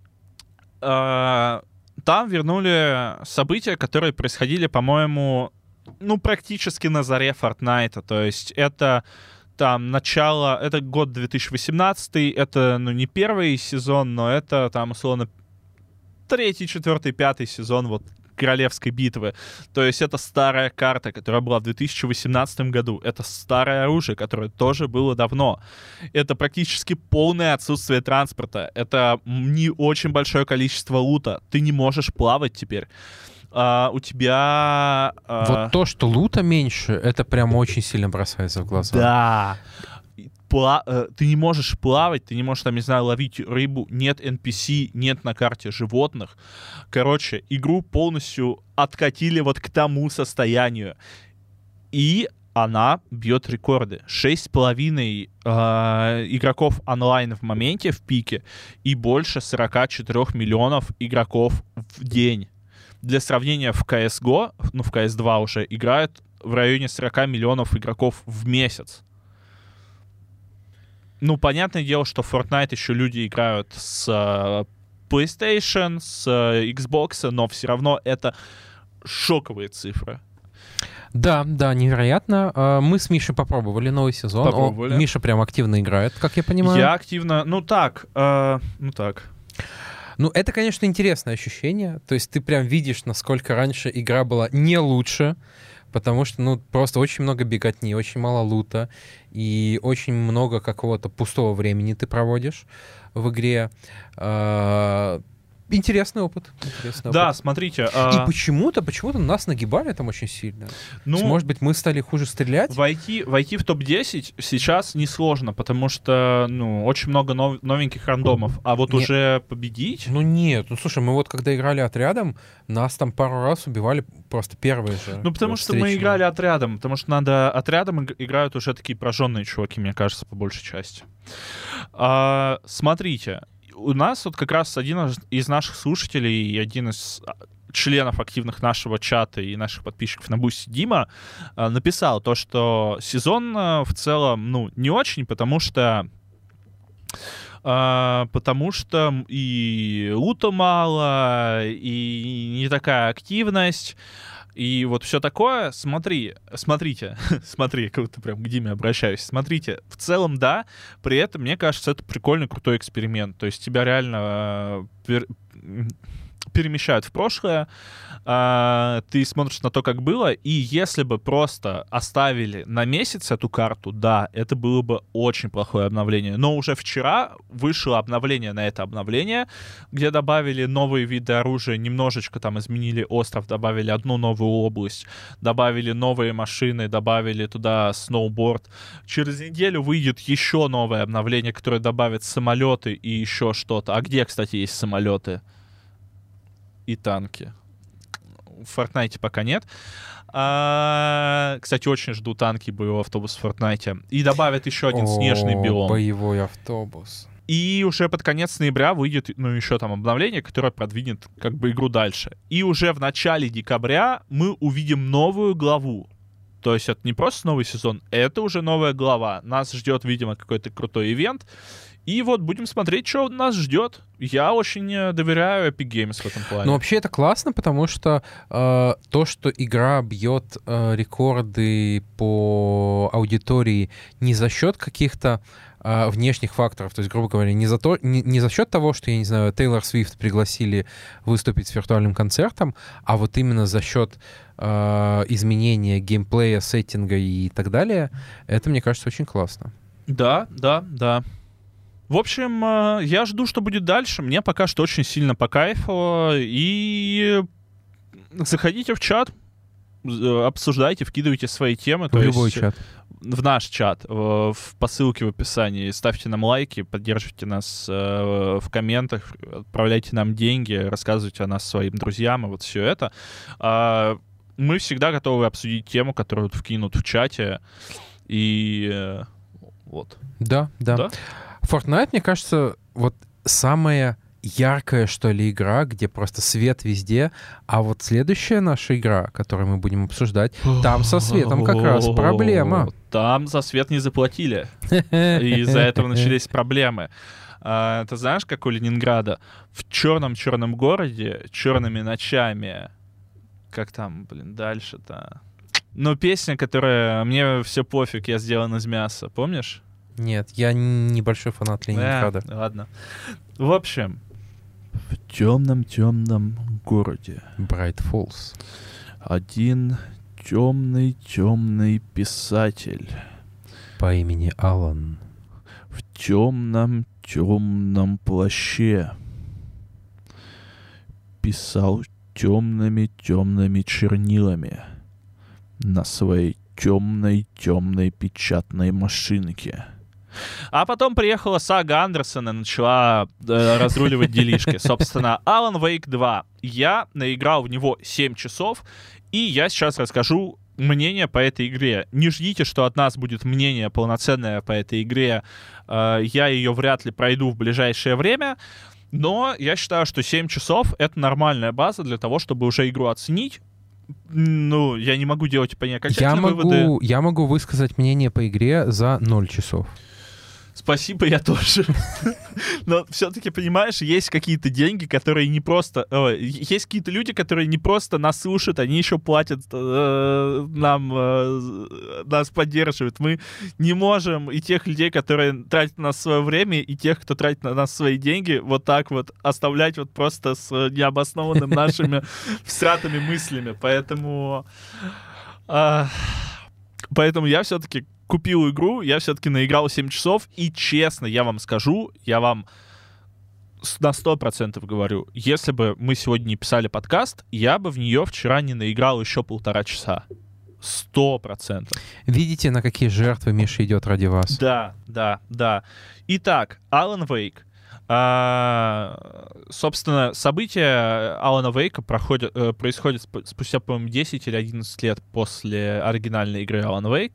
там вернули события, которые происходили, по-моему, ну, практически на заре Fortnite. То есть это там начало, это год две тысячи восемнадцатый, это, ну, не первый сезон, но это там, условно, третий, четвертый, пятый сезон вот Королевской битвы. То есть это старая карта, которая была в две тысячи восемнадцатом году. Это старое оружие, которое тоже было давно. Это практически полное отсутствие транспорта. Это не очень большое количество лута. Ты не можешь плавать теперь. А, у тебя... А... Вот то, что лута меньше, это прям очень сильно бросается в глаза. Да. Пла- ты не можешь плавать, ты не можешь, там, не знаю, ловить рыбу, нет эн пи си, нет на карте животных. Короче, игру полностью откатили вот к тому состоянию. И она бьет рекорды. Шесть с половиной э, игроков онлайн в моменте, в пике, и больше сорок четыре миллионов игроков в день. Для сравнения, в си эс го, ну, в си эс два уже, играют в районе сорок миллионов игроков в месяц. Ну, понятное дело, что в Fortnite еще люди играют с uh, PlayStation, с uh, Xbox, но все равно это шоковые цифры. Да, да, невероятно. Мы с Мишей попробовали новый сезон. Попробовали. О, Миша прям активно играет, как я понимаю. Я активно, ну так, э, ну так. Ну, это, конечно, интересное ощущение. То есть ты прям видишь, насколько раньше игра была не лучше, потому что, ну, просто очень много беготни, очень мало лута, и очень много какого-то пустого времени ты проводишь в игре. Интересный опыт. Интересный Да, опыт. смотрите. И А... почему-то, почему-то нас нагибали там очень сильно. Ну, есть, может быть, мы стали хуже стрелять? Войти, войти в топ десять сейчас несложно, потому что, ну, очень много нов- новеньких рандомов. А вот Не... уже победить... Ну нет, ну слушай, мы вот когда играли отрядом, нас там пару раз убивали просто первые же. Ну, потому вот, что мы играли отрядом, потому что надо отрядом иг- играют уже такие прожженные чуваки, мне кажется, по большей части. А, смотрите, у нас вот как раз один из наших слушателей и один из членов активных нашего чата и наших подписчиков на Бусти, Дима, написал то, что сезон в целом, ну, не очень, потому что Uh, потому что и лута мало, и не такая активность, и вот все такое. Смотри, смотрите, смотри, как будто прям к Диме обращаюсь. Смотрите, в целом, да, при этом, мне кажется, это прикольный, крутой эксперимент. То есть тебя реально uh, пер- перемещают в прошлое, uh, ты смотришь на то, как было, и если бы просто оставили на месяц эту карту, да, это было бы очень плохое обновление. Но уже вчера вышло обновление на это обновление, где добавили новые виды оружия, немножечко там изменили остров, добавили одну новую область, добавили новые машины, добавили туда сноуборд. Через неделю выйдет еще новое обновление, которое добавит самолеты и еще что-то. А где, кстати, есть самолеты? И танки. В Fortnite пока нет. А, кстати, очень жду танки и боевой автобус в Fortnite. И добавят еще один О, снежный биом. Боевой автобус. И уже под конец ноября выйдет, ну, еще там обновление, которое продвинет как бы игру дальше. И уже в начале декабря мы увидим новую главу. То есть это не просто новый сезон, это уже новая глава. Нас ждет, видимо, какой-то крутой ивент. И вот будем смотреть, что нас ждет. Я очень доверяю Epic Games в этом плане. Ну, вообще это классно, потому что э, то, что игра бьет э, рекорды по аудитории не за счет каких-то э, внешних факторов, то есть, грубо говоря, не за, то, не, не за счет того, что, я не знаю, Тейлор Свифт пригласили выступить с виртуальным концертом, а вот именно за счет э, изменения геймплея, сеттинга и так далее, это, мне кажется, очень классно. Да, да, да. В общем, я жду, что будет дальше. Мне пока что очень сильно по кайфу. И заходите в чат, обсуждайте, вкидывайте свои темы. В то любой есть, чат. В наш чат, в, по ссылке в описании. Ставьте нам лайки, поддерживайте нас э, в комментах, отправляйте нам деньги, рассказывайте о нас своим друзьям, и вот все это. А, мы всегда готовы обсудить тему, которую вкинут в чате. И э, вот. Да, да, Да? Fortnite, мне кажется, вот самая яркая, что ли, игра, где просто свет везде. А вот следующая наша игра, которую мы будем обсуждать, там со светом как раз проблема. Там за свет не заплатили. И из-за этого начались проблемы. А, ты знаешь, как у Ленинграда в черном-черном городе, черными ночами, как там, блин, дальше-то? Ну, песня, которая «Мне все пофиг, я сделан из мяса», помнишь? Нет, я небольшой фанат Ленинграда. Да, ладно. В общем, в темном-темном городе Bright Falls. один темный-темный писатель По имени Алан. в темном-темном плаще писал темными-темными чернилами на своей темной-темной печатной машинке. А потом приехала Сага Андерсон и начала э, разруливать делишки. Собственно, Alan Wake два. Я наиграл в него семь часов, и я сейчас расскажу мнение по этой игре. Не ждите, что от нас будет мнение полноценное по этой игре. Э, я ее вряд ли пройду в ближайшее время, но я считаю, что семь часов — это нормальная база для того, чтобы уже игру оценить. Ну, я не могу делать по ней окончательные я могу, выводы. Я могу высказать мнение по игре за ноль часов. Спасибо, я тоже. Но все-таки, понимаешь, есть какие-то деньги, которые не просто... О, есть какие-то люди, которые не просто нас слушают, они еще платят э, нам, э, нас поддерживают. Мы не можем и тех людей, которые тратят на нас свое время, и тех, кто тратит на нас свои деньги, вот так вот оставлять вот просто с необоснованным нашими всратыми мыслями. Поэтому... Э, поэтому я все-таки... купил игру, я все-таки наиграл семь часов, и честно, я вам скажу, я вам на сто процентов говорю, если бы мы сегодня не писали подкаст, я бы в нее вчера не наиграл еще полтора часа. Сто процентов. Видите, на какие жертвы Миша идет ради вас? Да, да, да. Итак, Alan Wake. А, собственно, события Алана Вейка проходят, э, происходят спустя, по-моему, десять или одиннадцать лет после оригинальной игры Alan Wake.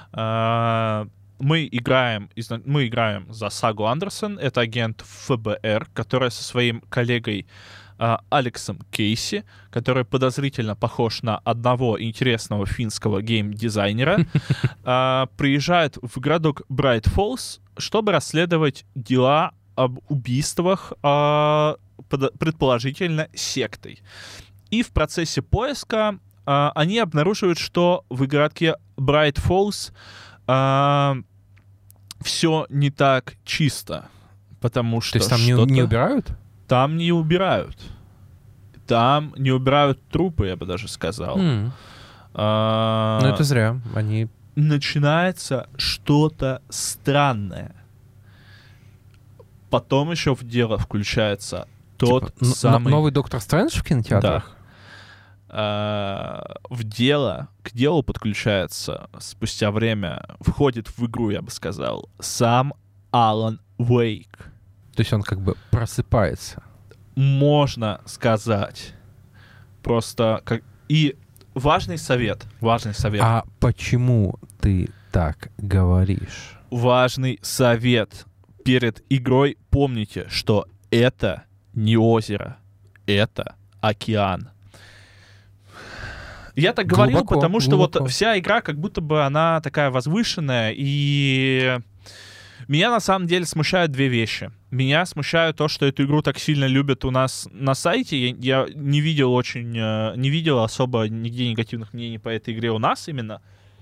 А, мы играем, мы играем за Сагу Андерсон. Это агент эф бэ эр, которая со своим коллегой а, Алексом Кейси, который подозрительно похож на одного интересного финского гейм-дизайнера, а, приезжает в городок Брайт Фоллс, чтобы расследовать дела об убийствах, а, под, предположительно сектой. И в процессе поиска а, они обнаруживают, что в городке Брайт Фоллс а, все не так чисто, потому что... То есть там не, не убирают? Там не убирают. Там не убирают трупы, я бы даже сказал. Mm. А, Ну это зря. Они... Начинается что-то странное. Потом еще в дело включается тот типа, самый... Новый Доктор Стрэндж в кинотеатрах? Да. А, в дело, к делу подключается спустя время, входит в игру, я бы сказал, сам Алан Вейк. То есть он как бы просыпается. Можно сказать. Просто как... И важный совет, важный совет. А почему ты так говоришь? Важный совет. Перед игрой помните, что это не озеро, это океан. Я так Глубоко, говорил, потому что глубоко. вот вся игра как будто бы она такая возвышенная, и меня на самом деле смущают две вещи. Меня смущает то, что эту игру так сильно любят у нас на сайте. Я, я не видел очень, не видел особо нигде негативных мнений по этой игре у нас именно.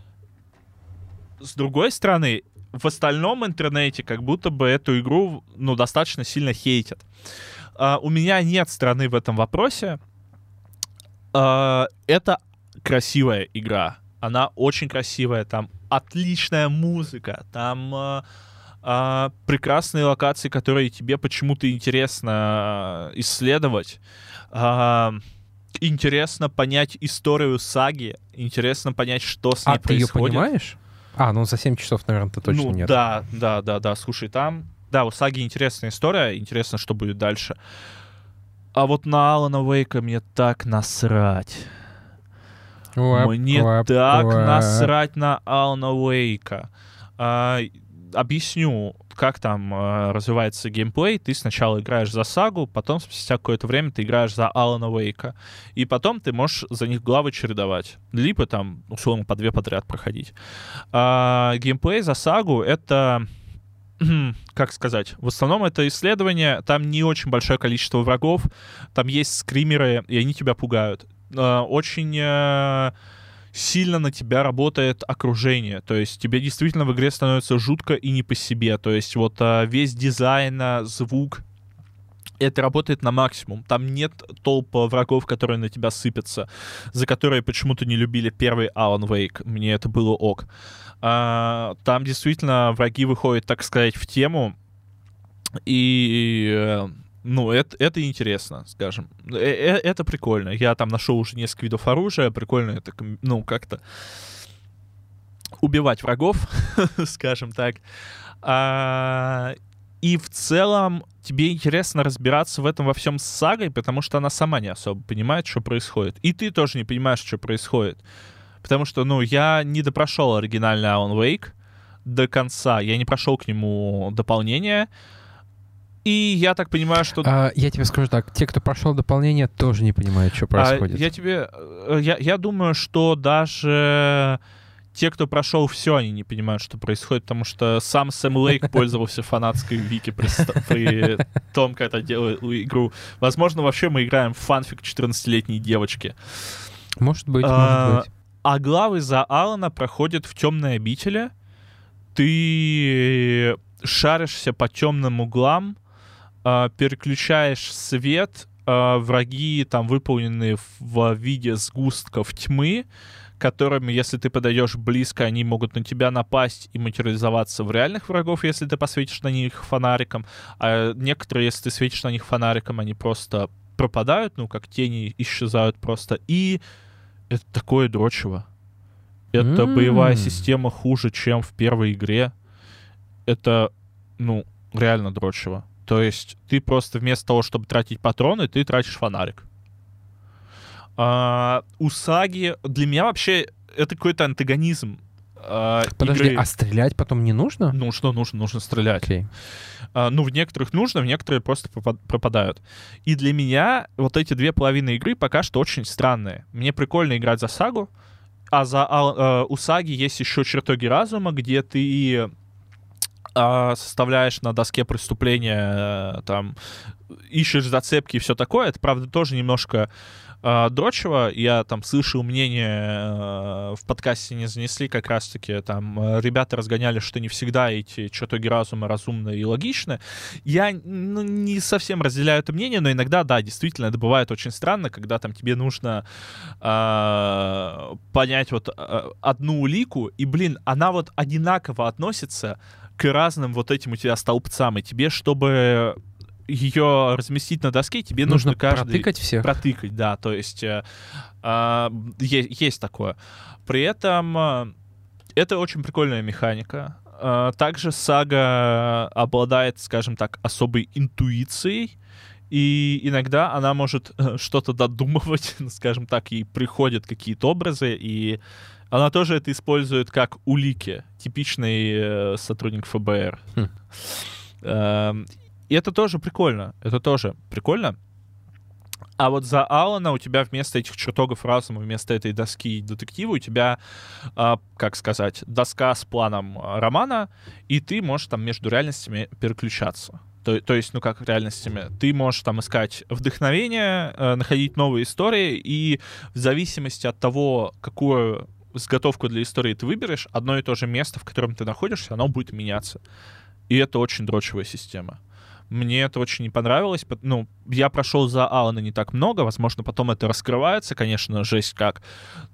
С другой стороны, в остальном интернете как будто бы эту игру, ну, достаточно сильно хейтят. Uh, у меня нет стороны в этом вопросе. Uh, это красивая игра. Она очень красивая. Там отличная музыка. Там uh, uh, прекрасные локации, которые тебе почему-то интересно исследовать. Uh, интересно понять историю саги, интересно понять, что с ней А ты ее происходит. понимаешь? А, ну за семь часов, наверное, ты точно ну, нет. да, да, да, да, слушай, там... Да, у саги интересная история, интересно, что будет дальше. А вот на Алана Уэйка мне так насрать. Уэп, Мне уэп, так уэп. насрать на Алана Уэйка. А, объясню, как там а, развивается геймплей. Ты сначала играешь за сагу, потом спустя какое-то время ты играешь за Алана Уэйка. И потом ты можешь за них главы чередовать. Либо там, условно, по две подряд проходить. А, геймплей за сагу — это... как сказать, в основном это исследование, там не очень большое количество врагов, там есть скримеры, и они тебя пугают. Очень сильно на тебя работает окружение, то есть тебе действительно в игре становится жутко и не по себе, то есть вот весь дизайн, звук, это работает на максимум. Там нет толп врагов, которые на тебя сыпятся, за которые почему-то не любили первый Alan Wake. Мне это было ок. А, там действительно враги выходят, так сказать, в тему. И, ну, это, это интересно, скажем. Это прикольно. Я там нашел уже несколько видов оружия. Прикольно это, ну, как-то убивать врагов, скажем так. А, и в целом тебе интересно разбираться в этом во всем с сагой, потому что она сама не особо понимает, что происходит. И ты тоже не понимаешь, что происходит. Потому что, ну, я не допрошел оригинальный Alan Wake до конца. Я не прошел к нему дополнение. И я так понимаю, что... А, я тебе скажу так, те, кто прошел дополнение, тоже не понимают, что происходит. А, я тебе... Я, я думаю, что даже... Те, кто прошел все, они не понимают, что происходит, потому что сам Сэм Лейк пользовался фанатской вики при, при том, как это делает игру. Возможно, вообще мы играем в фанфик четырнадцатилетней девочки. Может быть, а, может быть. А главы за Алана проходят в темной обители. Ты шаришься по темным углам, переключаешь свет, враги там выполнены в виде сгустков тьмы, которыми, если ты подойдешь близко, они могут на тебя напасть и материализоваться в реальных врагов, если ты посветишь на них фонариком. А некоторые, если ты светишь на них фонариком, они просто пропадают, ну, как тени исчезают просто. И это такое дрочево. Это Mm. боевая система хуже, чем в первой игре. Это, ну, реально дрочево. То есть ты просто вместо того, чтобы тратить патроны, ты тратишь фонарик. Uh, у саги для меня вообще это какой-то антагонизм. Uh, Подожди, игры. А стрелять потом не нужно? Нужно, нужно, нужно стрелять. Okay. Uh, ну, в некоторых нужно, в некоторые просто пропадают. И для меня вот эти две половины игры пока что очень странные. Мне прикольно играть за сагу, а за, uh, у саги есть еще чертоги разума, где ты uh, составляешь на доске преступления, uh, там, ищешь зацепки и все такое. Это, правда, тоже немножко дрочево. Я там слышал мнение, в подкасте не занесли, как раз-таки там ребята разгоняли, что не всегда эти чертоги разума разумны и логичны. Я ну, не совсем разделяю это мнение, но иногда, да, действительно, это бывает очень странно, когда там тебе нужно э, понять вот э, одну улику, и, блин, она вот одинаково относится к разным вот этим у тебя столбцам, и тебе, чтобы ее разместить на доске, тебе нужно, нужно каждый... протыкать всех. Протыкать, да, то есть э, э, есть, есть такое. При этом э, это очень прикольная механика. Э, также сага обладает, скажем так, особой интуицией, и иногда она может э, что-то додумывать, скажем так, ей приходят какие-то образы, и она тоже это использует как улики, типичный э, сотрудник эф бэ эр. Хм. Э, И это тоже прикольно. Это тоже прикольно. А вот за Алана у тебя вместо этих чертогов разума, вместо этой доски детектива, у тебя, а, как сказать, доска с планом романа, и ты можешь там между реальностями переключаться. То, то есть, ну как реальностями, ты можешь там искать вдохновение, э, находить новые истории, и в зависимости от того, какую заготовку для истории ты выберешь, одно и то же место, в котором ты находишься, оно будет меняться. И это очень дрочевая система. Мне это очень не понравилось. Ну, я прошел за Алана не так много. Возможно, потом это раскрывается, конечно, жесть как.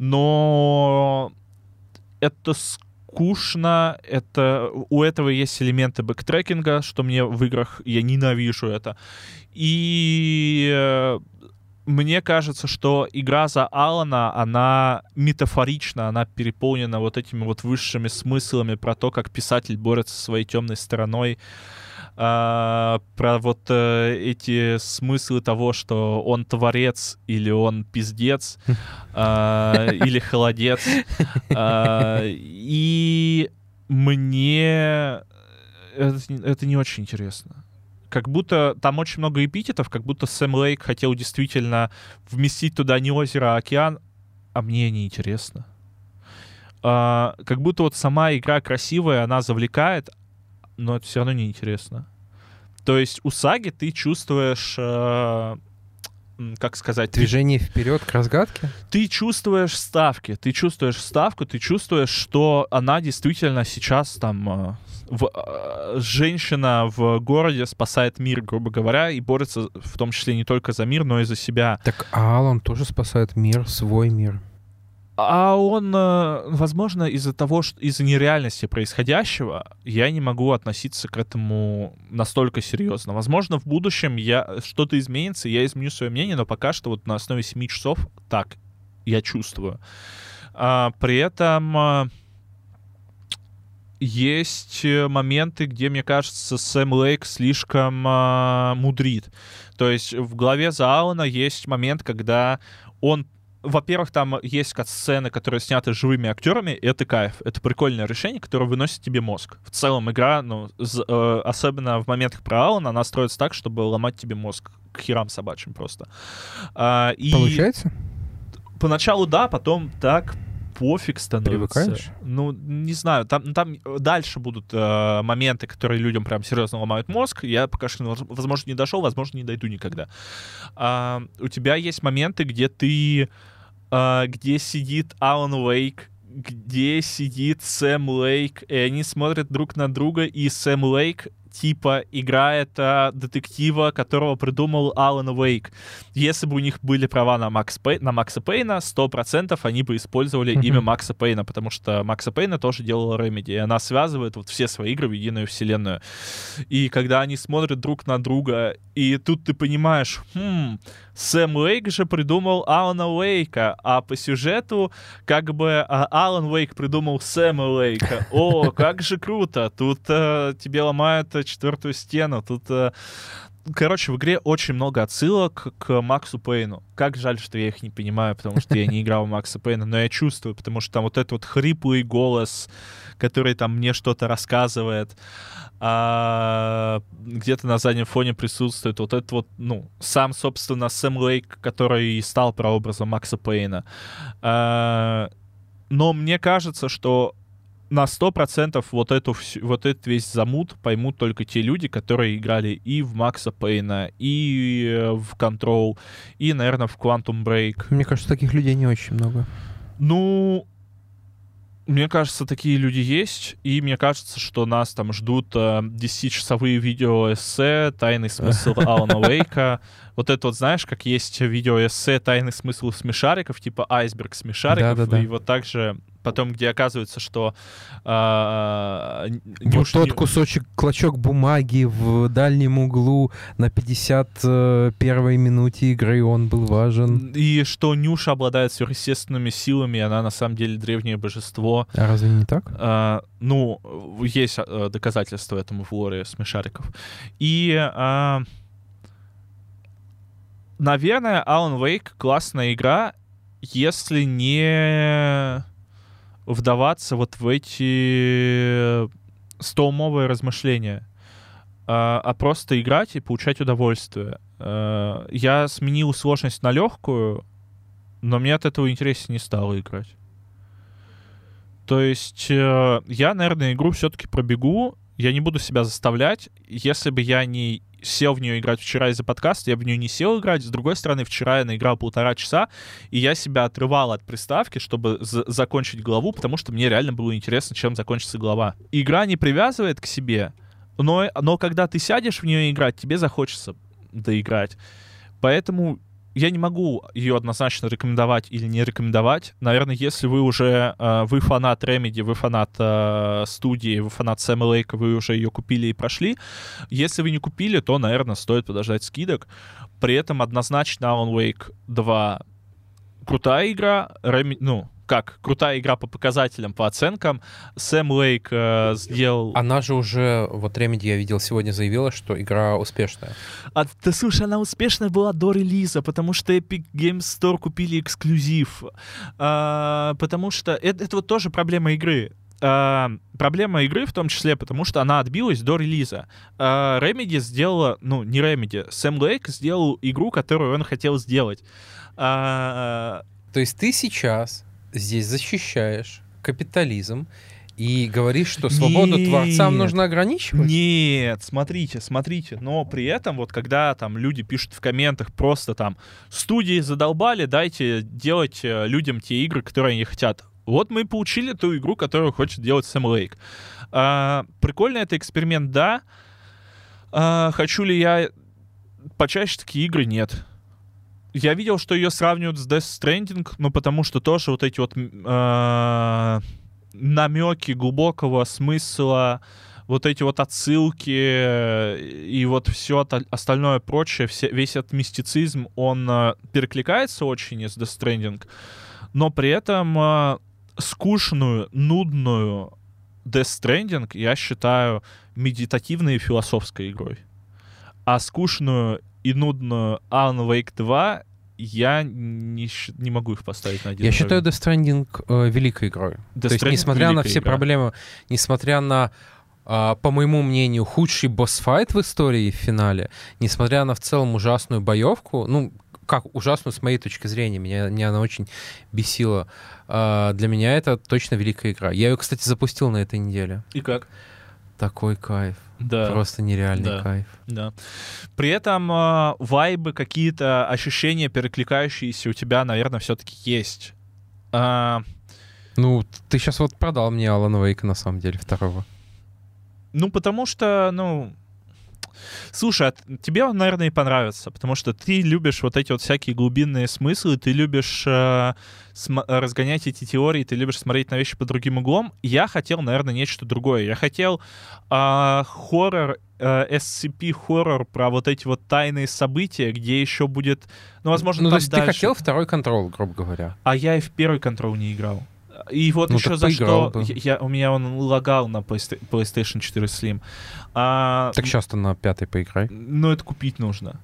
Но это скучно. Это... У этого есть элементы бэктрекинга, что мне в играх... Я ненавижу это. И мне кажется, что игра за Алана, она метафорична, она переполнена вот этими вот высшими смыслами про то, как писатель борется со своей темной стороной, а, про вот а, эти смыслы того, что он творец или он пиздец, а, или холодец. А, и мне это, это не очень интересно. Как будто там очень много эпитетов, как будто Сэм Лейк хотел действительно вместить туда не озеро, а океан, а мне неинтересно. А, как будто вот сама игра красивая, она завлекает, но это все равно неинтересно. То есть у саги ты чувствуешь, э, как сказать... Движение вперед к разгадке? Ты чувствуешь ставки, ты чувствуешь ставку, ты чувствуешь, что она действительно сейчас там... Э, в, э, женщина в городе спасает мир, грубо говоря, и борется в том числе не только за мир, но и за себя. Так а Алан тоже спасает мир, свой мир. А он, возможно, из-за того, что из-за нереальности происходящего, я не могу относиться к этому настолько серьезно. Возможно, в будущем я, что-то изменится, я изменю свое мнение, но пока что вот на основе семи часов так я чувствую. А, при этом есть моменты, где, мне кажется, Сэм Лейк слишком а, мудрит. То есть в главе за Алана есть момент, когда он... Во-первых, там есть кат-сцены, которые сняты живыми актерами, и это кайф. Это прикольное решение, которое выносит тебе мозг. В целом игра, ну, з- э, особенно в моментах про Алана, она строится так, чтобы ломать тебе мозг к херам собачьим просто. А, и Получается? Поначалу да, потом так пофиг становится. Привыкаешь? Ну, не знаю, там, там дальше будут э, моменты, которые людям прям серьезно ломают мозг. Я пока что, возможно, не дошел, возможно, не дойду никогда. А, у тебя есть моменты, где ты... Uh, где сидит Алан Уэйк, где сидит Сэм Лейк, и они смотрят друг на друга, и Сэм Лейк типа играет а, детектива, которого придумал Алан Уэйк. Если бы у них были права на, Макс Пей... на Макса Пейна, сто процентов они бы использовали mm-hmm. имя Макса Пейна, потому что Макса Пейна тоже делала Remedy, и она связывает вот все свои игры в единую вселенную. И когда они смотрят друг на друга, и тут ты понимаешь, хм, Сэм Лейк же придумал Алана Уэйка, а по сюжету как бы а, Алан Уэйк придумал Сэма Лейка. О, как же круто! Тут а, тебе ломают четвертую стену. Тут, а... короче, в игре очень много отсылок к Максу Пейну. Как жаль, что я их не понимаю, потому что я не играл в Макса Пейна, но я чувствую, потому что там вот этот вот хриплый голос, который там мне что-то рассказывает, а где-то на заднем фоне присутствует вот этот вот, ну, сам, собственно, Сэм Лейк, который и стал прообразом Макса Пейна. А, но мне кажется, что на сто процентов вот, эту, вот этот весь замут поймут только те люди, которые играли и в Макса Пейна, и в Control, и, наверное, в Quantum Break. Мне кажется, таких людей не очень много. Ну, мне кажется, такие люди есть, и мне кажется, что нас там ждут э, десятичасовые видеоэссе «Тайный смысл Алана Уэйка». Вот это вот, знаешь, как есть видеоэссе «Тайный смысл смешариков», типа «Айсберг смешариков», Да-да-да. и вот так же потом, где оказывается, что... Э, вот Нюш, тот не... кусочек, клочок бумаги в дальнем углу на пятьдесят первой минуте игры, он был важен. И что Нюша обладает сверхъестественными силами, она на самом деле древнее божество. А разве не так? А, ну, есть а, доказательства этому в лоре смешариков. И... А, наверное, Alan Wake классная игра, если не вдаваться вот в эти стоумовые размышления, а, а просто играть и получать удовольствие. А, я сменил сложность на легкую, но мне от этого интереснее не стало играть. То есть э, я, наверное, игру все-таки пробегу, я не буду себя заставлять. Если бы я не сел в нее играть вчера из-за подкаста, я бы в нее не сел играть. С другой стороны, вчера я наиграл полтора часа, и я себя отрывал от приставки, чтобы за- закончить главу, потому что мне реально было интересно, чем закончится глава. Игра не привязывает к себе, но, но когда ты сядешь в нее играть, тебе захочется доиграть. Поэтому я не могу ее однозначно рекомендовать или не рекомендовать. Наверное, если вы уже, э, вы фанат Remedy, вы фанат э, студии, вы фанат Сэма Лейка, вы уже ее купили и прошли. Если вы не купили, то, наверное, стоит подождать скидок. При этом однозначно Alan Wake два крутая игра, Remy, ну, как, крутая игра по показателям, по оценкам. Сэм Лейк э, сделал... Она же уже, вот Remedy, я видел, сегодня заявила, что игра успешная. А, да слушай, она успешная была до релиза, потому что Epic Games Store купили эксклюзив. А, потому что это, это вот тоже проблема игры. А, проблема игры в том числе, потому что она отбилась до релиза. А, Remedy сделала, ну, не Remedy, Сэм Лейк сделал игру, которую он хотел сделать. А, То есть ты сейчас здесь защищаешь капитализм и говоришь, что свободу Нет. творцам нужно ограничивать? Нет, смотрите, смотрите, но при этом вот когда там люди пишут в комментах просто там студии задолбали, дайте делать э, людям те игры, которые они хотят. Вот мы получили ту игру, которую хочет делать Сэм Лейк. А, прикольно это эксперимент, да. А, хочу ли я почаще такие игры? Нет. Я видел, что ее сравнивают с Death Stranding, ну, потому что тоже вот эти вот э, намеки глубокого смысла, вот эти вот отсылки и вот все остальное прочее, все, весь этот мистицизм, он э, перекликается очень с Death Stranding, но при этом э, скучную, нудную Death Stranding я считаю медитативной и философской игрой. А скучную и нудную Alan Wake два я не, не могу их поставить на один Я уровень. считаю Death Stranding э, великой игрой. Death То есть, Stranding несмотря на все игра. проблемы, несмотря на, э, по моему мнению, худший босс-файт в истории в финале, несмотря на в целом ужасную боевку, ну, как ужасную с моей точки зрения, меня, меня она очень бесила, э, для меня это точно великая игра. Я ее, кстати, запустил на этой неделе. И как? Такой кайф. Да. Просто нереальный Да. кайф. Да. При этом э, вайбы, какие-то ощущения, перекликающиеся у тебя, наверное, все-таки есть. А, Ну, ты сейчас вот продал мне Алана Вейка, на самом деле, второго. ну, потому что, ну... Слушай, а тебе он, наверное, и понравится, потому что ты любишь вот эти вот всякие глубинные смыслы, ты любишь э, см- разгонять эти теории, ты любишь смотреть на вещи под другим углом. Я хотел, наверное, нечто другое. Я хотел э, хоррор, э, эс си пи-хоррор про вот эти вот тайные события, где еще будет... Ну, возможно, Ну, то там есть дальше. ты хотел второй контрол, грубо говоря. А я и в первый контрол не играл. И вот Ну, еще так за поиграл что... бы. Я, у меня он лагал на Playsta- PlayStation четыре Slim. А, Так часто на пятой поиграй. ну, это купить нужно.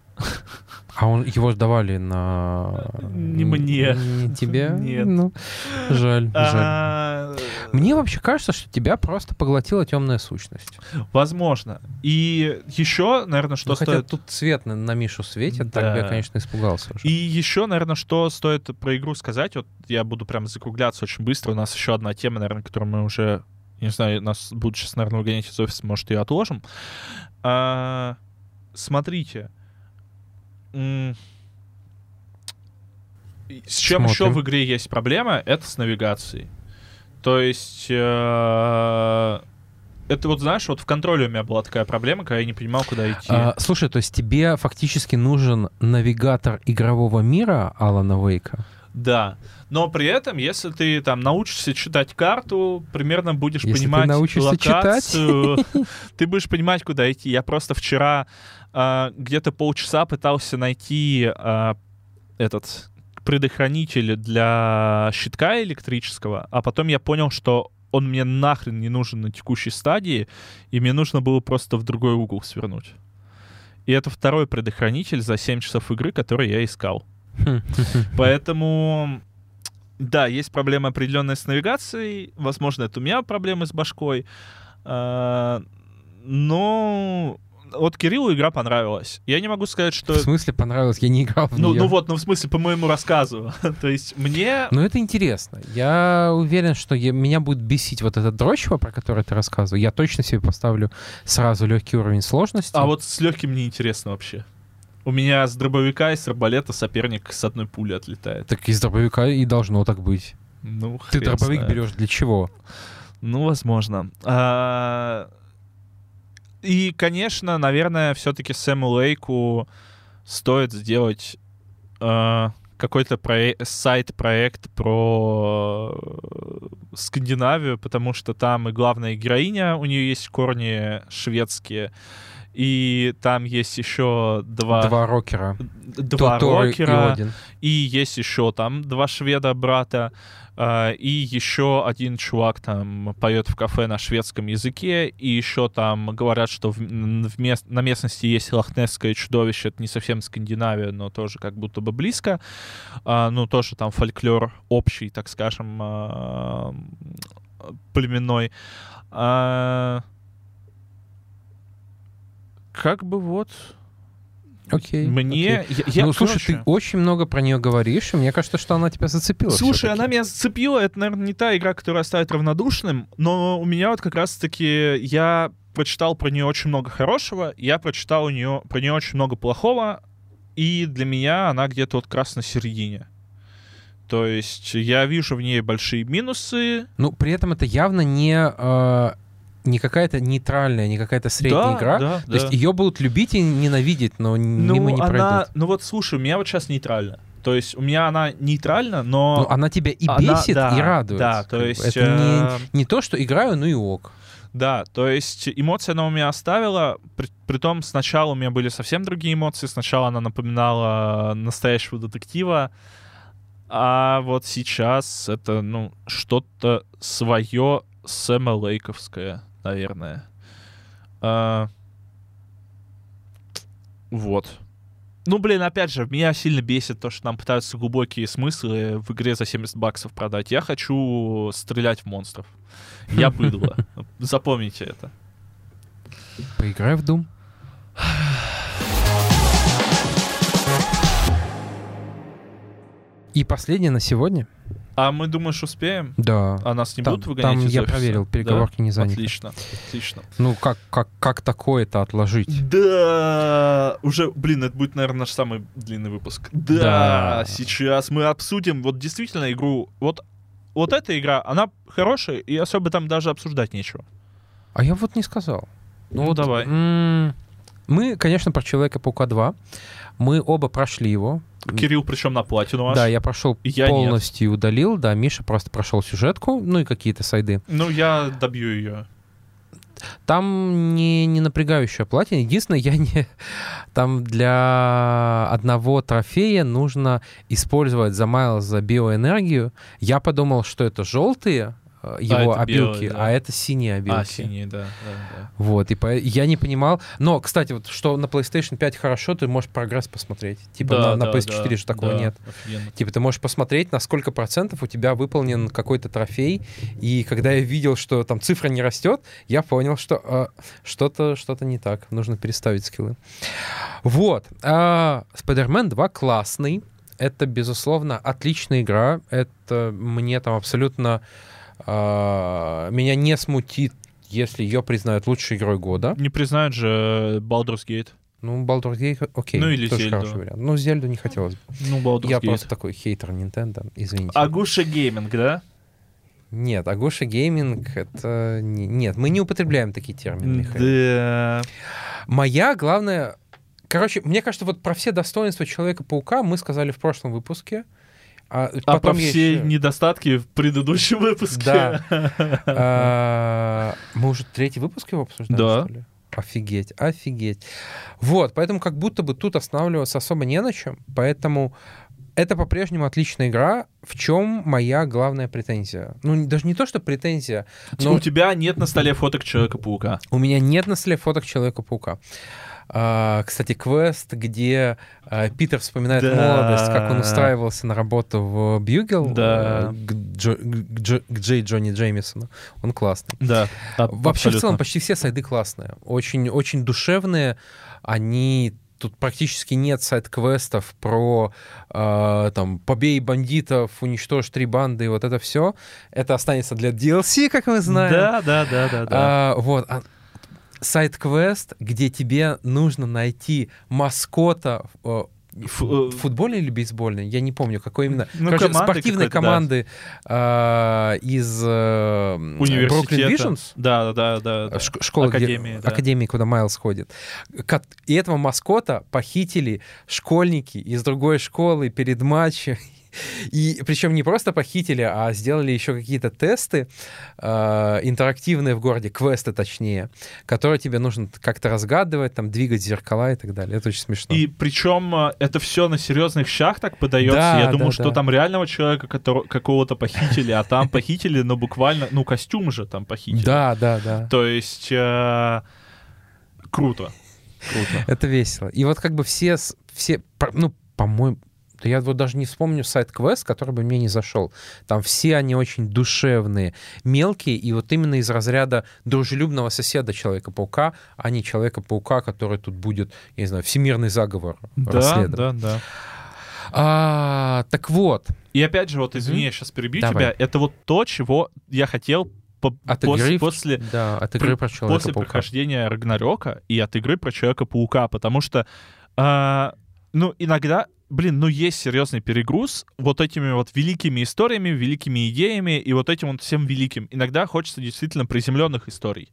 А он, его сдавали на... Не мне. Не тебе? Нет. Ну, жаль, жаль. А, Мне вообще кажется, что тебя просто поглотила темная сущность. Возможно. И еще, наверное, что Ну, хотя стоит... тут цвет на, на Мишу светит, так Да. бы я, конечно, испугался уже. И еще, наверное, что стоит про игру сказать. Вот я буду прям закругляться очень быстро. У нас еще одна тема, наверное, которую мы уже... Не знаю, нас будут сейчас, наверное, выгонять из офиса, может, ее отложим. А, смотрите. М- С чем еще Смотрим. в игре есть проблема, это с навигацией. То есть... э, Это вот, знаешь, вот в контроле у меня была такая проблема, когда я не понимал, куда идти. А, слушай, то есть тебе фактически нужен навигатор игрового мира Алана Вейка? Да. Но при этом, если ты там научишься читать карту, примерно будешь Если ты понимать научишься локацию, ты будешь понимать, куда идти. Я просто вчера э, где-то полчаса пытался найти э, этот предохранитель для щитка электрического, а потом я понял, что он мне нахрен не нужен на текущей стадии, и мне нужно было просто в другой угол свернуть. И это второй предохранитель за семь часов игры, который я искал. Поэтому, да, есть проблема определенная с навигацией. Возможно, это у меня проблемы с башкой. А, но вот Кириллу игра понравилась. Я не могу сказать, что... В смысле понравилось? Я не играл в Ну, нее. ну вот, ну в смысле, по моему рассказу. То есть мне... Но это интересно. Я уверен, что я- меня будет бесить вот этот дрочево, про который ты рассказывал. Я точно себе поставлю сразу легкий уровень сложности. А вот с легким неинтересно вообще. У меня с дробовика и с арбалета соперник с одной пули отлетает. Так из дробовика и должно так быть. Ну, Ты хрен дробовик знает. берешь для чего? Ну, возможно. А, И, конечно, наверное, все-таки Сэму Лейку стоит сделать э, какой-то проe- сайт-проект про Скандинавию, потому что там и главная героиня, у нее есть корни шведские, и там есть еще два... Два рокера. Два Тор и рокера. Один. И есть еще там два шведа-брата. Uh, и еще один чувак там поет в кафе на шведском языке, и еще там говорят, что в, в мест, на местности есть лохнесское чудовище, это не совсем Скандинавия, но тоже как будто бы близко. Uh, ну, тоже там фольклор общий, так скажем, uh, племенной. Uh, как бы вот... Окей. Мне... окей. Я, я, ну, слушай, короче... ты очень много про нее говоришь, и мне кажется, что она тебя зацепила. Слушай, всё-таки. она меня зацепила. Это, наверное, не та игра, которая оставит равнодушным, но у меня вот как раз-таки... Я прочитал про нее очень много хорошего, я прочитал у нее, про нее очень много плохого, и для меня она где-то вот как раз на середине. То есть я вижу в ней большие минусы. Ну, при этом это явно не... э, не какая-то нейтральная, не какая-то средняя Да, игра. да, То да. есть ее будут любить и ненавидеть, но Ну, мимо не она... пройдут. Ну вот, слушай, у меня вот сейчас нейтрально. То есть у меня она нейтральна, но... Ну, она тебя и она- бесит, да, и радует. да, то Как бы есть, Это э, не, не то, что играю, ну и ок. Да, то есть эмоции она у меня оставила, при, притом сначала у меня были совсем другие эмоции, сначала она напоминала настоящего детектива, а вот сейчас это, ну, что-то свое Сэма Лейковское, наверное. А, вот. Ну, блин, опять же, меня сильно бесит то, что нам пытаются глубокие смыслы в игре за семьдесят баксов продать. Я хочу стрелять в монстров. Я быдло. Запомните это. Поиграй в Doom. И последнее на сегодня. А мы, думаешь, успеем? Да. А нас не Там- будут выгонять там из я офиса? проверил, переговорки Да? не заняты. Отлично, отлично. Ну, как, как, как такое-то отложить? Да, уже, блин, это будет, наверное, наш самый длинный выпуск. Да, Да. сейчас мы обсудим вот действительно игру. Вот, вот эта игра, она хорошая, и особо там даже обсуждать нечего. А я вот не сказал. Ну, вот, давай. м, Мы, конечно, про Человека-паука два. Мы оба прошли его. Кирилл причем на платину аж. Да, я прошел Я полностью удалил. Да, Миша просто прошел сюжетку, ну и какие-то сайды. Ну, я добью ее. Там не, не напрягающая платина. Единственное, я не... Там для одного трофея нужно использовать за Майлз за биоэнергию. Я подумал, что это желтые э, его это обилки, белые, да. а это синие обилки. А, синий, да, да, да. Вот, и по- я не понимал. Но, кстати, вот что на PlayStation пять хорошо, ты можешь прогресс посмотреть. Типа Да, на, на да, пи эс четыре да, же такого да, нет. офигенно. Типа ты можешь посмотреть, на сколько процентов у тебя выполнен какой-то трофей. И когда я видел, что там цифра не растет, я понял, что э, что-то, что-то не так. Нужно переставить скиллы. Вот. А, Spider-Man два классный. Это, безусловно, отличная игра. Это мне там абсолютно... а, меня не смутит, если ее признают лучшей игрой года. Не признают же Baldur's Gate. Ну, Baldur's Gate, окей. Ну, или тоже Зельду. хороший вариант. Ну, Зельду не хотелось бы. Ну, Baldur's Я Gate. просто такой хейтер Nintendo, извините. Агуша Гейминг, да? Нет, Агуша Гейминг — это... не- Нет, мы не употребляем такие термины, Михаил. Да. Моя главная... Короче, мне кажется, вот про все достоинства Человека-паука мы сказали в прошлом выпуске. А, А потом про я все еще- недостатки в предыдущем выпуске. Да. А, Мы уже третий выпуск его обсуждаем, Да. что ли? Офигеть, офигеть. Вот, поэтому как будто бы тут останавливаться особо не на чем, поэтому это по-прежнему отличная игра. В чем моя главная претензия? Ну, даже не то, что претензия, но У тебя нет на столе фоток Человека-паука. у меня нет на столе фоток Человека-паука. А, кстати, квест, где а, Питер вспоминает Да. молодость, как он устраивался на работу в Бьюгел Да. к, Джо- к Джо- к Джей Джонни Джеймисону. Он классный. Да. Вообще, в целом, почти все сайды классные. Очень, очень душевные. Они... Тут практически нет сайд-квестов про э, там, побей бандитов, уничтожь три банды и вот это все. Это останется для ди эл си, как мы знаем. Да, да, да, да, да. А, вот. А сайд-квест, где тебе нужно найти маскота э, Фу- футбольной или бейсбольной? Я не помню, какой именно. Ну, Короче, команды спортивной команды да. э, из э, Brooklyn Visions. Да, да, да. да. Ш- школы, Академии, где, да. Академии, куда Майлз ходит. И этого маскота похитили школьники из другой школы перед матчем. И причем не просто похитили, а сделали еще какие-то тесты э, интерактивные в городе, квесты точнее, которые тебе нужно как-то разгадывать, там, двигать зеркала и так далее. Это очень смешно. И причем это все на серьезных щах так подается. Да, Я да, думаю, да. что там реального человека которого, какого-то похитили, а там похитили, ну, буквально, ну, костюм же там похитили. Да, да, да. То есть э, круто. Круто. Это весело. И вот как бы все, все ну, по-моему, я вот даже не вспомню сайт-квест, который бы мне не зашел. Там все они очень душевные, мелкие, и вот именно из разряда дружелюбного соседа Человека-паука, а не Человека-паука, который тут будет, я не знаю, всемирный заговор да, расследовать. Да, да, а, так вот. И опять же, вот, извини, я сейчас перебью Давай. тебя, это вот то, чего я хотел по- от пос- игры, после, да, от игры про Человека-паука. после прохождения Рагнарёка и от игры про Человека-паука, потому что, э, ну, иногда... Блин, ну есть серьезный перегруз вот этими вот великими историями, великими идеями и вот этим вот всем великим. Иногда хочется действительно приземленных историй.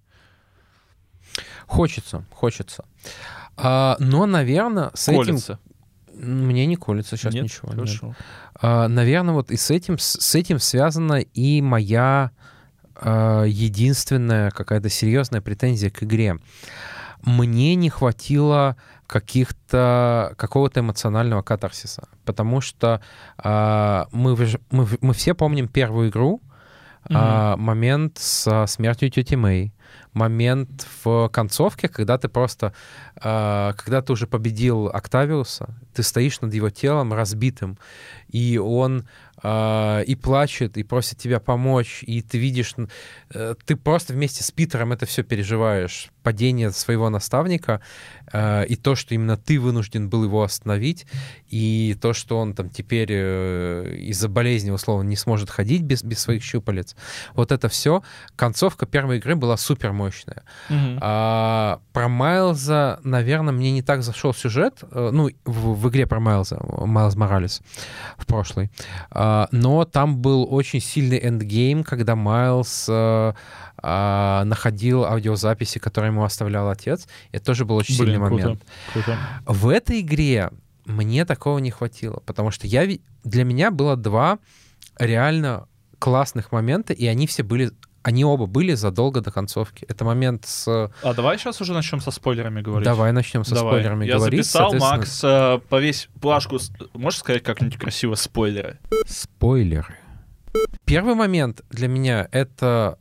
Хочется, хочется. А, но, наверное, с колется. этим... Мне не колется сейчас нет? ничего. Хорошо. Нет. А, наверное, вот и с этим, с этим связана и моя а, единственная какая-то серьезная претензия к игре. Мне не хватило каких-то, какого-то эмоционального катарсиса, потому что э, мы, мы, мы все помним первую игру, mm-hmm. э, момент со смертью тети Мэй, момент в концовке, когда ты просто, э, когда ты уже победил Октавиуса, ты стоишь над его телом разбитым, и он э, и плачет, и просит тебя помочь, и ты видишь, э, ты просто вместе с Питером это все переживаешь, падение своего наставника, э, и то, что именно ты вынужден был его остановить, и то, что он там теперь э, из-за болезни, условно, не сможет ходить без, без своих щупалец. Вот это все. Концовка первой игры была супер мощная. Mm-hmm. А, про Майлза, наверное, мне не так зашел сюжет, э, ну, в, в игре про Майлза, Майлз Моралес в прошлой. А, но там был очень сильный эндгейм, когда Майлз а, а, находил аудиозаписи, которые ему оставлял отец. Это тоже был очень Блин, сильный круто, момент. Круто. В этой игре мне такого не хватило, потому что я, для меня было два реально классных момента, и они все были... Они оба были задолго до концовки. Это момент с... А давай сейчас уже начнем со спойлерами говорить. Давай начнем со давай. спойлерами Я говорить. Я записал, Макс, э, повесь плашку. Можешь сказать как-нибудь красиво спойлеры? Спойлеры. Первый момент для меня — это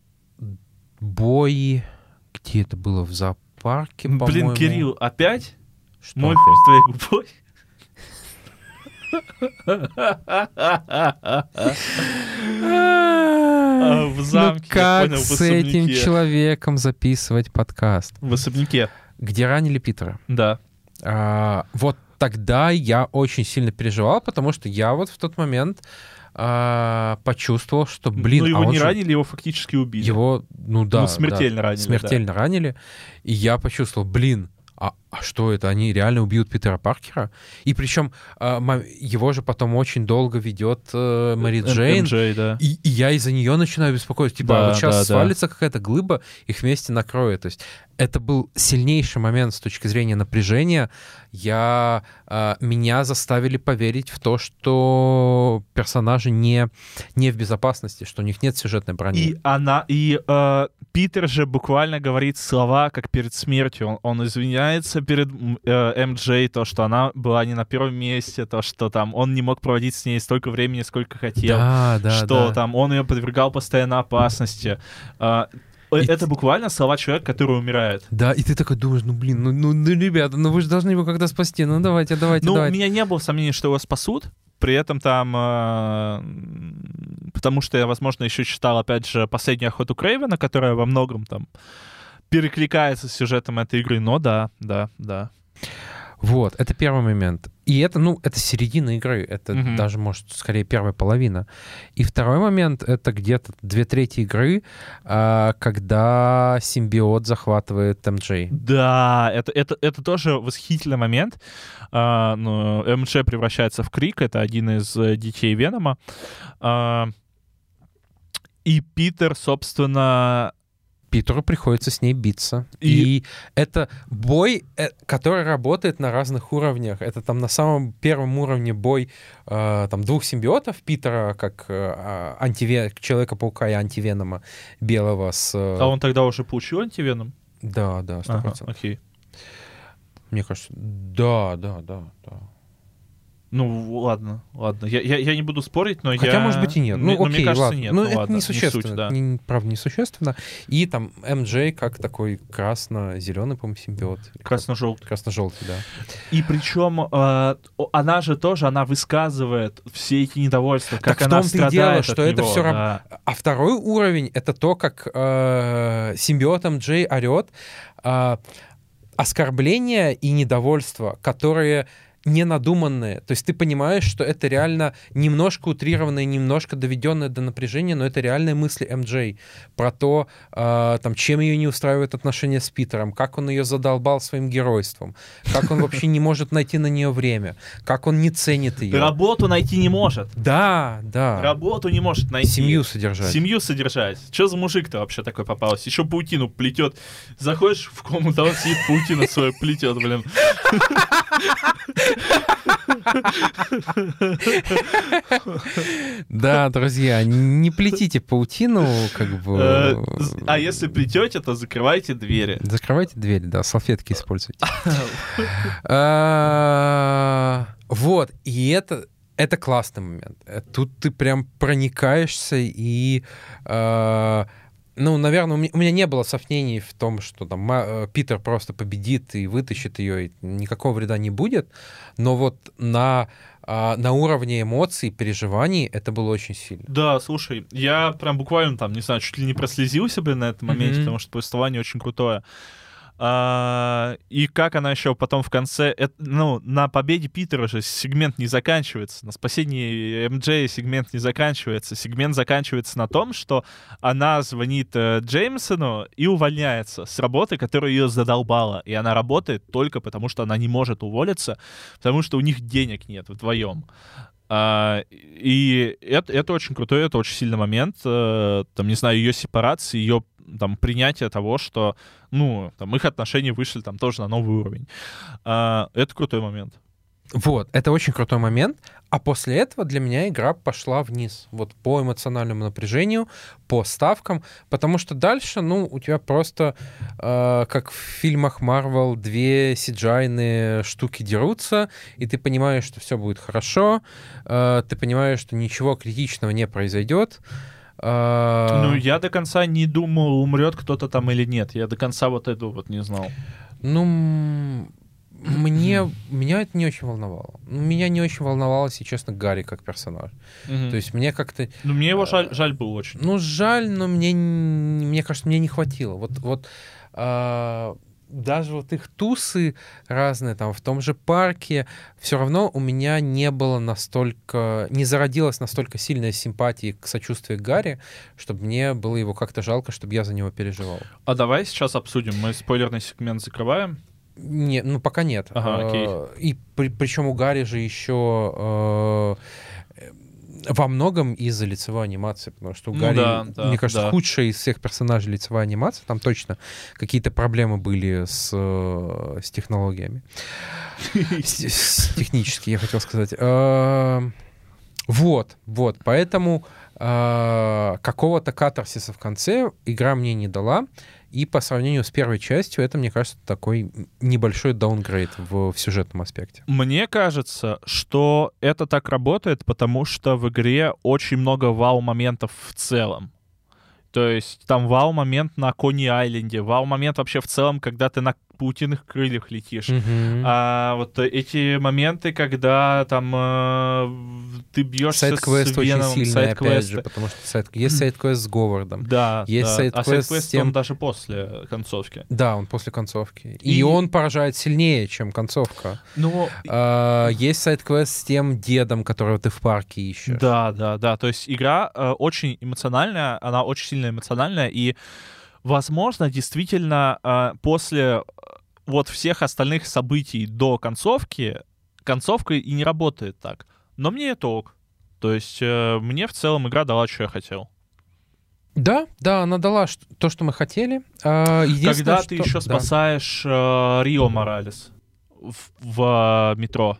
бой... Где это было? В зоопарке, по-моему? Блин, Кирилл, опять? Что Мой опять? твоей губой? В замке, ну как понял, с этим человеком записывать подкаст? В особняке. Где ранили Питера. Да. А, вот тогда я очень сильно переживал, потому что я вот в тот момент а, почувствовал, что, блин... Ну его а он не же... ранили, его фактически убили. Его, ну да. Ну смертельно да, ранили. Смертельно да. ранили. И я почувствовал, блин, А, а что это? Они реально убьют Питера Паркера? И причем э, его же потом очень долго ведет э, Мэри Джейн. эм джей, да. И, и я из-за нее начинаю беспокоиться. Типа, да, а вот сейчас да, свалится да. какая-то глыба, их вместе накроет. То есть это был сильнейший момент с точки зрения напряжения. Я, э, меня заставили поверить в то, что персонажи не, не в безопасности, что у них нет сюжетной брони. И она, и э, Питер же буквально говорит слова, как перед смертью. Он, он извиняется перед э, эм джей, то, что она была не на первом месте, то, что там он не мог проводить с ней столько времени, сколько хотел, да, да, что да. там он ее подвергал постоянно опасности. Э, И это т... буквально слова человека, который умирает. Да, и ты такой думаешь, ну блин, ну, ну, ну ребята, ну вы же должны его когда спасти, ну давайте, давайте, ну, давайте. У меня не было сомнений, что его спасут, при этом там, э, потому что я, возможно, еще читал, опять же, «Последнюю охоту Крейвена», которая во многом там перекликается с сюжетом этой игры, но да, да, да. Вот, это первый момент. И это, ну, это середина игры, это Мгм. даже, может, скорее первая половина. И второй момент — это где-то две трети игры, а, когда симбиот захватывает эм джей. Да, это, это, это тоже восхитительный момент. А, ну, эм джей превращается в Крик, это один из э, детей Венома. А, и Питер, собственно... Питеру приходится с ней биться. И- И, это бой, э, который работает на разных уровнях. Это там на самом первом уровне бой э, там двух симбиотов, Питера как э, антиве... Человека-паука и антивенома белого с... э, А он тогда уже получил антивеном? Да, да, сто Ага, процентов. окей. Мне кажется, да, да, да, да. Ну, ладно, ладно. Я, я, я не буду спорить, но Хотя, я... может быть, и нет. Мне- Ну, но окей, мне кажется, ладно. нет. Ну, Ну, это ладно, не не существенно. суть, да. не- правда, не существенно. И там эм джей как такой красно-зеленый, по-моему, симбиот. Красно-желтый. Красно-желтый, да. И причем э, о- она же тоже, она высказывает все эти недовольства, как Так в она том-то и дело, страдает что от это него, всё раб- да. А второй уровень — это то, как э, симбиот эм джей орет э, оскорбления и недовольства, которые ненадуманные. То есть ты понимаешь, что это реально немножко утрированное, немножко доведенное до напряжения, но это реальные мысли эм джей про то, э, там, чем ее не устраивают отношения с Питером, как он ее задолбал своим геройством, как он вообще не может найти на нее время, как он не ценит ее. Работу найти не может. Да, да. Работу не может найти. Семью содержать. Семью содержать. Что за мужик-то вообще такой попался? Еще паутину плетет. Заходишь в комнату, а он сидит, паутину свою плетет, блин. Да, друзья, не плетите паутину, как Э, бы... з- А если плетете, то закрывайте двери. Закрывайте двери, да, салфетки используйте. А, Вот, и это... Это классный момент. Э, Тут ты прям проникаешься и... э, Ну, наверное, у меня, у меня не было сомнений в том, что там Ма- э, Питер просто победит и вытащит ее, и никакого вреда не будет. Но вот на, а, на уровне эмоций, переживаний это было очень сильно. Да, слушай, я прям буквально там, не знаю, чуть ли не прослезился, блин, на этом моменте, Мгм. потому что повествование очень крутое. А, и как она еще потом в конце... это, ну, на победе Питера же сегмент не заканчивается. На спасении эм джей сегмент не заканчивается. Сегмент заканчивается на том, что она звонит э, Джеймсону и увольняется с работы, которая ее задолбала. И она работает только потому, что она не может уволиться, потому что у них денег нет вдвоем. А, и это, это очень крутой, это очень сильный момент. э, Там, не знаю, ее сепарации, ее там принятие того, что, ну, там их отношения вышли там тоже на новый уровень. А, это крутой момент. Вот, это очень крутой момент. А после этого для меня игра пошла вниз. Вот по эмоциональному напряжению, по ставкам. Потому что дальше, ну, у тебя просто, э, как в фильмах Marvel, две си джи ай-ные штуки дерутся, и ты понимаешь, что все будет хорошо, э, ты понимаешь, что ничего критичного не произойдет. Э, Ну, я до конца не думал, умрет кто-то там или нет. Я до конца вот этого вот не знал. Ну, м, мне, меня это не очень волновало. Ну, Меня не очень волновало, если честно, Гарри как персонаж. Мгм. То есть мне как-то... Ну, мне его жаль, жаль было очень. Ну, жаль, но мне, н- мне кажется, мне не хватило. Вот, вот а, даже вот их тусы разные там в том же парке, все равно у меня не было настолько, не зародилась настолько сильная симпатия к сочувствию к Гарри, чтобы мне было его как-то жалко, чтобы я за него переживал. А давай сейчас обсудим. Мы спойлерный сегмент закрываем. Не, ну пока нет. Ага, окей. Э, И при- причем у Гарри же еще э, во многом из-за лицевой анимации, потому что у Ну Гарри, да, да, мне кажется, да. худшая из всех персонажей лицевая анимация. Там точно какие-то проблемы были с, э, с технологиями. С- с- Технически, я хотел сказать. Э, Вот, вот. Поэтому э, какого-то катарсиса в конце игра мне не дала. И по сравнению с первой частью, это, мне кажется, такой небольшой даунгрейд в, в сюжетном аспекте. Мне кажется, что это так работает, потому что в игре очень много вау-моментов в целом. То есть там вау-момент на Кони-Айленде, вау-момент вообще в целом, когда ты на паутиных крыльях летишь. Мгм. А вот эти моменты, когда там э, ты бьешься с Сайд-квест очень Веном, сильный, опять сайд-квесты. же, потому что сайд... есть сайд-квест с Говардом. Да, Есть да. сайд-квест А сайд-квест с тем- он даже после концовки. Да, он после концовки. И, И- он поражает сильнее, чем концовка. Ну, А, есть сайд-квест с тем дедом, которого ты в парке ищешь. да, да, да. То есть игра э, очень эмоциональная, она очень сильно эмоциональная, и, возможно, действительно, э, после э, вот всех остальных событий до концовки, концовка и не работает так. Но мне это ок. То есть э, мне в целом игра дала, что я хотел. Да, да, она дала ш- то, что мы хотели. А, единственное, Когда ты что- еще да. спасаешь э, Рио Моралес в, в, э, метро.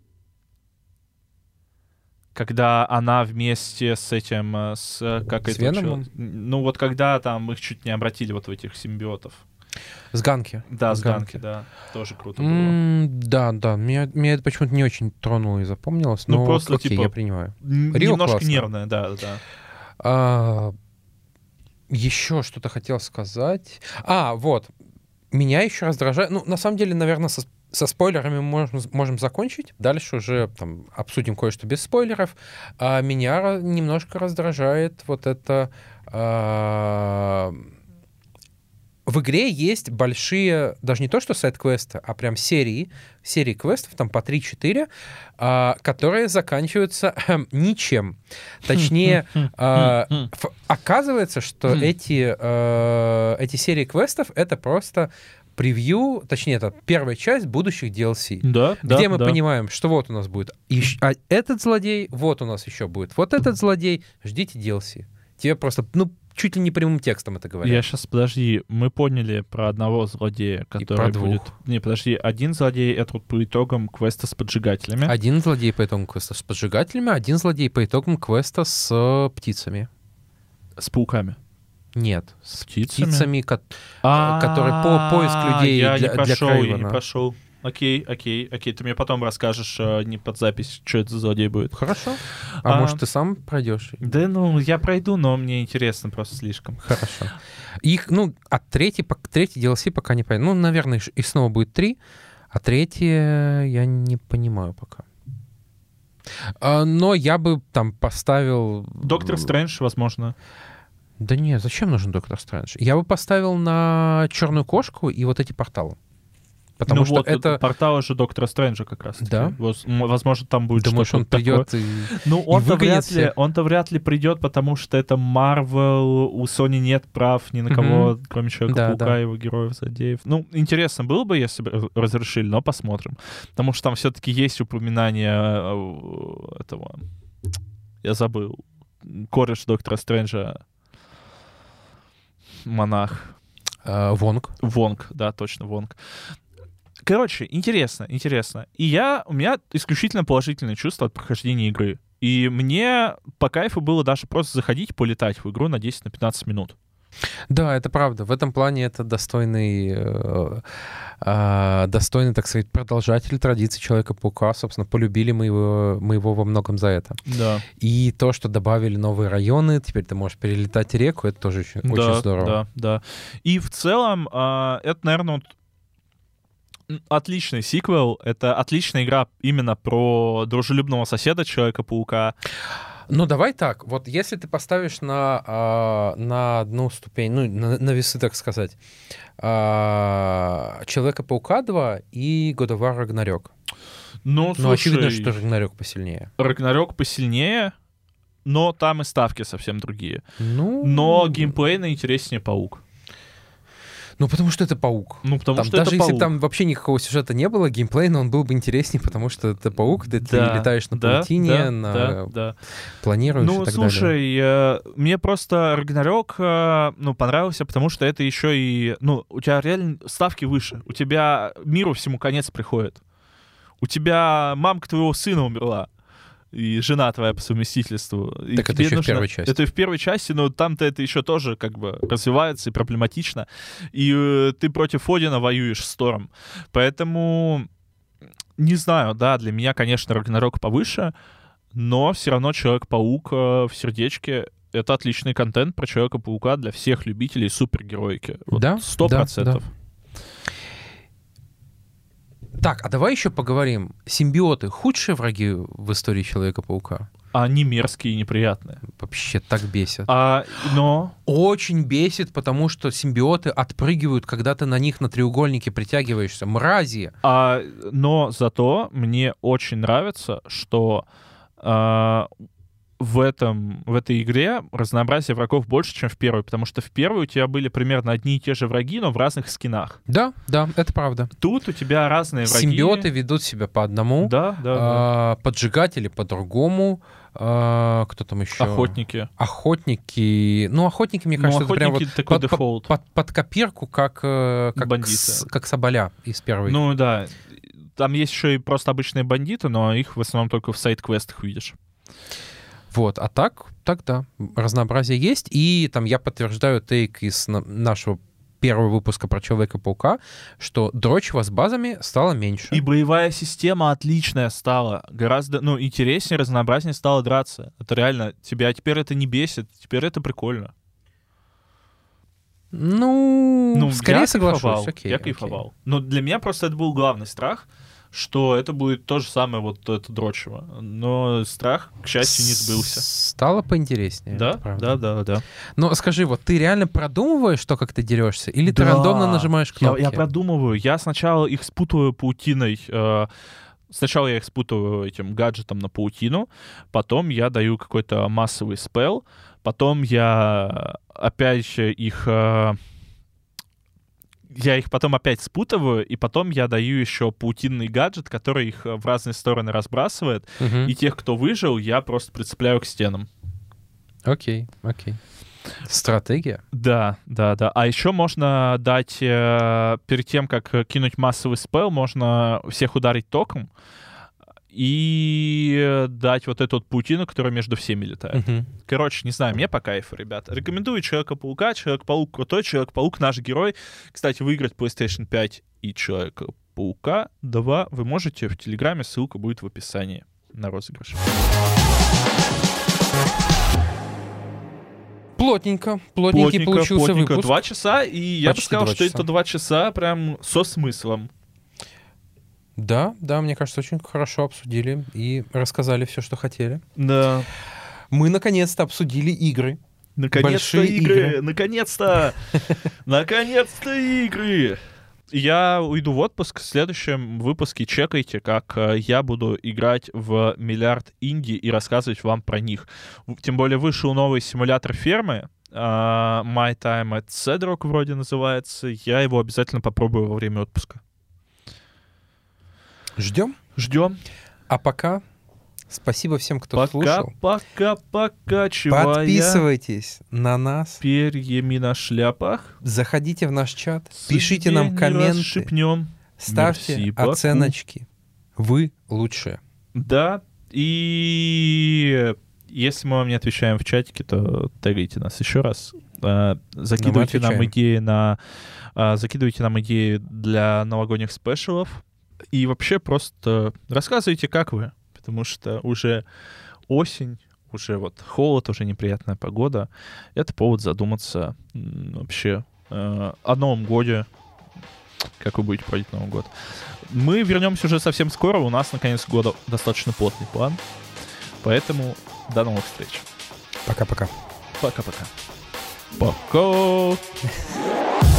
Когда она вместе с этим, э, с э, как С это Веномом? чё- ну вот когда там их чуть не обратили вот в этих симбиотов. С Ганки. Да, с Ганки, да, тоже круто было. М, Да, да, меня, меня это почему-то не очень тронуло и запомнилось, Ну, но просто, окей, типа, я принимаю. Н- Рио Немножко классно. нервная, да, да. А, еще что-то хотел сказать. А, вот. Меня еще раздражает... Ну, на самом деле, наверное, со, со спойлерами мы можем, можем закончить. Дальше уже там, обсудим кое-что без спойлеров. А меня ра- немножко раздражает вот это... а, В игре есть большие, даже не то что сайд-квесты, а прям серии, серии квестов, там по три-четыре, а, которые заканчиваются хм, ничем. Точнее, а, ф- оказывается, что эти, э, эти серии квестов — это просто превью, точнее, это первая часть будущих ди эл си. Да, да, Где мы да. понимаем, что вот у нас будет ищ- а этот злодей, вот у нас еще будет вот этот злодей, ждите ди эл си. Тебе просто, ну, чуть ли не прямым текстом это говорят. Я сейчас, подожди, мы поняли про одного злодея, который про двух. будет... Не, подожди, один злодей — это вот по итогам квеста с поджигателями. Один злодей по итогам квеста с поджигателями, один злодей по итогам квеста с э, птицами. С пауками. Нет, с Птицами? птицами, ко- А, который по- поиск людей я для- не для прошел, я не Крейвена. прошел. Окей, окей, окей. Ты мне потом расскажешь э, не под запись, что это за злодей будет. Хорошо. А, А, может, ты сам пройдешь? Да, ну, я пройду, но мне интересно просто слишком. Хорошо. Их, ну, а третий, пок- третий ди эл си пока не понятно. Ну, наверное, и снова будет три, а третье я не понимаю пока. А, но я бы там поставил... Доктор Стрэндж, возможно. Да не, зачем нужен Доктор Стрэндж? Я бы поставил на Черную кошку и вот эти порталы. Потому ну что вот, это... порталы же Доктора Стрэнджа как раз. Да? Возможно, там будет Думаешь, что-то он такое. придет и... Ну, он-то выгонит вряд, ли, всех? он-то вряд ли придет, потому что это Марвел, у Sony нет прав ни на кого, кроме Человека-паука, Да, да. его героев, злодеев. Ну, интересно было бы, если бы раз- разрешили, но посмотрим. Потому что там все-таки есть упоминание э, этого... Я забыл. Кореш Доктора Стрэнджа. Монах. э, Вонг. Вонг, да, точно, Вонг. Короче, интересно, интересно. И я, у меня исключительно положительные чувства от прохождения игры. И мне по кайфу было даже просто заходить, полетать в игру на десять-пятнадцать минут. Да, это правда. В этом плане это достойный, э, э, достойный, так сказать, продолжатель традиций Человека-паука. Собственно, полюбили мы его, мы его во многом за это. Да. И то, что добавили новые районы, теперь ты можешь перелетать реку, это тоже очень, очень да, здорово. Да, да. И в целом, а, это, наверное, вот м, отличный сиквел. Это отличная игра именно про дружелюбного соседа Человека-паука. Ну, давай так. Вот если ты поставишь на, а, на одну ступень, ну, на, на весы, так сказать, а, Человека-паука два и God of War Ragnarok. Ну, Ну, слушай, очевидно, что Ragnarok посильнее. Рагнарёк посильнее, но там и ставки совсем другие. Ну, Но геймплейно интереснее Паук. Ну, потому что это паук. Ну, потому Там что даже это если Паук. там вообще никакого сюжета не было, геймплейно он был бы интереснее, потому что это паук, ты, ты Да, летаешь на да, паутине, да, на... да, да. планируешь Ну, и так далее. слушай, э, мне просто Рагнарёк, э, ну, понравился, потому что это еще и... Ну, у тебя реально ставки выше. У тебя миру всему конец приходит. У тебя мамка твоего сына умерла. И жена твоя по совместительству. И Так это тебе еще в нужно- первой части. Это и в первой части, но там-то это еще тоже как бы развивается и проблематично. И э, ты против Одина воюешь с Тором. Поэтому, не знаю, да, для меня, конечно, Рагнарёк повыше, но все равно Человек-паук э, в сердечке — это отличный контент про Человека-паука для всех любителей супергероики. Вот Да, сто да, процентов. Так, а давай еще поговорим. Симбиоты — худшие враги в истории Человека-паука? Они мерзкие и неприятные. Вообще так бесит. А, но... Очень бесит, потому что симбиоты отпрыгивают, когда ты на них на треугольнике притягиваешься. Мрази! А, но зато мне очень нравится, что а, в, этом, в этой игре разнообразие врагов больше, чем в первой, потому что в первой у тебя были примерно одни и те же враги, но в разных скинах. Да, да, это правда. Тут у тебя разные враги. Симбиоты ведут себя по одному, да, да, а, да. Поджигатели по-другому. А, кто там еще? Охотники. Охотники. Ну, охотники, мне кажется, ну, это прям вот такой под, дефолт. Под, под, под копирку, как, как, бандиты. С, как Соболя из первой. Ну, да. Там есть еще и просто обычные бандиты, но их в основном только в сайд-квестах видишь. Вот, а так, так да, разнообразие есть. И там я подтверждаю тейк из нашего первого выпуска про Человека-паука, что дрочева с базами стало меньше. И боевая система отличная стала. Гораздо, ну, интереснее, разнообразнее стало драться. Это реально, тебя теперь это не бесит, теперь это прикольно. Ну, ну скорее я соглашусь. Кайфовал, окей, я окей. кайфовал. Но для меня просто это был главный страх, что это будет то же самое вот это дрочево. Но страх, к счастью, не сбылся. Стало поинтереснее. Да, да, да, да. Но скажи, вот ты реально продумываешь то, как ты дерешься, или да. ты рандомно нажимаешь кнопки? Я, я продумываю. Я сначала их спутываю паутиной. Э, сначала я их спутываю этим гаджетом на паутину, потом я даю какой-то массовый спелл, потом я опять же их... Э, я их потом опять спутываю, и потом я даю еще паутинный гаджет, который их в разные стороны разбрасывает. Uh-huh. И тех, кто выжил, я просто прицепляю к стенам. Окей, okay, окей. Okay. Стратегия? Да, да, да. А еще можно дать, э, перед тем, как кинуть массовый спелл, можно всех ударить током и дать вот эту вот паутину, которая между всеми летает. Uh-huh. Короче, не знаю, мне по кайфу, ребят. Рекомендую Человека-паука. Человек-паук крутой, Человек-паук наш герой. Кстати, выиграть PlayStation пять и Человека-паука два вы можете в Телеграме, ссылка будет в описании на розыгрыш. Плотненько, плотненький плотненько, получился плотненько. выпуск. Два часа, и я Почти бы сказал, что часа. это два часа прям со смыслом. Да, да, мне кажется, очень хорошо обсудили и рассказали все, что хотели. Да. Мы наконец-то обсудили игры. Наконец-то Большие игры! игры. Наконец-то! Наконец-то игры! Я уйду в отпуск. В следующем выпуске чекайте, как я буду играть в миллиард инди и рассказывать вам про них. Тем более вышел новый симулятор фермы. Uh, My Time at Cedrock вроде называется. Я его обязательно попробую во время отпуска. Ждем? Ждем. А пока спасибо всем, кто пока, слушал. Пока, пока, чего Подписывайтесь на нас. Перьями на шляпах. Заходите в наш чат. Пишите нам комменты. Расшипнем. Ставьте Мерси, оценочки. Вы лучшие. Да. И если мы вам не отвечаем в чатике, то тегайте нас еще раз. Закидывайте нам идеи на... Закидывайте нам идеи для новогодних спешалов. И вообще просто рассказывайте, как вы. Потому что уже осень, уже вот холод, уже неприятная погода. Это повод задуматься вообще э, о Новом годе. Как вы будете проводить Новый год. Мы вернемся уже совсем скоро. У нас на конец года достаточно плотный план. Поэтому до новых встреч. Пока-пока. Пока-пока. Пока.